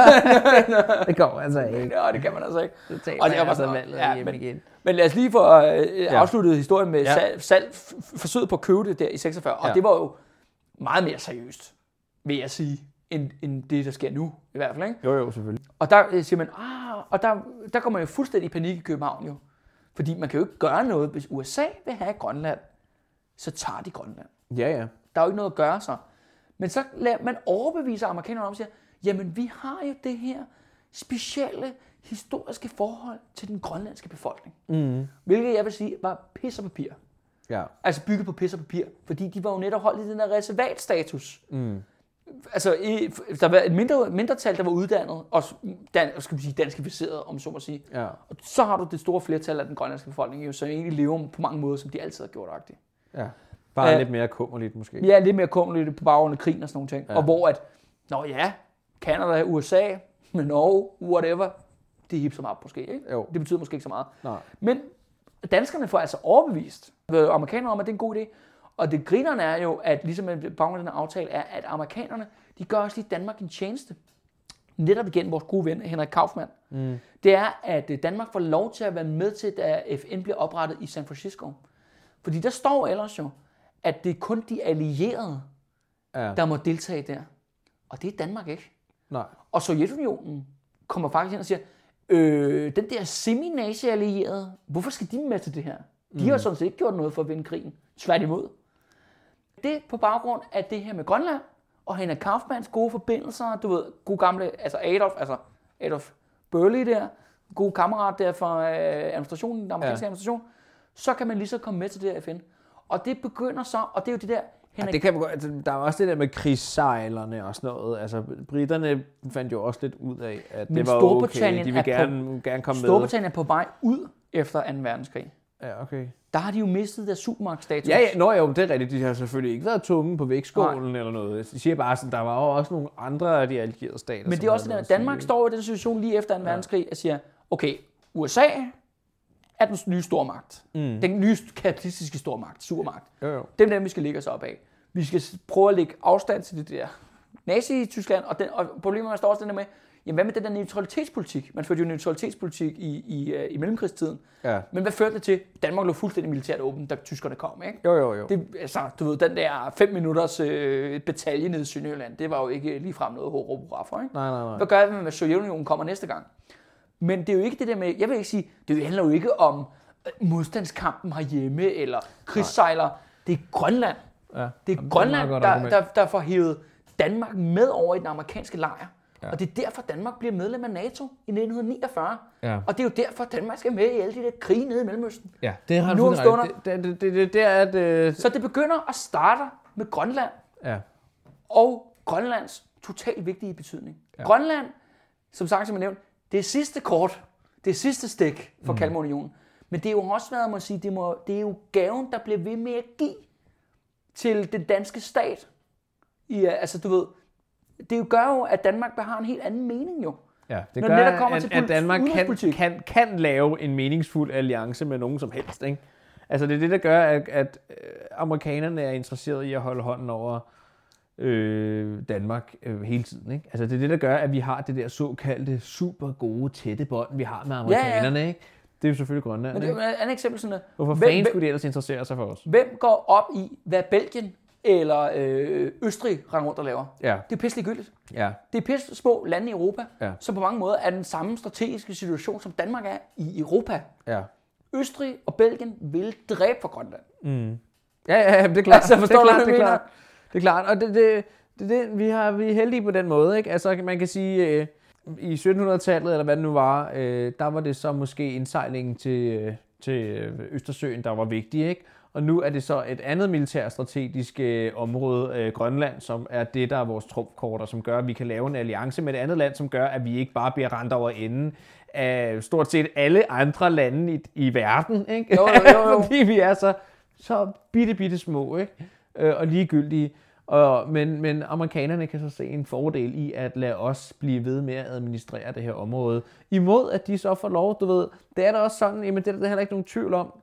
Det går altså ikke. Ja, det kan man altså ikke. Så tager man altså valget ja, hjem men, igen. Men lad os lige få øh, afsluttet historien med ja. salg, salg, forsøget på at købe det der i seksogfyrre. Og ja. det var jo meget mere seriøst, vil jeg sige, end, end det, der sker nu i hvert fald. Ikke? Jo, jo, selvfølgelig. Og der øh, siger man, ah, og der, der kommer man jo fuldstændig i panik i København jo. Fordi man kan jo ikke gøre noget, hvis U S A vil have Grønland, så tager de Grønland. Ja, ja. Der er jo ikke noget at gøre så. Men så lader man overbevise amerikanerne om at sige, jamen vi har jo det her specielle historiske forhold til den grønlandske befolkning. Mm. Hvilket jeg vil sige var pis og papir. Ja. Altså bygget på pis og papir. Fordi de var jo netop holdt i den der reservatstatus. Mm. Altså i, der var et mindre, mindretal, der var uddannet, og dan, skal vi sige, danskificeret, om så må sige. Ja. Og så har du det store flertal af den grønlandske befolkning, jo, så egentlig lever på mange måder, som de altid har gjort-agtigt. Ja. Bare uh, lidt mere kummerligt måske. Ja, lidt mere kummerligt på baggrund af krigen og sådan nogle ting. Ja. Og hvor at, nå ja, Canada, U S A, Norge, whatever, det er hip som op måske, ikke? Jo. Det betyder måske ikke så meget. Nej. Men danskerne får altså overbevist amerikanerne om, at det er en god idé. Og det grinerne er jo, at ligesom med baggrund af den aftale, er, at amerikanerne, de gør også lige Danmark en tjeneste. Netop igen vores gode ven, Henrik Kaufmann. Mm. Det er, at Danmark får lov til at være med til, da F N bliver oprettet i San Francisco. Fordi der står ellers jo, at det er kun de allierede, ja. der må deltage der. Og det er Danmark ikke. Nej. Og Sovjetunionen kommer faktisk ind og siger, øh, den der semi-nazi-allierede, hvorfor skal de med til det her? De har mm. sådan set ikke gjort noget for at vinde krigen. Tværtimod. Det på baggrund af det her med Grønland, og Henrik Kaufmanns gode forbindelser, du ved, gode gamle, altså Adolf, altså Adolf Burley der, gode kammerat der fra øh, administrationen, den amerikanske ja. administration, så kan man lige så komme med til det her F N. Og det begynder så, og det er jo det der, Henrik... Ja, det kan man, altså, der er også det der med krigssejlerne og sådan noget. Altså, britterne fandt jo også lidt ud af, at Men det var okay. De vil gerne, på, gerne komme Storbritannien med. er på vej ud efter anden verdenskrig. Ja, okay. Der har de jo mistet deres supermagtstatus. Ja, ja, nå jo, det er rigtigt. De har selvfølgelig ikke været tunge på vægtskålen eller noget. De siger bare sådan, der var jo også nogle andre af de allierede stater. Men det er også det der, Danmark står i den situation lige efter anden ja. verdenskrig og siger, okay, U S A er den nye stormagt. Mm. Den nye kapitalistiske stormagt, supermagt. Jo, jo. Det er dem, vi skal lægge os op af. Vi skal prøve at lægge afstand til det der Nazi-Tyskland, og, den, og problemet er, står også den der med, jamen hvad med den der neutralitetspolitik? Man førte jo neutralitetspolitik i, i, uh, i mellemkrigstiden. Ja. Men hvad førte det til? Danmark lå fuldstændig militært åben, da tyskerne kom, ikke? Jo, jo, jo. Det, altså, du ved, den der fem minutters øh, batalje nede i Sønderjylland, det var jo ikke ligefrem noget hård for, ikke? Nej, nej, nej. Hvad gør vi med, at Sovjetunionen kommer næste gang? Men det er jo ikke det der med, jeg vil ikke sige, det handler jo ikke om modstandskampen herhjemme, eller krigssejler. Det er Grønland. Ja. Det er Grønland, der, der, der får hævet Danmark med over i den amerikanske lejr. Ja. Og det er derfor, Danmark bliver medlem af NATO i nitten niogfyrre. Ja. Og det er jo derfor, Danmark skal med i alle de der krige nede i Mellemøsten. Ja, det har du det, det, det, det, det er det. Så det begynder at starte med Grønland. Ja. Og Grønlands totalt vigtige betydning. Ja. Grønland, som sagt, som jeg nævnte, det er sidste kort, det er sidste stik for mm. Kalmarunionen. Men det er jo også været, man sige, det, må, det er jo gaven, der bliver ved med at give til den danske stat. I, altså, du ved, det jo gør jo, at Danmark har en helt anden mening jo. Ja, det gør, det, kommer at, til at Danmark kan, kan, kan lave en meningsfuld alliance med nogen som helst. Ikke? Altså det er det, der gør, at, at amerikanerne er interesserede i at holde hånden over øh, Danmark øh, hele tiden. Ikke? Altså det er det, der gør, at vi har det der såkaldte super gode tætte bånd, vi har med amerikanerne. Ja, ja. Ikke? Det er jo selvfølgelig Grønland. Men det er jo et andet eksempel sådan noget. Hvorfor fanden skulle de ellers interessere sig for os? Hvem går op i, hvad Belgien eller øh, Østrig render rundt og laver? Ja. Det er pisselig gyldigt. Ja. Det er pisse små lande i Europa, ja. Som på mange måder er den samme strategiske situation, som Danmark er i Europa. Ja. Østrig og Belgien vil dræbe for Grønland. Mm. Ja, ja, det er klart. Altså, forstår det er klart, du, det er klart. Det er klart, og det, det, det, det, vi, har, vi er heldige på den måde. Ikke? Altså, man kan sige, øh, i syttenhundredetallet, eller hvad det nu var, øh, der var det så måske indsejlingen til, øh, til Østersøen, der var vigtig, ikke? Og nu er det så et andet militærstrategisk øh, område, øh, Grønland, som er det, der er vores trumfkort, og som gør, at vi kan lave en alliance med et andet land, som gør, at vi ikke bare bliver rendt over enden af stort set alle andre lande i, i verden, ikke? Jo, jo, jo, jo. Fordi vi er så, så bitte, bitte små, ikke? Øh, og ligegyldige. Og, men, men amerikanerne kan så se en fordel i at lade os blive ved med at administrere det her område. Imod at de så får lov, du ved, det er da også sådan, jamen det er der heller ikke nogen tvivl om,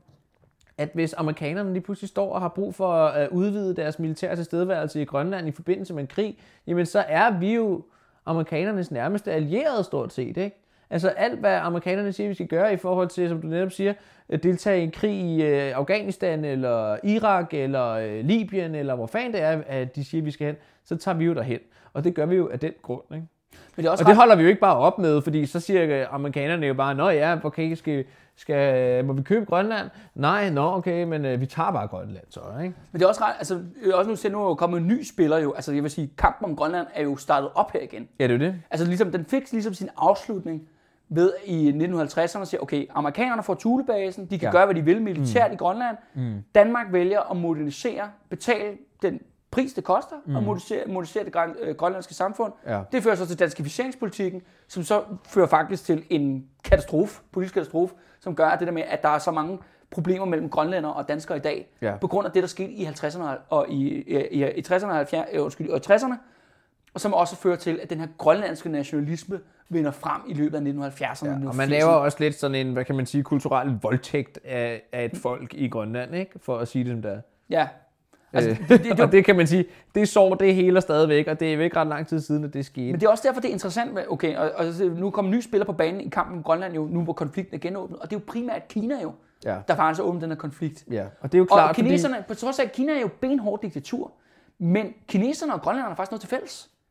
at hvis amerikanerne lige pludselig står og har brug for at udvide deres militære tilstedeværelse i Grønland i forbindelse med en krig, jamen så er vi jo amerikanernes nærmeste allierede stort set, ikke? Altså alt, hvad amerikanerne siger, vi skal gøre i forhold til, som du netop siger, at deltage i en krig i Afghanistan, eller Irak, eller Libyen, eller hvor fanden det er, at de siger, vi skal hen, så tager vi jo derhen. Og det gør vi jo af den grund, ikke? Men det er også og ret... det holder vi jo ikke bare op med, fordi så siger amerikanerne jo bare, nå ja, okay, skal, skal, må vi købe Grønland? Nej, nå okay, men øh, vi tager bare Grønland så, ikke? Men det er også ret, altså også nu ser nu er jo kommet en ny spiller jo, altså jeg vil sige, kampen om Grønland er jo startet op her igen. Ja, det er det. Altså ligesom, den fik ligesom sin afslutning ved i nitten halvtredserne at sige, okay, amerikanerne får Thulebasen, de kan ja. gøre, hvad de vil militært mm. i Grønland. Mm. Danmark vælger at modernisere, betale den pris, det koster, mm. at modernisere, modernisere det grøn, øh, grønlandske samfund. Ja. Det fører så til danskificeringspolitikken, som så fører faktisk til en katastrofe, politisk katastrofe, som gør at det der med, at der er så mange problemer mellem grønlændere og danskere i dag, ja. på grund af det, der skete i halvtredserne og i, i, i, i tresserne og halvfjerdserne, øh, undskyld, og tresserne, og som også fører til, at den her grønlandske nationalisme vinder frem i løbet af nitten halvfjerdserne. Ja, og man laver også lidt sådan en, hvad kan man sige, kulturel voldtægt af, af et folk i Grønland, ikke? For at sige det som det er. Ja. Altså, det, det, det, og det kan man sige, det sår det hele stadigvæk, og det er jo ikke ret lang tid siden, at det skete. Men det er også derfor, det er interessant med, okay, og, og nu kommer nye spillere på banen i kampen om Grønland jo, nu hvor konflikten er genåbnet, og det er jo primært Kina jo, ja. der faktisk åbner den her konflikt. Ja, og det er jo klart, og kineserne, fordi... på trods af, at Kina er jo benhårdt diktatur, men kineserne og grønlænderne er faktisk noget til fælles.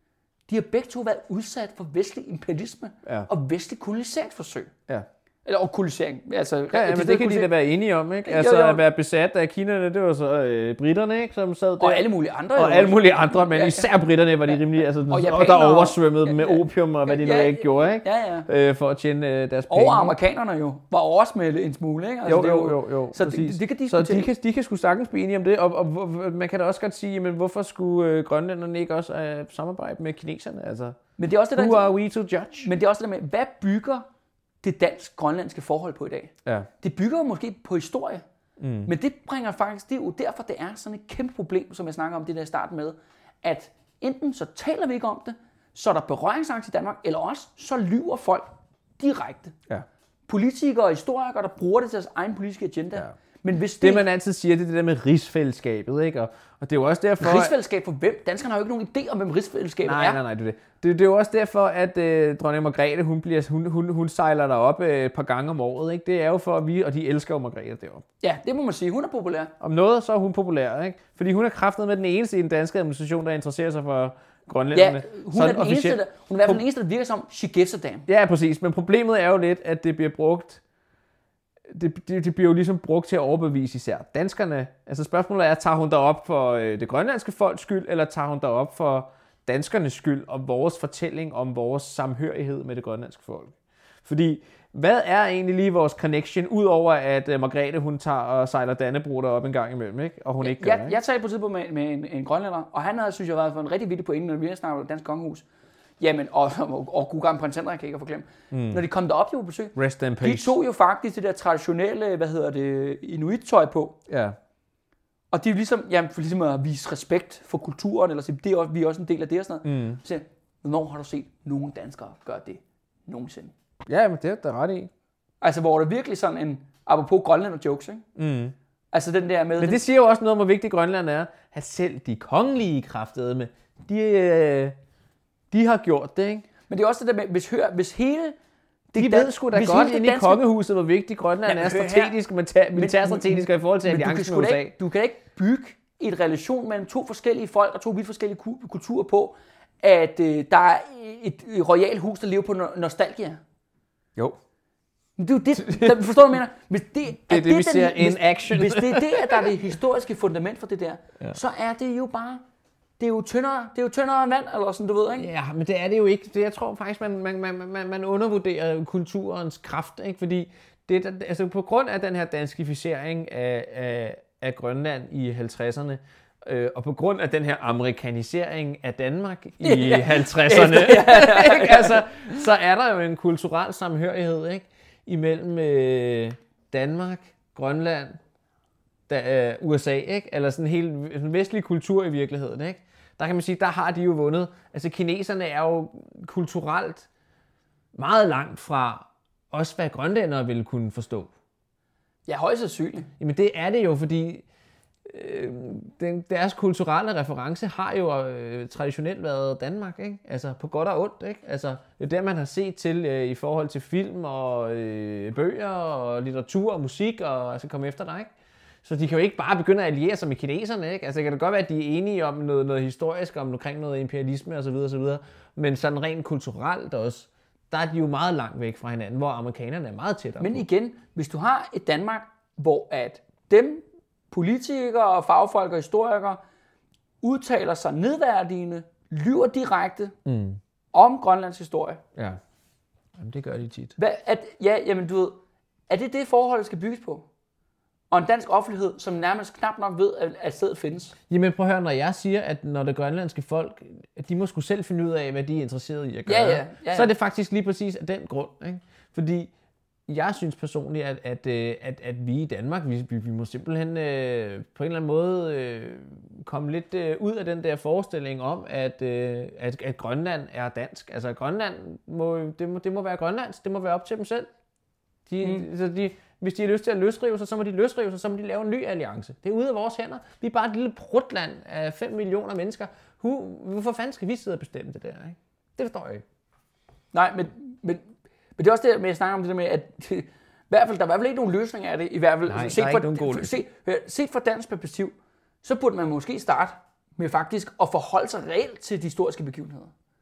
de har begge to været udsat for vestlig imperialisme ja. og vestlig koloniseringsforsøg. Ja. Eller og kolonisering. Altså, ja, ja, men det kan de da være enige om, ikke? Altså jo, jo. At være besat af Kina, det var så øh, britterne, ikke? Som sad der. Og alle mulige andre. Og alle mulige andre, men især britterne var de rimelig, altså, og, og der oversvømmede dem ja, med opium og hvad de ja, nu ikke gjorde, ikke? Ja, ja. Øh, for at tjene øh, deres penge. Og amerikanerne jo var oversmældet en smule, ikke? Altså, jo, jo, jo, jo. Så det, det kan de så de kan, de kan sgu sagtens blive enige om det, og, og, og man kan da også godt sige, men hvorfor skulle øh, grønlænderne ikke også øh, samarbejde med kineserne? Altså, men det er også det, who der, are we to judge? Men det er også det der med, hvad bygger det dansk-grønlandske forhold på i dag? Ja. Det bygger jo måske på historie, mm. men det bringer faktisk, det er jo derfor, det er sådan et kæmpe problem, som jeg snakker om det der i starten med, at enten så taler vi ikke om det, så er der berøringsangst i Danmark, eller også så lyver folk direkte. Ja. Politikere og historikere, der bruger det til deres egen politiske agenda. Ja. Men hvis det, det, man altid siger, det er det der med rigsfællesskabet, ikke? Og, og det er jo også derfor... Rigsfællesskab for hvem? Danskerne har jo ikke nogen idé om, hvem rigsfællesskabet nej, er. Nej, nej, det er det. Det, det er jo også derfor, at øh, dronning Margrethe, hun, bliver, hun, hun, hun sejler derop øh, et par gange om året, ikke? Det er jo for, at vi, og de elsker jo Margrethe deroppe. Ja, det må man sige. Hun er populær. Om noget, så er hun populær, ikke? Fordi hun er kraftet med den eneste i den danske administration, der interesserer sig for grønlænderne. Ja, hun er, den eneste, der, hun er i hvert fald den eneste, der virker som, she gives a damn. Ja, præcis. Men problemet er jo lidt, at det bliver brugt... Det, det, det bliver jo ligesom brugt til at overbevise især danskerne. Altså spørgsmålet er, tager hun derop for øh, det grønlandske folks skyld, eller tager hun derop for danskernes skyld og vores fortælling om vores samhørighed med det grønlandske folk? Fordi, hvad er egentlig lige vores connection, udover at øh, Margrethe, hun tager og sejler Dannebrog derop en gang imellem, ikke? Og hun ja, ikke gør, jeg, ikke? Jeg talte på tidspunkt med, med en, en grønlænder, og han havde, synes jeg, været for en rigtig vigtig pointe, når vi snakker om dansk kongehus. Jamen, og, og, og god gang prins Henrik, kan jeg ikke forglemme. Mm. Når de kom derop jo på besøg, rest in peace. De tog jo faktisk det der traditionelle, hvad hedder det, inuit-tøj på. Ja. Og de er ligesom, jamen, for ligesom at vise respekt for kulturen, eller sige, det er også, vi er også en del af det og sådan noget. Mm. Så hvornår har du set nogen danskere gøre det nogensinde? Ja, men det er der ret i. Altså, hvor det virkelig sådan en, apropos Grønlander jokes, ikke? Mm. Altså den der med... Men det den, siger jo også noget om, hvor vigtigt Grønland er, at selv de kongelige kraftede med, de... Øh, De har gjort det, ikke? Men det er også det der med, hvis, hør, hvis hele... Det de ved sgu da godt inde i kongehuset, hvor vigtigt Grønland ja, er strategisk, militærstrategisk og i forhold til alliancen med U S A. Ikke, du kan ikke bygge et relation mellem to forskellige folk og to vidt forskellige kulturer på, at øh, der er et, et royalt hus, der lever på nostalgia. Jo. Det er jo det, der, forstår du, hvad jeg mener? Hvis det, det er det, det vi ser in action. Hvis det er det, at der er det historiske fundament for det der, ja. Så er det jo bare... Det er jo tyndere, det er jo tyndere end vand, eller sådan, du ved, ikke? Ja, men det er det jo ikke. Det, jeg tror faktisk, man, man, man, man, man undervurderer kulturens kraft, ikke? Fordi det, altså på grund af den her danskificering af, af, af Grønland i halvtredserne, øh, og på grund af den her amerikanisering af Danmark i ja, halvtredserne, ja, ja, ja. altså, så er der jo en kulturel samhørighed, ikke? Imellem øh, Danmark, Grønland, da, uh, U S A, ikke? Eller sådan en helt en vestlig kultur i virkeligheden, ikke? Der kan man sige, der har de jo vundet. Altså kineserne er jo kulturelt meget langt fra også, hvad grønlændere ville kunne forstå. Ja, højst sandsynligt. Jamen det er det jo, fordi øh, den, deres kulturelle reference har jo øh, traditionelt været Danmark, ikke? Altså på godt og ondt, ikke? Altså det er der, man har set til øh, i forhold til film og øh, bøger og litteratur og musik og altså komme efter dig, ikke? Så de kan jo ikke bare begynde at alliere sig med kineserne, ikke? Altså det kan da godt være, at de er enige om noget, noget historisk, om omkring noget imperialisme osv. osv. Men sådan rent kulturelt også, der er de jo meget langt væk fra hinanden, hvor amerikanerne er meget tættere. Men igen, hvis du har et Danmark, hvor at dem, politikere og fagfolk og historikere, udtaler sig nedværdigende, lyver direkte mm. om Grønlands historie. Ja, jamen, det gør de tit. Hvad, at, ja, jamen du ved, er det det forhold, der skal bygges på? Og en dansk offentlighed, som nærmest knap nok ved, at stedet findes. Jamen prøv at høre, når jeg siger, at når det grønlandske folk, at de må sgu selv finde ud af, hvad de er interesseret i at gøre, ja, ja, ja, ja. så er det faktisk lige præcis af den grund. Ikke? Fordi jeg synes personligt, at, at, at, at vi i Danmark, vi, vi må simpelthen øh, på en eller anden måde øh, komme lidt øh, ud af den der forestilling om, at, øh, at, at Grønland er dansk. Altså Grønland, må, det, må, det må være grønlandsk, det må være op til dem selv. De, mm. så de, hvis de har lyst til at løsrive sig, så må de løsrive sig, så må de lave en ny alliance. Det er ude af vores hænder. Vi er bare et lille prutland af fem millioner mennesker. Hvorfor fanden skal vi sidde og bestemme det der? Ikke? Det forstår jeg ikke. Nej, men, men, men det er også det, med at snakke om det der med, at i hvert fald, der er i hvert fald ikke nogen løsning af det. I hvert fald, Nej, set der er for, ikke nogen god set, set fra dansk perspektiv, så burde man måske starte med faktisk at forholde sig reelt til de historiske begivenheder.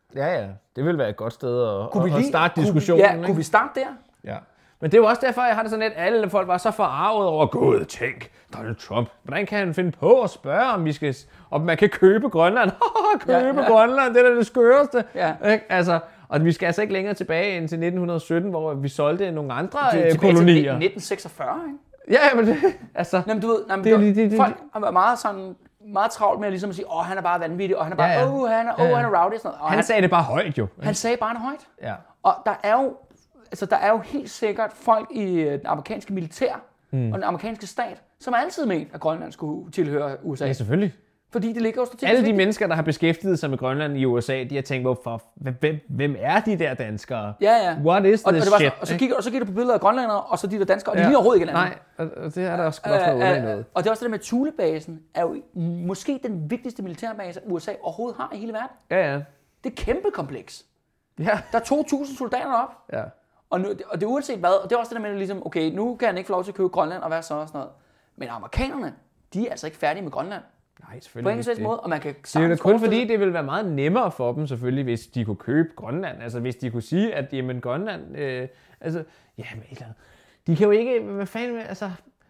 Ja, ja. Det vil være et godt sted at, kunne at, lige, at starte kunne, diskussionen. Ja, ikke? kunne vi starte der? Ja. Men det er jo også derfor, jeg har det sådan lidt, at alle folk var så forarvet over, gud, tænk, Donald Trump. Hvordan kan han finde på at spørge, om vi skal, om man kan købe Grønland? købe ja, ja. Grønland, det er da det skøreste. Ja. Ikke? Altså, og vi skal altså ikke længere tilbage end til nitten sytten, hvor vi solgte nogle andre det, kolonier. Til nitten seksogfyrre, ikke? Ja, men det, altså... Jamen, du ved, nej, men det, det, det, det, folk har været meget sådan... meget travlt med at ligesom at sige, åh, han er bare vanvittig, og han er bare, åh, ja, ja. oh, han er, oh, ja, ja. han er rowdy. Sådan noget. Og han, han sagde det bare højt, jo. Han sagde bare det højt. Ja. Og der er jo, altså, der er jo helt sikkert folk i den amerikanske militær mm. og den amerikanske stat, som altid ment, at Grønland skulle tilhøre U S A. Ja, selvfølgelig. Fordi det ligger jo strategisk. Alle de vigtigt. Mennesker, der har beskæftiget sig med Grønland i U S A, de har tænkt, hvorfor, hvem, hvem er de der danskere? Ja, ja. What is og, this og det shit? Så, og så kigger, og så kigger du på billeder af grønlændere, og så de der danskere, og de ja. ligner overhovedet ikke hinanden. Nej, og det er der også godt noget under i noget. Og det er også det der med Thulebasen, er jo måske den vigtigste militærbase, U S A overhovedet har i hele verden. Ja, ja. Det er kæmpe kompleks. Ja. Der er to tusind soldater op. Ja. Og, nu, og det er uanset hvad, og det er også det der med, ligesom, okay, nu kan han ikke få lov til at købe Grønland og være så og sådan noget. Men amerikanerne, de er altså ikke færdige med Grønland. Nej, selvfølgelig på ingen måde, og man kan det er jo kun fordi, det ville være meget nemmere for dem selvfølgelig, hvis de kunne købe Grønland. Altså hvis de kunne sige, at jamen Grønland, øh, altså, jamen et eller andet. De kan jo ikke, hvad fanden, altså,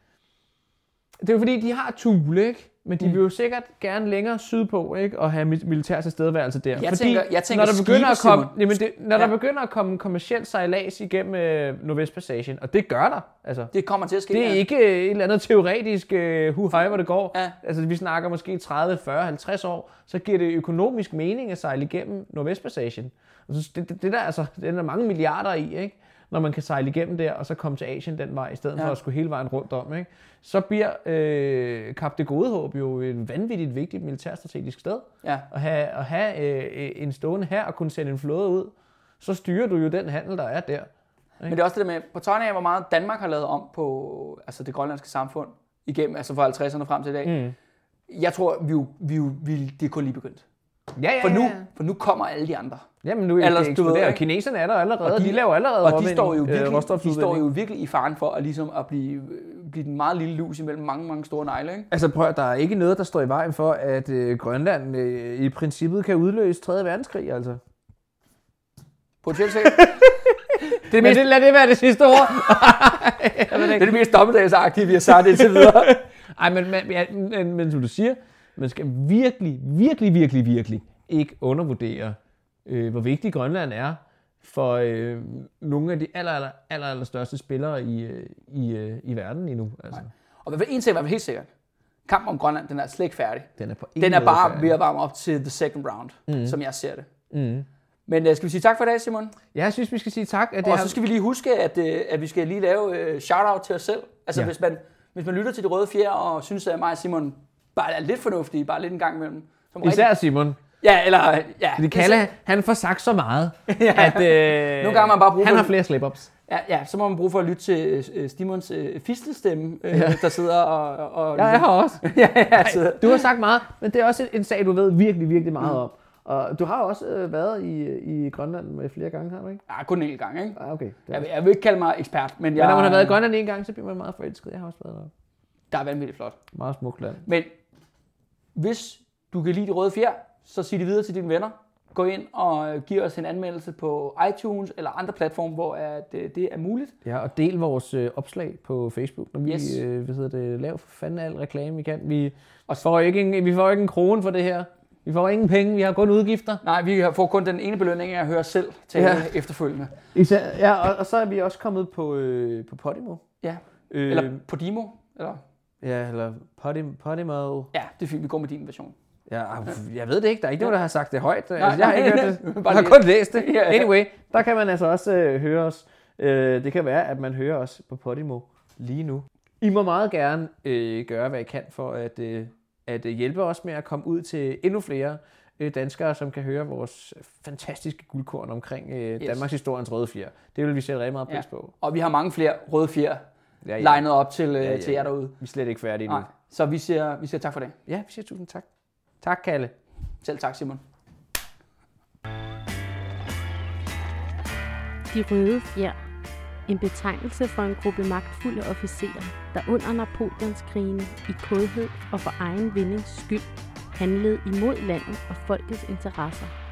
det er jo fordi, de har Thule, ikke? Men de vil jo sikkert gerne længere sydpå, ikke? Og have militær tilstedeværelse der. Jeg fordi tænker, jeg tænker når der begynder at komme, jamen det, når ja. der begynder at komme kommerciel sejlads igennem øh, Nordvestpassagen, og det gør der, altså. Det kommer til at ske. Det er ja. ikke øh, et eller andet teoretisk øh, hu-hej, hvor det går. Ja. Altså vi snakker måske tredive, fyrre, halvtreds år, så giver det økonomisk mening at sejle igennem Nordvestpassagen. Altså, det, det, det der altså, det er der mange milliarder i, ikke? Når man kan sejle igennem der, og så komme til Asien den vej, i stedet ja. for at skulle hele vejen rundt om, ikke? Så bliver øh, Kap Det Gode Håb jo et vanvittigt vigtigt militærstrategisk sted. Ja. At have, at have øh, en stående her og kunne sende en flåde ud, så styrer du jo den handel, der er der. Ikke? Men det er også det der med, på trods af, hvor meget Danmark har lavet om på altså det grønlandske samfund, igennem, altså fra halvtredserne frem til i dag. Mm. Jeg tror, vi, vi, vi, det er kun lige begyndt. Ja, ja, for, nu, ja. for nu kommer alle de andre. Jamen nu er det eksploderet. Kineserne er der allerede, og de, de laver allerede og de står jo virkelig, øh, de står jo virkelig i faren for at, ligesom at blive, blive den meget lille lus imellem mange, mange store negle. Ikke? Altså prøv, der er ikke noget, der står i vejen for, at øh, Grønland øh, i princippet kan udløse tredje verdenskrig, altså. Potentielt set. det mest... det, lad det være det sidste ord. det er det mest dommedagsagtige, vi har sagt indtil videre. Ej, men, men, ja, men, men som du siger, man skal virkelig, virkelig, virkelig, virkelig ikke undervurdere, øh, hvor vigtig Grønland er for øh, nogle af de aller, aller, aller, aller største spillere i, i, i verden endnu. Altså. Og hvad en ting var helt sikkert. Kampen om Grønland, den er slet ikke færdig. Den er, på den er bare færdig. Ved at varme op til the second round, mm. som jeg ser det. Mm. Men uh, skal vi sige tak for i dag, Simon? Ja, jeg synes, vi skal sige tak. At det og har... så skal vi lige huske, at, uh, at vi skal lige lave uh, shout-out til os selv. Altså ja. hvis, man, hvis man lytter til De Røde Fjer og synes, at mig og Simon bare er lidt fornuftige, bare lidt en gang imellem. Som Især rigtig... Simon. Ja, eller... Ja, Fordi Kalle, han får sagt så meget, ja. at øh, nogle gange man bare bruger han for... har flere slip-ups. Ja, ja, så må man bruge for at lytte til uh, Simons uh, fistelstemme, uh, ja. der sidder og... og ja, jeg har også. ja, ja, Ej, du har sagt meget, men det er også en sag, du ved virkelig, virkelig meget mm. om. Og du har også øh, været i, i Grønland med flere gange, har du ikke? Ja, kun en enkelt gang, ikke? Ah, okay. Jeg vil, jeg vil ikke kalde mig ekspert, men jeg... Men når man har været i Grønland en gang, så bliver man meget forelsket. Jeg har også været der. Der er vanvittigt flot. Meget smukt land. Men hvis du kan lide De Røde Fjer, så sig det videre til dine venner. Gå ind og giv os en anmeldelse på iTunes eller andre platforme, hvor at, det er muligt. Ja, og del vores øh, opslag på Facebook, når vi yes. øh, hvad hedder det, laver for fanden al reklame, vi kan. Vi får ikke en, vi får ikke en krone for det her. Vi får ingen penge, vi har kun udgifter. Nej, vi får kun den ene belønning af at høre selv til ja. efterfølgende. Især, ja, og, og så er vi også kommet på, øh, på Podimo. Ja, øh, eller Podimo, eller? Ja, eller Podimo. Podimo. Ja, det er fint, vi går med din version. Ja, jeg ved det ikke. Der er ikke ja. nogen, der har sagt det højt. Nej, altså, jeg har ikke hørt det. Jeg har kun læst det. Anyway, der kan man altså også øh, høre os. Øh, det kan være, at man hører os på Podimo lige nu. I må meget gerne øh, gøre, hvad I kan for at, øh, at hjælpe os med at komme ud til endnu flere øh, danskere, som kan høre vores fantastiske guldkorn omkring øh, yes. Danmarks historiens røde fjer. Det vil vi sætte rigtig meget pris ja. på. Og vi har mange flere røde fjer ja, ja. legnet op til, øh, ja, ja, ja. til jer derude. Vi er slet ikke færdige nu. Så vi siger, vi siger tak for det. Ja, vi siger tusind tak. Tak, Kalle. Selv tak, Simon. De Røde Fjer. En betegnelse for en gruppe magtfulde officerer, der under Napoleonskrigene i kodhed og for egen vindings skyld handlede imod landet og folkets interesser.